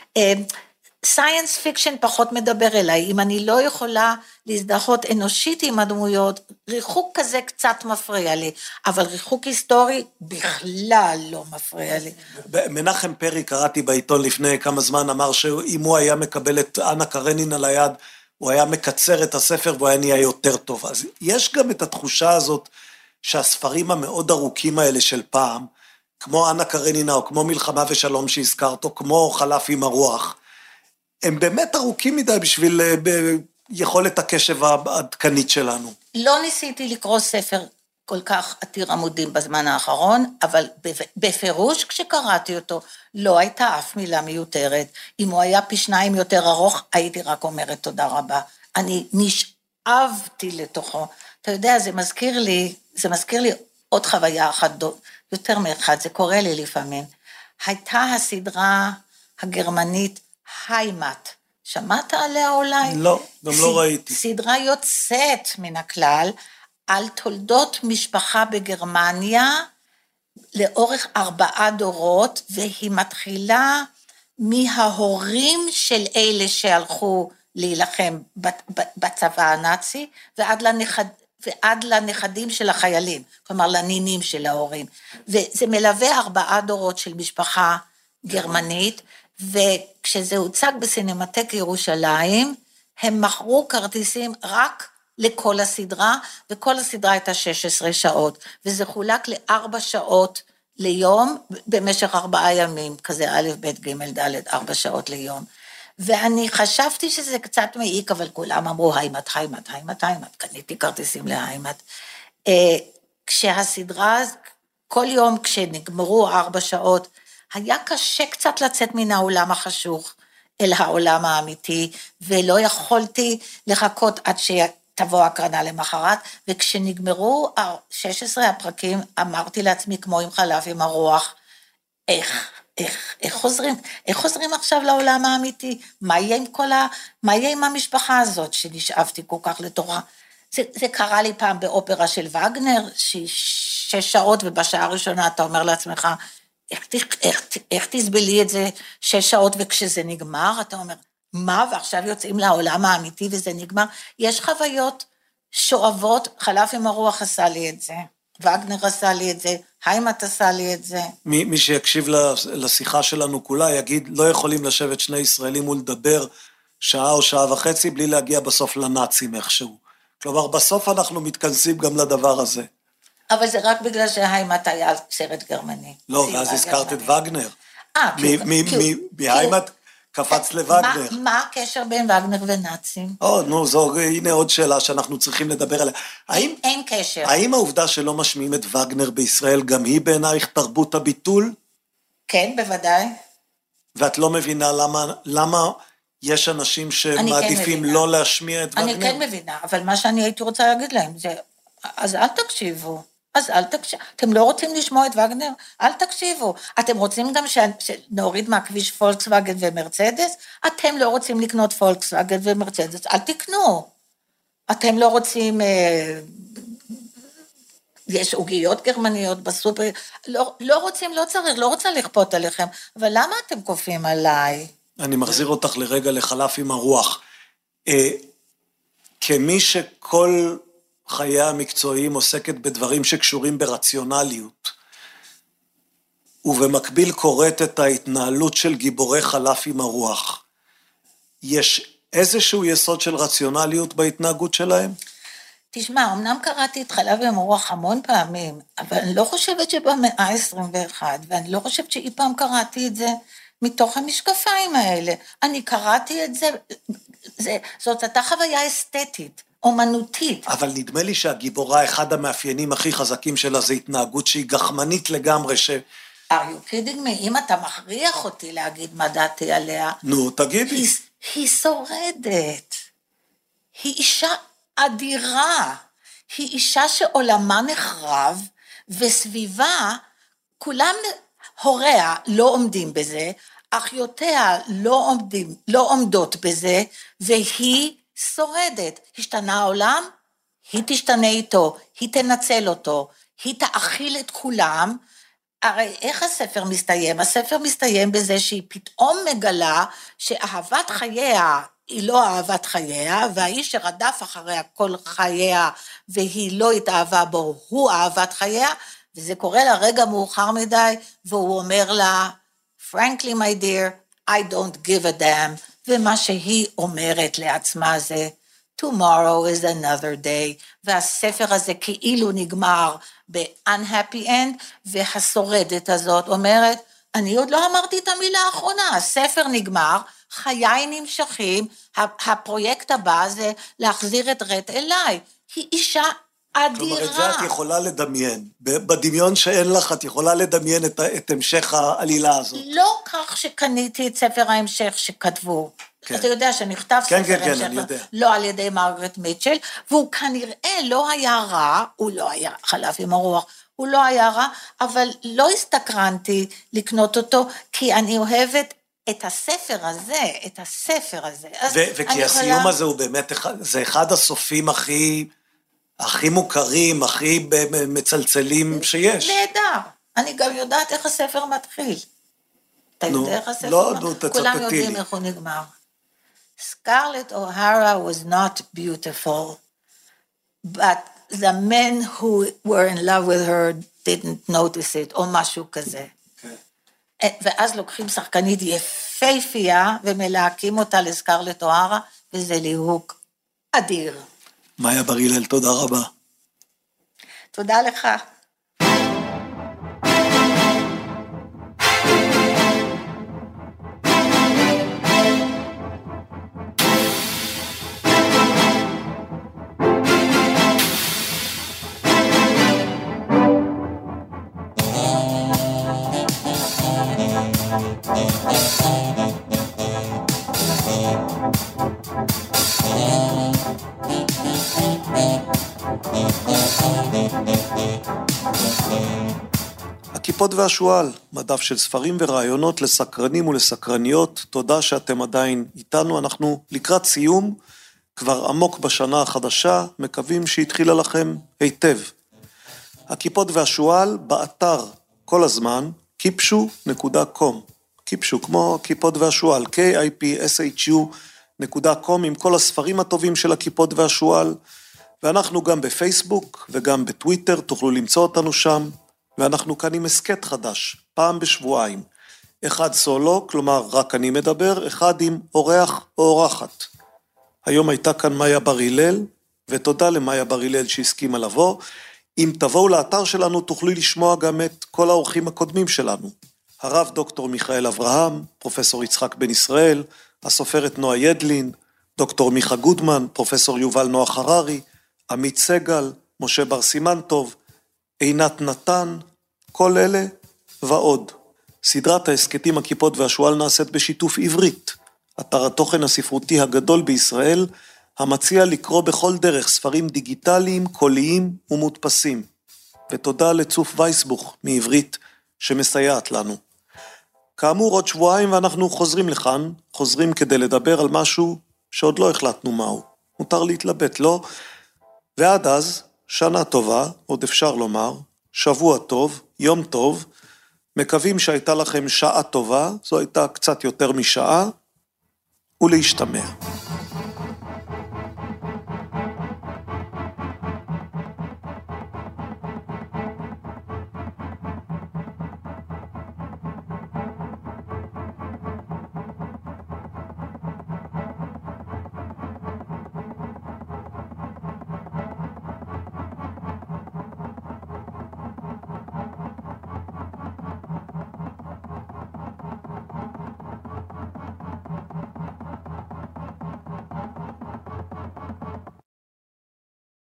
סיינס פיקשן פחות מדבר אליי, אם אני לא יכולה להזדהות אנושית עם הדמויות, ריחוק כזה קצת מפריע לי, אבל ריחוק היסטורי בכלל לא מפריע לי. מנחם פרי, קראתי בעיתון לפני כמה זמן, אמר שאם הוא היה מקבל את אנה קרנין על היד, הוא היה מקצר את הספר והוא היה נהיה יותר טוב. אז יש גם את התחושה הזאת שהספרים המאוד ארוכים האלה של פעם, כמו אנה קרנינה או כמו מלחמה ושלום שהזכרת, או כמו חלף עם הרוח, הם באמת ארוכים מדי בשביל יכולת הקשב העדכנית שלנו. לא ניסיתי לקרוא ספר כל כך עתיר עמודים בזמן האחרון, אבל בפירוש כשקראתי אותו, לא הייתה אף מילה מיותרת. אם הוא היה פי שניים יותר ארוך, הייתי רק אומרת תודה רבה. אני נשאבתי לתוכו. אתה יודע, זה מזכיר לי, זה מזכיר לי עוד חוויה אחת, יותר מאחד, זה קורה לי לפעמים. הייתה הסדרה הגרמנית היימט, שמעת עליה אולי? לא, גם ס... לא ראיתי. סדרה יוצאת מן הכלל, על תולדות משפחה בגרמניה, לאורך ארבעה דורות, והיא מתחילה מההורים של אלה שהלכו להילחם בצבא הנאצי, ועד לנכד, ועד לנכדים של החיילים, כלומר לנינים של ההורים. וזה מלווה ארבעה דורות של משפחה גרמנית, וכשזה הוצג בסינמטק ירושלים, הם מכרו כרטיסים רק לכל הסדרה, וכל הסדרה הייתה שש עשרה שעות, וזה חולק לארבע שעות ליום, במשך ארבעה ימים, כזה א', ב', ג', ד', ארבע שעות ליום. ואני חשבתי שזה קצת מעיק, אבל כולם אמרו, היימט, היימט, היימט, היימט, קניתי כרטיסים להיימט. כשהסדרה, כל יום כשנגמרו ארבע שעות, היה קשה קצת לצאת מן העולם החשוך, אל העולם האמיתי, ולא יכולתי לחכות עד שתבוא הקרנה למחרת, וכשנגמרו שש עשרה הפרקים, אמרתי לעצמי, כמו עם חלב עם הרוח, איך, איך, איך חוזרים, איך חוזרים עכשיו לעולם האמיתי? מה יהיה עם כל ה, מה יהיה עם המשפחה הזאת שנשאבתי כל כך לתורה? זה, זה קרה לי פעם באופרה של וגנר, שש שעות, ובשעה הראשונה אתה אומר לעצמך, איך, איך, איך תסבלי את זה שש שעות, וכשזה נגמר, אתה אומר, מה, ועכשיו יוצאים לעולם האמיתי וזה נגמר? יש חוויות שואבות, חלף עם הרוח עשה לי את זה, וגנר עשה לי את זה, היימט עשה לי את זה. מי, מי שיקשיב לשיחה שלנו כולה, יגיד, לא יכולים לשבת שני ישראלים ולדבר שעה או שעה וחצי, בלי להגיע בסוף לנאצים איכשהו. כלומר, בסוף אנחנו מתכנסים גם לדבר הזה. אבל זה רק בגלל שהיימט היה סרט גרמני. לא, ואז הזכרת את וגנר. אה, מהיימט קפץ לווגנר. מה הקשר בין וגנר ונאצים? או, נו, זו, הנה עוד שאלה שאנחנו צריכים לדבר עליה. אין קשר. האם העובדה שלא משמיעים את וגנר בישראל, גם היא בעינייך תרבות הביטול? כן, בוודאי. ואת לא מבינה למה, למה יש אנשים שמעדיפים לא להשמיע את וגנר? אני כן מבינה, אבל מה שאני הייתי רוצה להגיד להם, זה, אז אל תקשיבו. אז אל תקשיבו, אתם לא רוצים לשמוע את וגנר? אל תקשיבו. אתם רוצים גם שנוריד מהכביש פולקסווגן ומרצדס? אתם לא רוצים לקנות פולקסווגן ומרצדס, אל תקנו. אתם לא רוצים, אה, יש עוגיות גרמניות בסופר, לא, לא רוצים, לא צריך, לא רוצה לכפות עליכם, אבל למה אתם כופים עליי? אני מחזיר אותך לרגע לחלף עם הרוח. אה, כמי שכל חיי המקצועיים עוסקת בדברים שקשורים ברציונליות, ובמקביל קוראת את ההתנהלות של גיבורי חלף עם הרוח. יש איזשהו יסוד של רציונליות בהתנהגות שלהם? תשמע, אמנם קראתי את חלב עם הרוח המון פעמים, אבל אני לא חושבת שבמאה ה-עשרים ואחת, ואני לא חושבת שאי פעם קראתי את זה מתוך המשקפיים האלה. אני קראתי את זה, זה זאת הייתה חוויה אסתטית. אומנותית. אבל נדמה לי שהגיבורה, אחד המאפיינים הכי חזקים שלה, זה התנהגות שהיא גחמנית לגמרי, ש... are you kidding me? אם אתה מכריח אותי להגיד מה דעתי עליה, נו, תגידי. היא, היא שורדת. היא אישה אדירה. היא אישה שעולמה נחרב, וסביבה, כולם, הוריה לא עומדים בזה, אחיותיה לא עומדים, לא עומדות בזה, והיא שורדת. השתנה העולם, היא תשתנה איתו, היא תנצל אותו, היא תאכיל את כולם. הרי איך הספר מסתיים? הספר מסתיים בזה שהיא פתאום מגלה שאהבת חייה היא לא אהבת חייה, והאיש שרדף אחריה כל חייה והיא לא התאהבה בו, הוא אהבת חייה, וזה קורה לה רגע מאוחר מדי, והוא אומר לה, frankly my dear, I don't give a damn, ומה שהיא אומרת לעצמה זה, tomorrow is another day, והספר הזה כאילו נגמר ב-unhappy end, והשורדת הזאת אומרת, אני עוד לא אמרתי את המילה האחרונה, הספר נגמר, חיי נמשכים, הפרויקט הבא זה להחזיר את רט אליי, היא אישה אדירה. כלומר, את זה את יכולה לדמיין, בדמיון שאין לך, את יכולה לדמיין את, את המשך העלילה הזאת. לא כך שקניתי את ספר ההמשך שכתבו, כן. אתה יודע שנכתב כן, ספר כן, כן, המשך, אני יודע. לא על ידי מרגרט מיטשל, והוא כנראה לא היה רע, הוא לא היה חלף עם הרוח, הוא לא היה רע, אבל לא הסתקרנתי לקנות אותו, כי אני אוהבת את הספר הזה, את הספר הזה. ו- וכי הסיום יכולה... הזה הוא באמת, זה אחד הסופים הכי, הכי מוכרים, הכי מצלצלים שיש. נהדר. אני גם יודעת איך הספר מתחיל. אתה נו, יודע איך הספר לא, מתחיל? נו, תצפתי לי. כולם יודעים איך הוא נגמר. Scarlett O'Hara was not beautiful, but the men who were in love with her didn't notice it, או משהו כזה. Okay. ואז לוקחים שחקנית יפהפייה, ומלהקים אותה לסקרלט אוהרה, וזה ליהוק אדיר. מאיה בר-הלל, תודה רבה. תודה לך. הכיפות והשואל, מדף של ספרים ורעיונות לסקרנים ולסקרניות. תודה שאתם עדיין איתנו, אנחנו לקראת סיום, כבר עמוק בשנה החדשה, מקווים שהתחילה לכם היטב. הכיפות והשואל באתר כל הזמן, קיפשו נקודה קום, קיפשו כמו כיפות והשואל, קיי איי פי אס אייץ' יו נקודה קום, עם כל הספרים הטובים של הכיפות והשואל, ואנחנו גם בפייסבוק וגם בטוויטר, תוכלו למצוא אותנו שם, ואנחנו כאן עם הסקט חדש, פעם בשבועיים. אחד סולו, כלומר רק אני מדבר, אחד עם אורח או אורחת. היום הייתה כאן מאיה בר-הלל, ותודה למאיה בר-הלל שהסכימה לבוא. אם תבואו לאתר שלנו, תוכלו לשמוע גם את כל האורחים הקודמים שלנו. הרב דוקטור מיכאל אברהם, פרופסור יצחק בן ישראל, הסופרת נועה ידלין, דוקטור מיכה גודמן, פרופסור יובל נוח הררי, עמית סגל, משה בר סימן טוב, עינת נתן, כל אלה ועוד. סדרת העסקתים הכיפות והשואל נעשית בשיתוף עברית, אתר התוכן הספרותי הגדול בישראל, המציע לקרוא בכל דרך ספרים דיגיטליים, קוליים ומודפסים. ותודה לצוף וייסבוך מעברית שמסייעת לנו. כאמור עוד שבועיים ואנחנו חוזרים לכאן, חוזרים כדי לדבר על משהו שעוד לא החלטנו מהו. מותר להתלבט, לא? ועד אז, שנה טובה, עוד אפשר לומר, שבוע טוב, יום טוב, מקווים שהייתה לכם שעה טובה, זו הייתה קצת יותר משעה, ולהשתמע.